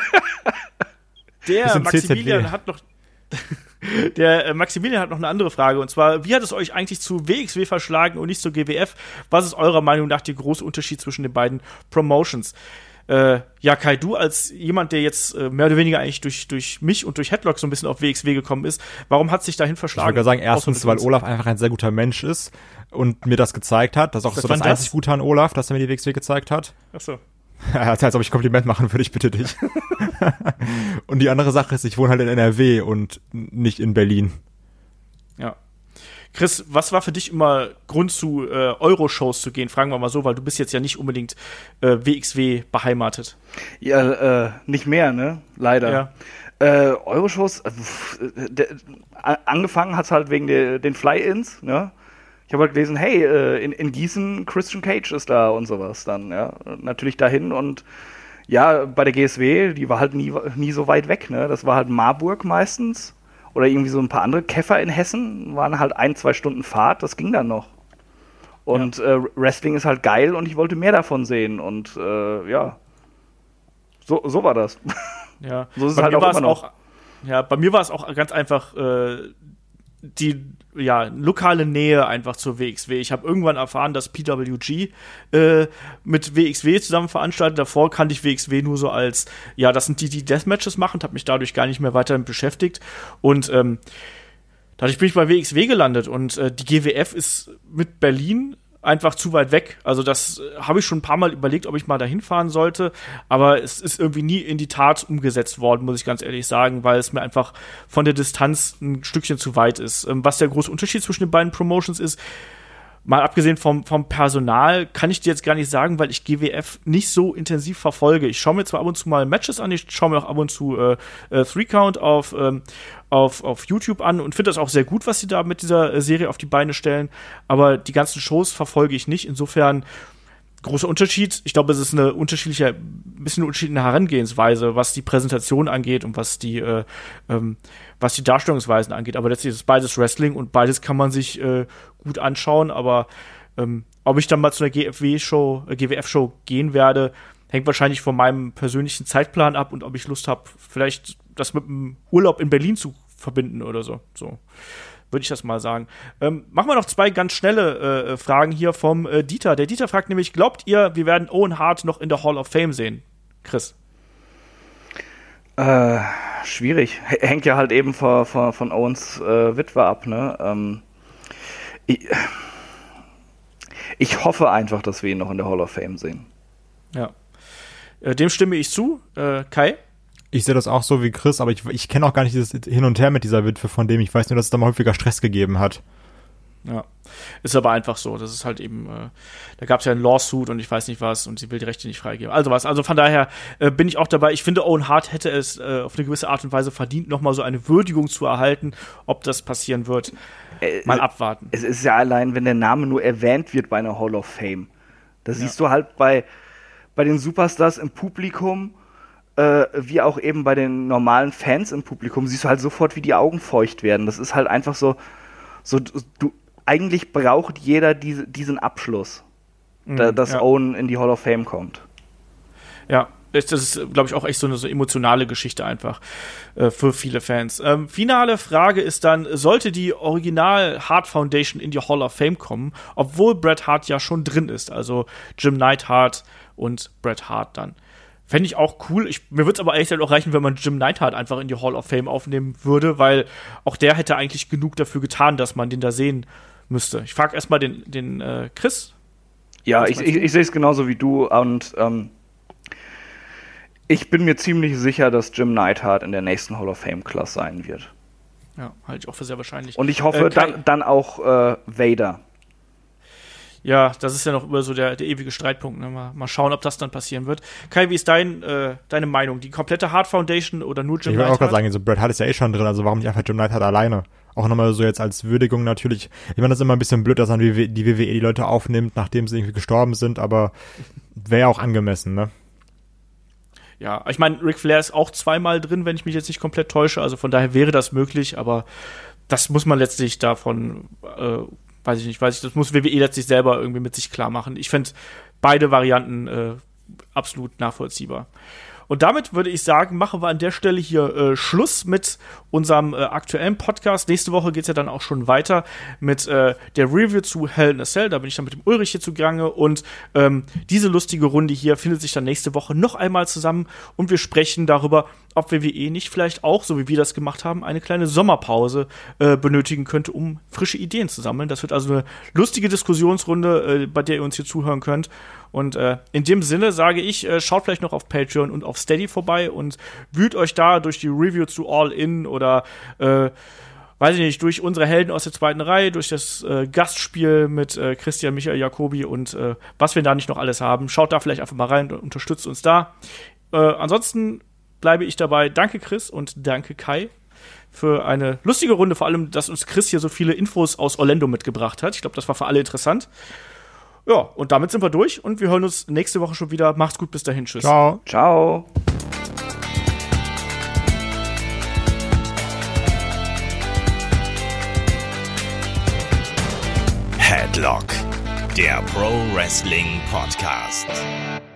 Der Bisschen Maximilian C Z W. hat noch Der äh, Maximilian hat noch eine andere Frage, und zwar, wie hat es euch eigentlich zu W X W verschlagen und nicht zu G W F? Was ist eurer Meinung nach der große Unterschied zwischen den beiden Promotions? Äh, ja, Kai, du als jemand, der jetzt äh, mehr oder weniger eigentlich durch, durch mich und durch Headlock so ein bisschen auf W X W gekommen ist, warum hat sich dahin Ich verschlagen? wollte gerade sagen, erstens, Außer weil mit uns. Olaf einfach ein sehr guter Mensch ist und mir das gezeigt hat. Das ist auch Das so war das das? einzig Gute an Olaf, dass er mir die W X W gezeigt hat. Achso. Als ob ich Kompliment machen würde, ich bitte dich. Und die andere Sache ist, ich wohne halt in N R W und nicht in Berlin. Ja. Chris, was war für dich immer Grund zu äh, Euro-Shows zu gehen? Fragen wir mal so, weil du bist jetzt ja nicht unbedingt äh, W X W beheimatet. Ja, äh, nicht mehr, ne? Leider. Ja. Äh, Euroshows, äh, pff, äh, de, a- angefangen hat's halt wegen de, den Fly-Ins, ne? Ich habe halt gelesen, hey, äh, in, in Gießen Christian Cage ist da und sowas dann, ja. Natürlich dahin, und ja, bei der G S W, die war halt nie, nie so weit weg, ne? Das war halt Marburg meistens. Oder irgendwie so ein paar andere Käfer in Hessen, waren halt ein, zwei Stunden Fahrt, das ging dann noch. Und äh, Wrestling ist halt geil, und ich wollte mehr davon sehen, und äh, ja, so, so war das. Ja. So ist es Bei halt mir auch war es immer noch. auch, ja, bei mir war es auch ganz einfach äh, die ja, lokale Nähe einfach zur W X W. Ich habe irgendwann erfahren, dass P W G äh, mit W X W zusammen veranstaltet. Davor kannte ich W X W nur so als, ja, das sind die, die Deathmatches machen, habe mich dadurch gar nicht mehr weiter damit beschäftigt. Und ähm, dadurch bin ich bei W X W gelandet, und äh, die G W F ist mit Berlin einfach zu weit weg. Also das äh, habe ich schon ein paar Mal überlegt, ob ich mal dahin fahren sollte, aber es ist irgendwie nie in die Tat umgesetzt worden, muss ich ganz ehrlich sagen, weil es mir einfach von der Distanz ein Stückchen zu weit ist. Ähm, was der große Unterschied zwischen den beiden Promotions ist, mal abgesehen vom, vom Personal, kann ich dir jetzt gar nicht sagen, weil ich G W F nicht so intensiv verfolge. Ich schaue mir zwar ab und zu mal Matches an, ich schaue mir auch ab und zu äh, äh, Three Count auf, ähm, auf, auf YouTube an und finde das auch sehr gut, was sie da mit dieser äh, Serie auf die Beine stellen. Aber die ganzen Shows verfolge ich nicht. Insofern großer Unterschied. Ich glaube, es ist eine unterschiedliche, ein bisschen eine unterschiedliche Herangehensweise, was die Präsentation angeht und was die, äh, ähm, was die Darstellungsweisen angeht. Aber letztlich ist beides Wrestling, und beides kann man sich äh, gut anschauen. Aber ähm, ob ich dann mal zu einer G F W-Show, äh, G W F-Show gehen werde, hängt wahrscheinlich von meinem persönlichen Zeitplan ab und ob ich Lust habe, vielleicht das mit einem Urlaub in Berlin zu verbinden oder so. So würde ich das mal sagen. Ähm, machen wir noch zwei ganz schnelle äh, Fragen hier vom äh, Dieter. Der Dieter fragt nämlich, glaubt ihr, wir werden Owen Hart noch in der Hall of Fame sehen? Chris? Äh, schwierig. H- Hängt ja halt eben von, von, von Owens äh, Witwe ab, ne? Ähm, ich, ich hoffe einfach, dass wir ihn noch in der Hall of Fame sehen. Ja. Äh, dem stimme ich zu. Äh, Kai? Ich sehe das auch so wie Chris, aber ich, ich kenne auch gar nicht dieses Hin und Her mit dieser Witwe von dem. Ich weiß nur, dass es da mal häufiger Stress gegeben hat. Ja. Ist aber einfach so. Das ist halt eben, äh, da gab es ja ein Lawsuit und ich weiß nicht was, und sie will die Rechte nicht freigeben. Also was. Also von daher äh, bin ich auch dabei. Ich finde, Owen Hart hätte es äh, auf eine gewisse Art und Weise verdient, nochmal so eine Würdigung zu erhalten. Ob das passieren wird, Äh, mal abwarten. Es ist ja allein, wenn der Name nur erwähnt wird bei einer Hall of Fame. Das siehst du halt bei, bei den Superstars im Publikum, äh, wie auch eben bei den normalen Fans im Publikum, siehst du halt sofort, wie die Augen feucht werden. Das ist halt einfach so, so du, eigentlich braucht jeder diese, diesen Abschluss, da, dass ja. Owen in die Hall of Fame kommt. Ja, das ist, glaube ich, auch echt so eine so emotionale Geschichte einfach äh, für viele Fans. Ähm, finale Frage ist dann, sollte die Original Hart Foundation in die Hall of Fame kommen, obwohl Bret Hart ja schon drin ist, also Jim Neidhart und Bret Hart dann. Fände ich auch cool. Ich, mir würde es aber ehrlich gesagt auch reichen, wenn man Jim Neidhart einfach in die Hall of Fame aufnehmen würde, weil auch der hätte eigentlich genug dafür getan, dass man den da sehen müsste. Ich frage erstmal den, den äh, Chris. Ja, ich, ich, ich sehe es genauso wie du und ähm, ich bin mir ziemlich sicher, dass Jim Neidhart in der nächsten Hall of Fame-Class sein wird. Ja, halte ich auch für sehr wahrscheinlich. Und ich hoffe äh, dann, dann auch äh, Vader. Ja, das ist ja noch immer so der, der ewige Streitpunkt. Ne? Mal, mal schauen, ob das dann passieren wird. Kai, wie ist dein, äh, deine Meinung? Die komplette Hart Foundation oder nur Jim Ich Neidhart? wollte auch gerade sagen, so Bret Hart ist ja eh schon drin, also warum nicht einfach Jim Neidhart alleine? Auch nochmal so jetzt als Würdigung natürlich. Ich meine, das ist immer ein bisschen blöd, dass dann die W W E die Leute aufnimmt, nachdem sie irgendwie gestorben sind, aber wäre ja auch angemessen, ne? Ja, ich meine, Ric Flair ist auch zweimal drin, wenn ich mich jetzt nicht komplett täusche. Also von daher wäre das möglich, aber das muss man letztlich davon, äh, weiß ich nicht, weiß ich, das muss W W E letztlich selber irgendwie mit sich klar machen. Ich finde beide Varianten äh, absolut nachvollziehbar. Und damit würde ich sagen, machen wir an der Stelle hier äh, Schluss mit unserem äh, aktuellen Podcast. Nächste Woche geht's ja dann auch schon weiter mit äh, der Review zu Hell in a Cell. Da bin ich dann mit dem Ulrich hier zugange. Und ähm, diese lustige Runde hier findet sich dann nächste Woche noch einmal zusammen. Und wir sprechen darüber, ob W W E nicht vielleicht auch, so wie wir das gemacht haben, eine kleine Sommerpause äh, benötigen könnte, um frische Ideen zu sammeln. Das wird also eine lustige Diskussionsrunde, äh, bei der ihr uns hier zuhören könnt. Und äh, in dem Sinne sage ich, äh, schaut vielleicht noch auf Patreon und auf Steady vorbei und wühlt euch da durch die Review zu All In oder äh, weiß ich nicht, durch unsere Helden aus der zweiten Reihe, durch das äh, Gastspiel mit äh, Christian Michael Jacobi und äh, was wir da nicht noch alles haben. Schaut da vielleicht einfach mal rein und unterstützt uns da. Äh, ansonsten bleibe ich dabei. Danke Chris und danke Kai für eine lustige Runde, vor allem, dass uns Chris hier so viele Infos aus Orlando mitgebracht hat. Ich glaube, das war für alle interessant. Ja, und damit sind wir durch und wir hören uns nächste Woche schon wieder. Macht's gut, bis dahin. Tschüss. Ciao. Ciao. Headlock, der Pro Wrestling Podcast.